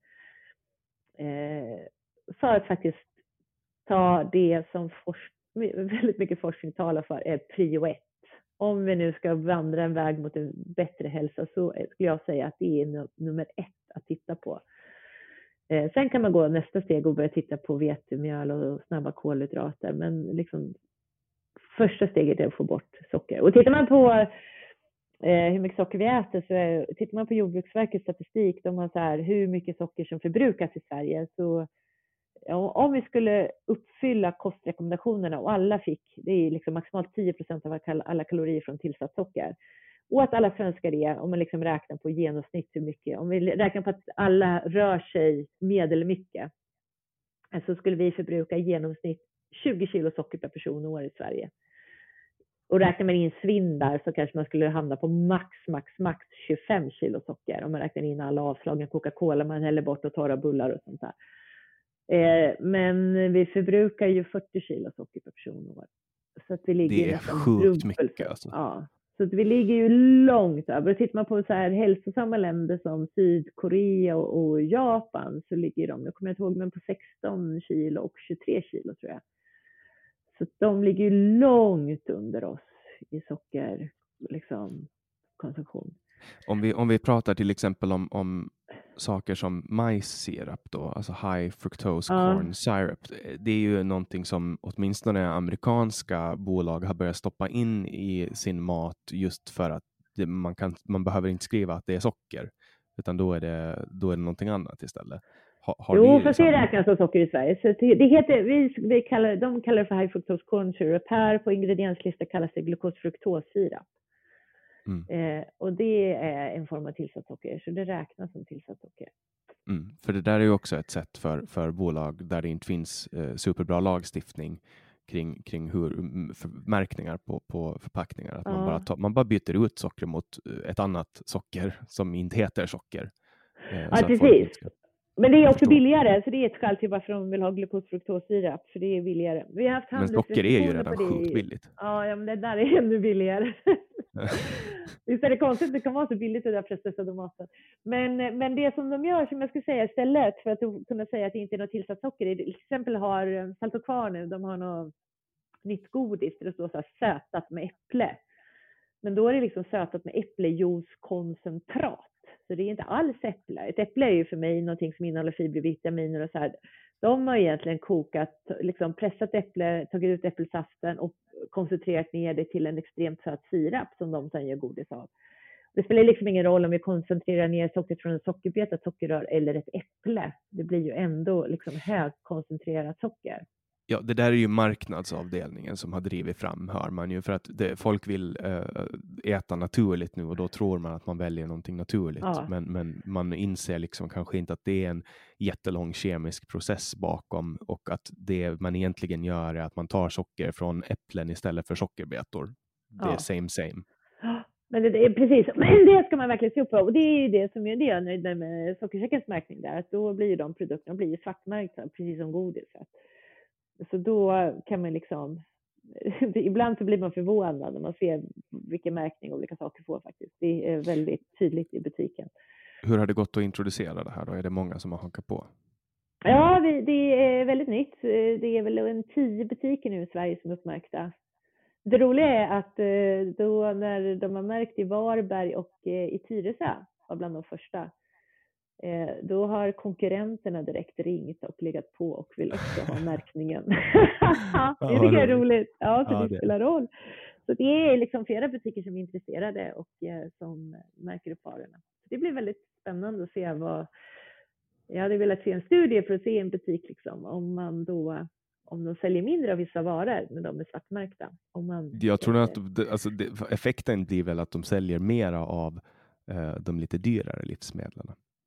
för att faktiskt ta det som forsk- väldigt mycket forskning talar för är prio ett. Om vi nu ska vandra en väg mot en bättre hälsa, så skulle jag säga att det är n- nummer ett att titta på. Eh, sen kan man gå nästa steg och börja titta på vetemjöl och snabba kolhydrater. Men liksom, första steget är att få bort socker. Och tittar man på Eh, hur mycket socker vi äter, så är, tittar man på Jordbruksverkets statistik, de har så här, hur mycket socker som förbrukas i Sverige, så ja, om vi skulle uppfylla kostrekommendationerna och alla fick, det är liksom maximalt tio procent av alla kalorier från tillsatt socker, åt alla svenskar det, om man liksom räknar på genomsnitt hur mycket, om vi räknar på att alla rör sig medelmycket, så skulle vi förbruka i genomsnitt tjugo kilo socker per person och år i Sverige. Och räknar man in svinn där så kanske man skulle hamna på max, max, max tjugofem kilo socker. Om man räknar in alla avslagen Coca-Cola man häller bort och torra bullar och sånt där. Eh, men vi förbrukar ju fyrtio kilo socker per person och år. Så att vi ligger det är sjukt mycket alltså. Ja. Så att vi ligger ju långt över. Och tittar man på så här hälsosamma länder som Sydkorea och, och Japan, så ligger de, nu kommer jag inte ihåg, men på sexton kilo och tjugotre kilo tror jag. Så de ligger ju långt under oss i socker, liksom, konsumtion. Om vi, om vi pratar till exempel om, om saker som majssirap då, alltså high fructose ja. corn syrup. Det är ju någonting som åtminstone amerikanska bolag har börjat stoppa in i sin mat just för att det, man, kan, man behöver inte skriva att det är socker, utan då är det, då är det någonting annat istället. Har, har jo, för det räknas som socker i Sverige. Så det heter, vi, vi kallar, de kallar det för high fructose corn syrup. Här på ingredienslistan kallas det glukosfruktossirap. Mm. Eh, och det är en form av tillsatt socker, så det räknas som tillsatt socker. Mm. För det där är ju också ett sätt för, för bolag där det inte finns eh, superbra lagstiftning kring, kring hur för, märkningar på, på förpackningar. Att ja. man, bara tar, man bara byter ut socker mot ett annat socker som inte heter socker. Eh, ja, precis. Men det är också billigare, så det är ett skäl till varför de vill ha glukosfruktossirap, för det är billigare. Vi har haft men socker är ju redan sjukt billigt. Ja, ja, men det där är ännu billigare. Visst är det konstigt att det kan vara så billigt det där processade maten. Men, men det som de gör, som jag skulle säga istället för att kunna säga att det inte är något tillsatt socker, är, till exempel har Salt och Kvarn nu, de har något nytt godis där det står så här sötat med äpple. Men då är det liksom sötat med äpplejuicekoncentrat. Så det är inte alls äpple. Ett äpple är ju för mig någonting som innehåller fibrer, vitaminer och så här. De har egentligen kokat, liksom pressat äpple, tagit ut äppelsaften och koncentrerat ner det till en extremt söt sirap som de sedan gör godis av. Det spelar liksom ingen roll om vi koncentrerar ner sockret från en sockerbetat sockerrör eller ett äpple. Det blir ju ändå liksom högkoncentrerat socker. Ja, det där är ju marknadsavdelningen som har drivit fram, hör man ju, för att det, folk vill äh, äta naturligt nu och då tror man att man väljer någonting naturligt. Ja. Men, men man inser liksom kanske inte att det är en jättelång kemisk process bakom och att det man egentligen gör är att man tar socker från äpplen istället för sockerbetor. Det ja. är same same. Men det, det är precis, men det ska man verkligen se upp på. Och det är ju det som är det när med sockersäckens märkning där, att då blir ju de produkterna blir ju svartmärkta precis som godiset. Så då kan man liksom, ibland så blir man förvånad när man ser vilken märkning olika saker får faktiskt. Det är väldigt tydligt i butiken. Hur har det gått att introducera det här då? Är det många som har hakat på? Ja, vi, det är väldigt nytt. Det är väl en tio butiker nu i Sverige som är uppmärkta. Det roliga är att då när de har märkt i Varberg och i Tyresö var bland de första, då har konkurrenterna direkt ringt och legat på och vill också ha märkningen. Det tycker jag är roligt. Ja, så ja, det, det spelar roll. Så det är liksom flera butiker som är intresserade och som märker upp varorna. Det blir väldigt spännande att se vad... Jag hade velat se en studie för att se en butik liksom, om man då... om de säljer mindre av vissa varor när de är svartmärkta. Om man jag tror att det, alltså det, effekten blir väl att de säljer mera av eh, de lite dyrare livsmedlen.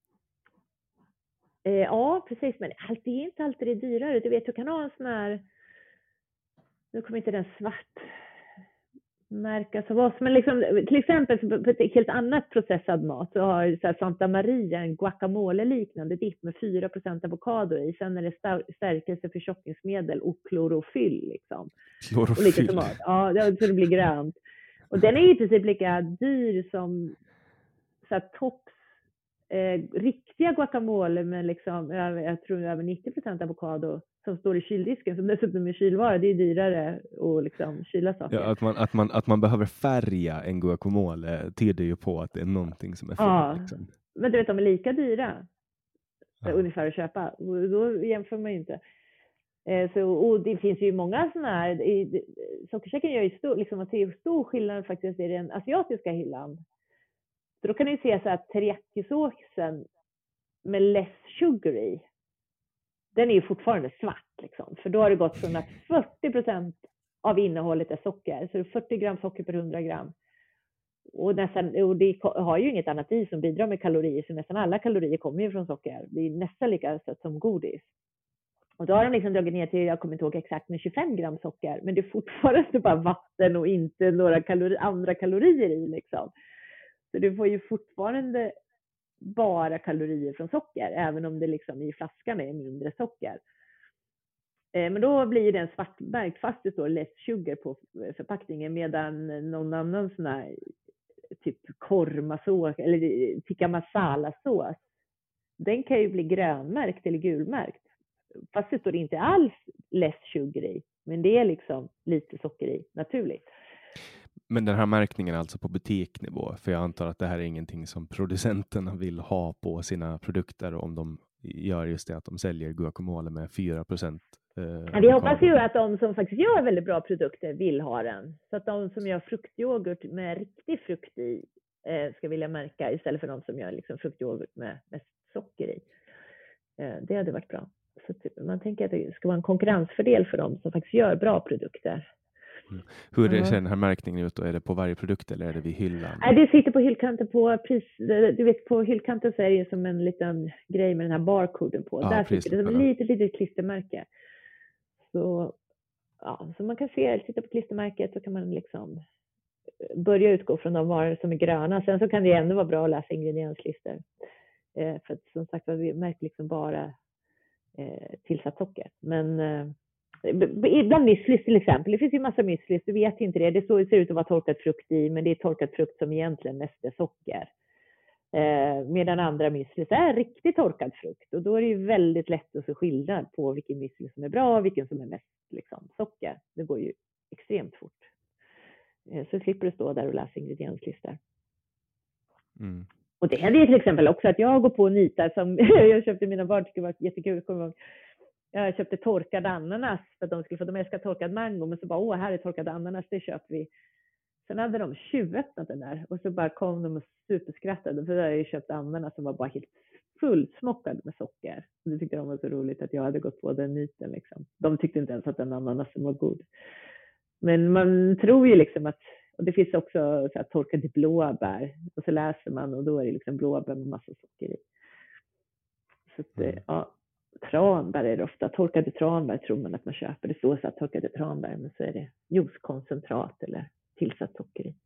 Eh, ja, precis. Men allt är inte alltid det dyrare. Du vet, du kan ha en sån här... Nu kommer inte den svart märka så vad. Men liksom, till exempel på ett helt annat processad mat så har så här Santa Maria en guacamole-liknande dipp med fyra procent avokado i. Sen är det stärkelse, förtjockningsmedel och klorofyll. Liksom. Klorofyll? Och lite tomat. Ja, så det blir grönt. Och den är i princip lika dyr som så här, topps eh, riktiga guacamole med liksom, jag, jag tror över nittio procent avokado som står i kyldisken, som dessutom är kylvara. Det är dyrare att liksom kyla saker. Ja, att man, att, man, att man behöver färga en guacamole tyder ju på att det är någonting som är fel. Ja, liksom. Men du vet, de är lika dyra. Ja. Ungefär att köpa. Och då jämför man ju inte. Eh, så, och det finns ju många sådana här. I, sockersäcken gör ju stor, liksom, att det är stor skillnad faktiskt i den asiatiska hyllan. Så då kan ni se så att teriyaki-såsen med less sugar i, den är ju fortfarande svart liksom. För då har det gått från att fyrtio procent av innehållet är socker. Så det är fyrtio gram socker per hundra gram. Och, nästan, och det har ju inget annat i som bidrar med kalorier, så nästan alla kalorier kommer ju från socker. Det är nästan lika sött som godis. Och då har de liksom dragit ner till, jag kommer inte ihåg exakt, med tjugofem gram socker. Men det är fortfarande bara vatten och inte några kalori, andra kalorier i liksom. Så du får ju fortfarande bara kalorier från socker, även om det liksom i flaskan är mindre socker. Eh, men då blir den svartmärkt fast det står less sugar på förpackningen, medan någon annan sån här typ kormasås eller tikka masala-sås, den kan ju bli grönmärkt eller gulmärkt. Fast det står inte alls less sugar i, men det är liksom lite socker i naturligt. Men den här märkningen är alltså på butiknivå, för jag antar att det här är ingenting som producenterna vill ha på sina produkter om de gör just det att de säljer guacamole med fyra procent. Eh, Vi hoppas ju att de som faktiskt gör väldigt bra produkter vill ha den. Så att de som gör fruktyoghurt med riktig frukt i eh, ska vilja märka istället för de som gör liksom fruktyoghurt med, med socker i. Eh, det hade varit bra. Så typ, man tänker att det ska vara en konkurrensfördel för dem som faktiskt gör bra produkter. Mm. Hur mm. ser den här märkningen ut då? Är det på varje produkt eller är det vid hyllan? Nej, det sitter på hyllkanten på pris. Du vet, på hyllkanten så är det ju som en liten grej med den här barkoden på. Ja, där precis. Sitter det som ett litet, litet klistermärke. Så, ja, så man kan se, titta på klistermärket, så kan man liksom börja utgå från de varor som är gröna. Sen så kan det ändå vara bra att läsa ingredienslistor. Eh, för att som sagt, vi märker liksom bara eh, tillsatt socker. Men eh, ibland müsli till exempel. Det finns ju massa müsli, du vet inte det. Det ser ut att vara torkad frukt i, men det är torkad frukt som egentligen mest är socker. Eh, medan andra müsli så är riktigt torkad frukt. Och då är det ju väldigt lätt att se skillnad på vilken müsli som är bra och vilken som är mest liksom, socker. Det går ju extremt fort. Eh, så slipper du stå där och läsa ingredienslistor. Mm. Och det händer ju till exempel också att jag går på och nitar som jag köpte mina barn, tycker det var jättekul. Jag köpte torkad ananas för att de skulle få, de älskar torkad mango, men så bara, åh, här är torkad ananas, det köper vi. Sen hade de tjuvöppnat den där och så bara kom de och superskrattade, för då hade jag köpt ananas som var bara helt fullsmockad med socker. Och det tyckte de var så roligt att jag hade gått på den niten liksom. De tyckte inte ens att den ananasen var god. Men man tror ju liksom att, och det finns också så här torkade blåbär, och så läser man och då är det liksom blåbär med massa socker i. Så att, mm. ja, tranbär är det ofta. Torkade tranbär tror man att man köper. Det står så att torkade tranbär, men så är det juicekoncentrat eller tillsatt socker i.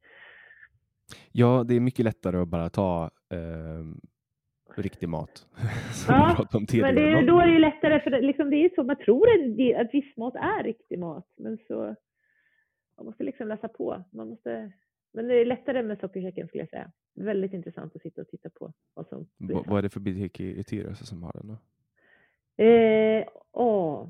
Ja, det är mycket lättare att bara ta eh, riktig mat. Ja, men det är, då är det ju lättare, för det, liksom, det är så, man tror att, att viss mat är riktig mat, men så man måste liksom läsa på. Man måste, men det är lättare med sockerkäken skulle jag säga. Väldigt intressant att sitta och titta på. Vad, som v- vad är det för butik i, i Tyresö som har den då? Eh, åh.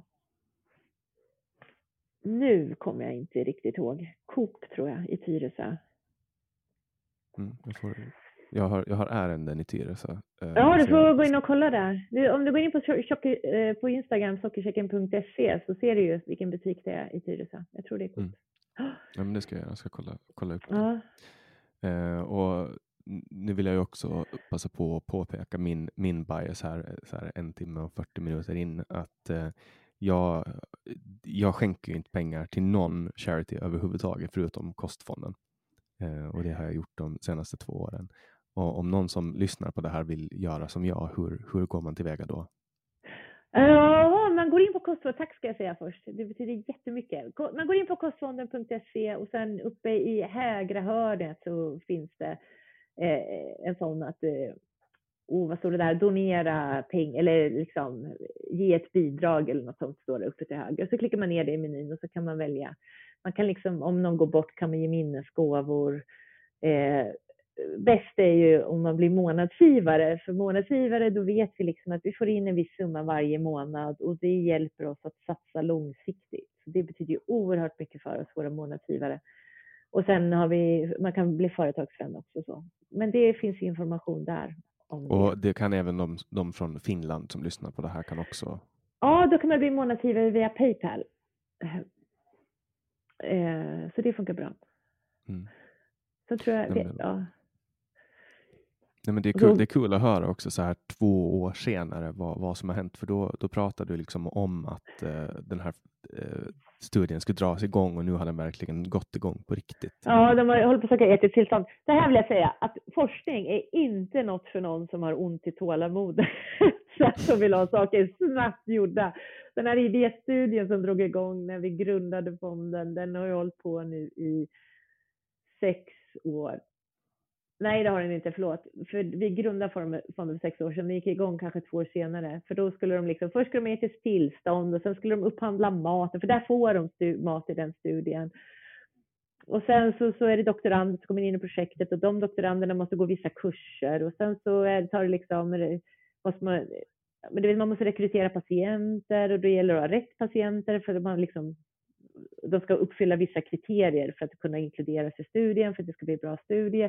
Nu kommer jag inte riktigt ihåg. Coop tror jag i Tyresö. Mm, jag, får, jag, har, jag har ärenden i Tyresö. Eh, ja, du får gå in och kolla där. Du, om du går in på, tjock, eh, på Instagram, sockerkäken punkt se, så ser du ju vilken butik det är i Tyresö. Jag tror det är Coop. Mm. Ja, men det ska jag, jag ska kolla, kolla upp. Ja. Eh, och nu vill jag ju också passa på att påpeka min, min bias här, så här en timme och fyrtio minuter in, att eh, jag, jag skänker ju inte pengar till någon charity överhuvudtaget förutom Kostfonden. Eh, och det har jag gjort de senaste två åren. Och om någon som lyssnar på det här vill göra som jag, hur, hur går man tillväga då? Ja, man går in på Kostfonden, tack ska jag säga först. Det betyder jättemycket. Man går in på kostfonden punkt se och sen uppe i högra hörnet så finns det eh, en sån att, eh, oh, vad står det där, donera pengar eller liksom ge ett bidrag eller något sånt står det uppe till höger. Så klickar man ner det i menyn och så kan man välja. Man kan liksom, om någon går bort kan man ge minnesgåvor. Eh, bäst är ju om man blir månadsgivare. För månadsgivare då vet vi liksom att vi får in en viss summa varje månad och det hjälper oss att satsa långsiktigt. Så det betyder ju oerhört mycket för oss, våra månadsgivare. Och sen har vi, man kan bli företagsvän också så. Men det finns information där. Om och det. det kan även de, de från Finland som lyssnar på det här kan också? Ja, då kan man bli månadsgivare via PayPal. Så det funkar bra. Mm. Så tror jag, det, ja. Nej, men det är kul, det är kul att höra också så här två år senare vad, vad som har hänt. För då, då pratade du liksom om att uh, den här uh, studien skulle dras igång och nu har den verkligen gått igång på riktigt. Ja, de har hållit på att söka etiskt tillstånd. Det här vill jag säga att forskning är inte något för någon som har ont i tålamod. Som vill ha saker snabbt gjorda. Den här idéstudien som drog igång när vi grundade fonden, den har ju hållit på nu i sex år. Nej, det har den inte, förlåt. För vi grundade fonden för sex år sedan. Den gick igång kanske två år senare. För då skulle de liksom, först skulle de ge till tillstånd och sen skulle de upphandla maten. För där får de stu- mat i den studien. Och sen så, så är det doktorander som kommer in i projektet. Och de doktoranderna måste gå vissa kurser. Och sen så är, tar det liksom, måste man, men det, man måste rekrytera patienter. Och då gäller det att ha rätt patienter. För man liksom, de ska uppfylla vissa kriterier för att kunna inkluderas i studien. För att det ska bli en bra studie.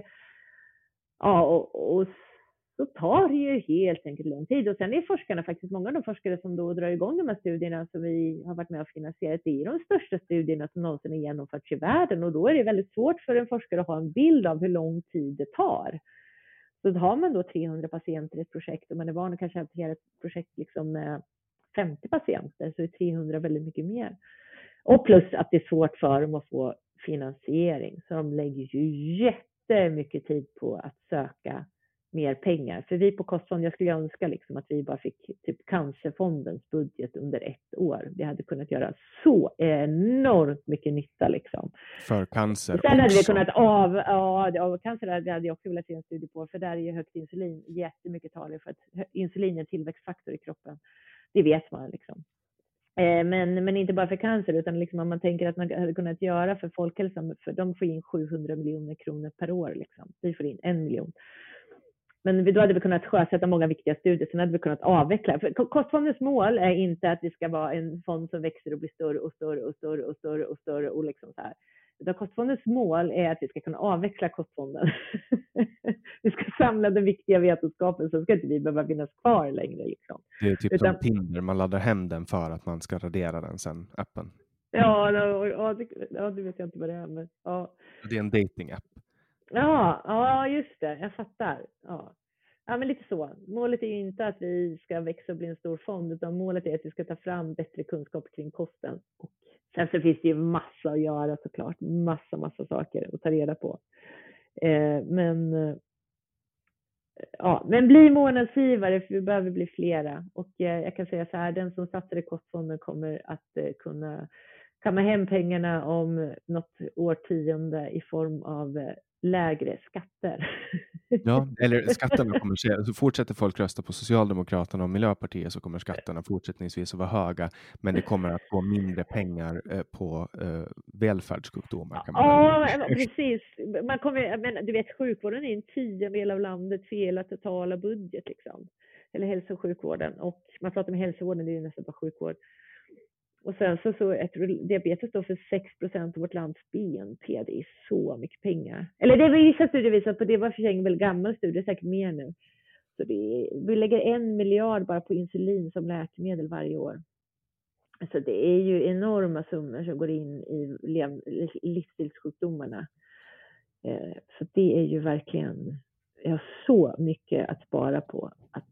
Ja, och, och så tar det ju helt enkelt lång tid. Och sen är forskarna faktiskt, många av de forskare som då drar igång de här studierna som vi har varit med och finansierat, det är de största studierna som någonsin är genomförts i världen. Och då är det väldigt svårt för en forskare att ha en bild av hur lång tid det tar. Så har man då trehundra patienter i ett projekt och man är van att kanske hantera ett projekt liksom med femtio patienter, så är trehundra väldigt mycket mer. Och plus att det är svårt för dem att få finansiering. Så de lägger ju jättemycket tid på att söka mer pengar. För vi på Kostfonden, jag skulle önska liksom att vi bara fick typ Cancerfondens budget under ett år. Det hade kunnat göra så enormt mycket nytta liksom. För cancer och sen hade också. vi kunnat av, ja, av cancer hade jag också velat se en studie på. För där är ju högt insulin jättemycket talar för att insulin är en tillväxtfaktor i kroppen. Det vet man liksom. Men, men inte bara för cancer, utan liksom om man tänker att man hade kunnat göra för folkhälsan, för de får in sjuhundra miljoner kronor per år liksom. Vi får in en miljon. Men då hade vi kunnat sjösätta många viktiga studier, sen hade vi kunnat avveckla. För Kostfondens mål är inte att det ska vara en fond som växer och blir större och större och större och större och större och liksom så här. Utan Kostfondens mål är att vi ska kunna avveckla Kostfonden. Vi ska samla den viktiga vetenskapen, så ska inte vi behöva finnas kvar längre liksom. Det är typ Utan, som Tinder, man laddar hem den för att man ska radera den sen, appen. Ja, ja, ja, det, ja, det vet jag inte vad det är. Men, ja. Det är en dating-app. Ja, ja, just det. Jag fattar. Ja. Ja, men lite så. Målet är ju inte att vi ska växa och bli en stor fond, utan målet är att vi ska ta fram bättre kunskap kring kosten. Och sen så finns det ju massa att göra såklart. Massa, massa saker att ta reda på. Eh, men ja, men bli månadsgivare, för vi behöver bli flera. Och eh, jag kan säga så här, den som satsar i Kostfonden kommer att eh, kunna kamma hem pengarna om något årtionde i form av eh, lägre skatter. Ja, eller skatterna kommer se, så fortsätter folk rösta på Socialdemokraterna och Miljöpartiet, så kommer skatterna fortsättningsvis att vara höga, men det kommer att gå mindre pengar eh, på eh, välfärdssjukdomar. Kan man ja, men, precis. Man kommer, men, du vet, sjukvården är en tiondel av landets hela totala budget liksom. Eller hälso- och sjukvården. Och man pratar med hälsovården, det är ju nästan bara sjukvård. Och sen så, så jag tror diabetes står för sex procent av vårt lands B N P. Det är så mycket pengar. Eller det var vissa studier visat på, det var för sig en väldigt gammal studie, säkert mer nu. Så det är, vi lägger en miljard bara på insulin som läkemedel varje år. Alltså det är ju enorma summor som går in i lev, livsstilssjukdomarna. Eh, så det är ju verkligen, jag har så mycket att spara på att,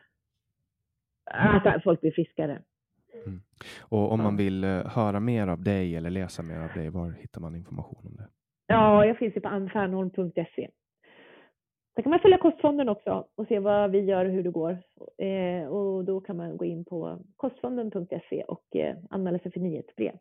att folk blir friskare. Mm. Och om man vill uh, höra mer av dig eller läsa mer av dig, var hittar man information om det? Ja, jag finns ju på ann fernholm punkt se. Där kan man följa Kostfonden också och se vad vi gör och hur det går. Eh, och då kan man gå in på kostfonden punkt se och eh, anmäla sig för nyhetsbrev.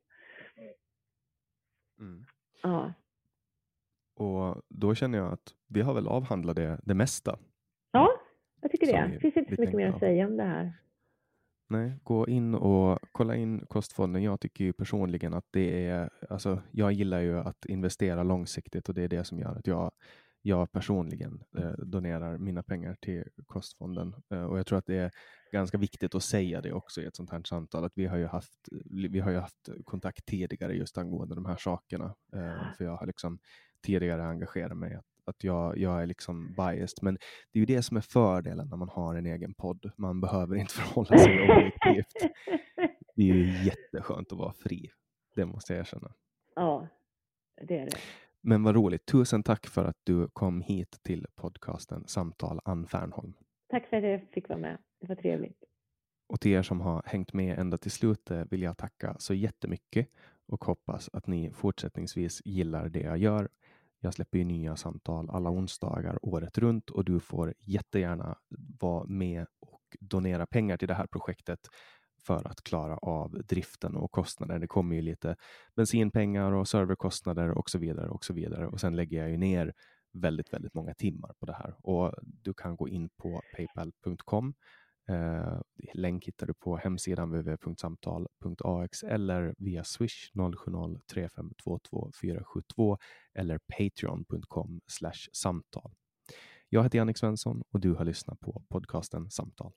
Mm. Ja. Och då känner jag att vi har väl avhandlat det, det mesta. Ja, jag tycker det. vi, Det finns inte så mycket mer att säga om det här. Nej, gå in och kolla in Kostfonden. Jag tycker ju personligen att det är, alltså jag gillar ju att investera långsiktigt, och det är det som gör att jag, jag personligen eh, donerar mina pengar till Kostfonden. Eh, och jag tror att det är ganska viktigt att säga det också i ett sånt här samtal, att vi har ju haft, vi har ju haft kontakt tidigare just angående de här sakerna. Eh, för jag har liksom tidigare engagerat mig att att jag, jag är liksom biased. Men det är ju det som är fördelen när man har en egen podd. Man behöver inte förhålla sig objektivt. Det är ju jätteskönt att vara fri. Det måste jag erkänna. Ja, det är det. Men vad roligt. Tusen tack för att du kom hit till podcasten Samtal, Ann Fernholm. Tack för att jag fick vara med. Det var trevligt. Och till er som har hängt med ända till slutet vill jag tacka så jättemycket och hoppas att ni fortsättningsvis gillar det jag gör. Jag släpper ju nya samtal alla onsdagar året runt och du får jättegärna vara med och donera pengar till det här projektet för att klara av driften och kostnader. Det kommer ju lite bensinpengar och serverkostnader och så vidare och så vidare. Och sen lägger jag ju ner väldigt, väldigt många timmar på det här. Och du kan gå in på paypal punkt com. Eh, länk hittar du på hemsidan w w w punkt samtal punkt a x eller via Swish noll sju noll tre fem två två fyra sju två eller patreon punkt com slash samtal. Jag heter Jannik Svensson och du har lyssnat på podcasten Samtal.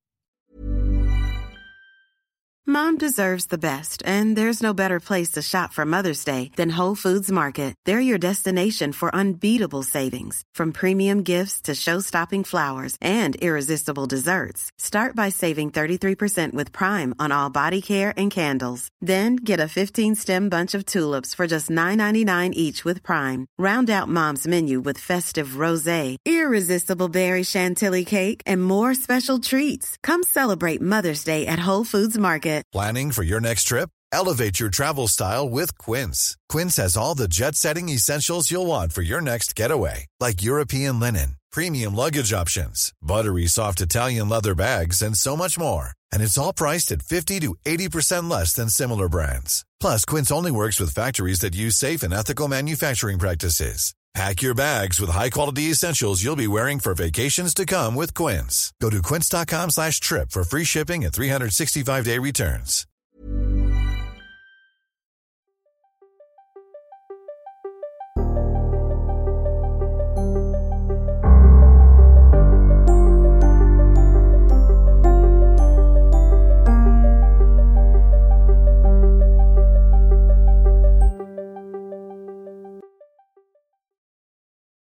Mom deserves the best, and there's no better place to shop for Mother's Day than Whole Foods Market. They're your destination for unbeatable savings, from premium gifts to show-stopping flowers and irresistible desserts. Start by saving thirty-three percent with Prime on all body care and candles. Then get a fifteen-stem bunch of tulips for just nine ninety-nine each with Prime. Round out Mom's menu with festive rosé, irresistible berry chantilly cake, and more special treats. Come celebrate Mother's Day at Whole Foods Market. Planning for your next trip? Elevate your travel style with Quince. Quince has all the jet-setting essentials you'll want for your next getaway, like European linen, premium luggage options, buttery soft Italian leather bags, and so much more. And it's all priced at fifty to eighty percent less than similar brands. Plus, Quince only works with factories that use safe and ethical manufacturing practices. Pack your bags with high-quality essentials you'll be wearing for vacations to come with Quince. Go to quince dot com slash trip for free shipping and three sixty-five day returns.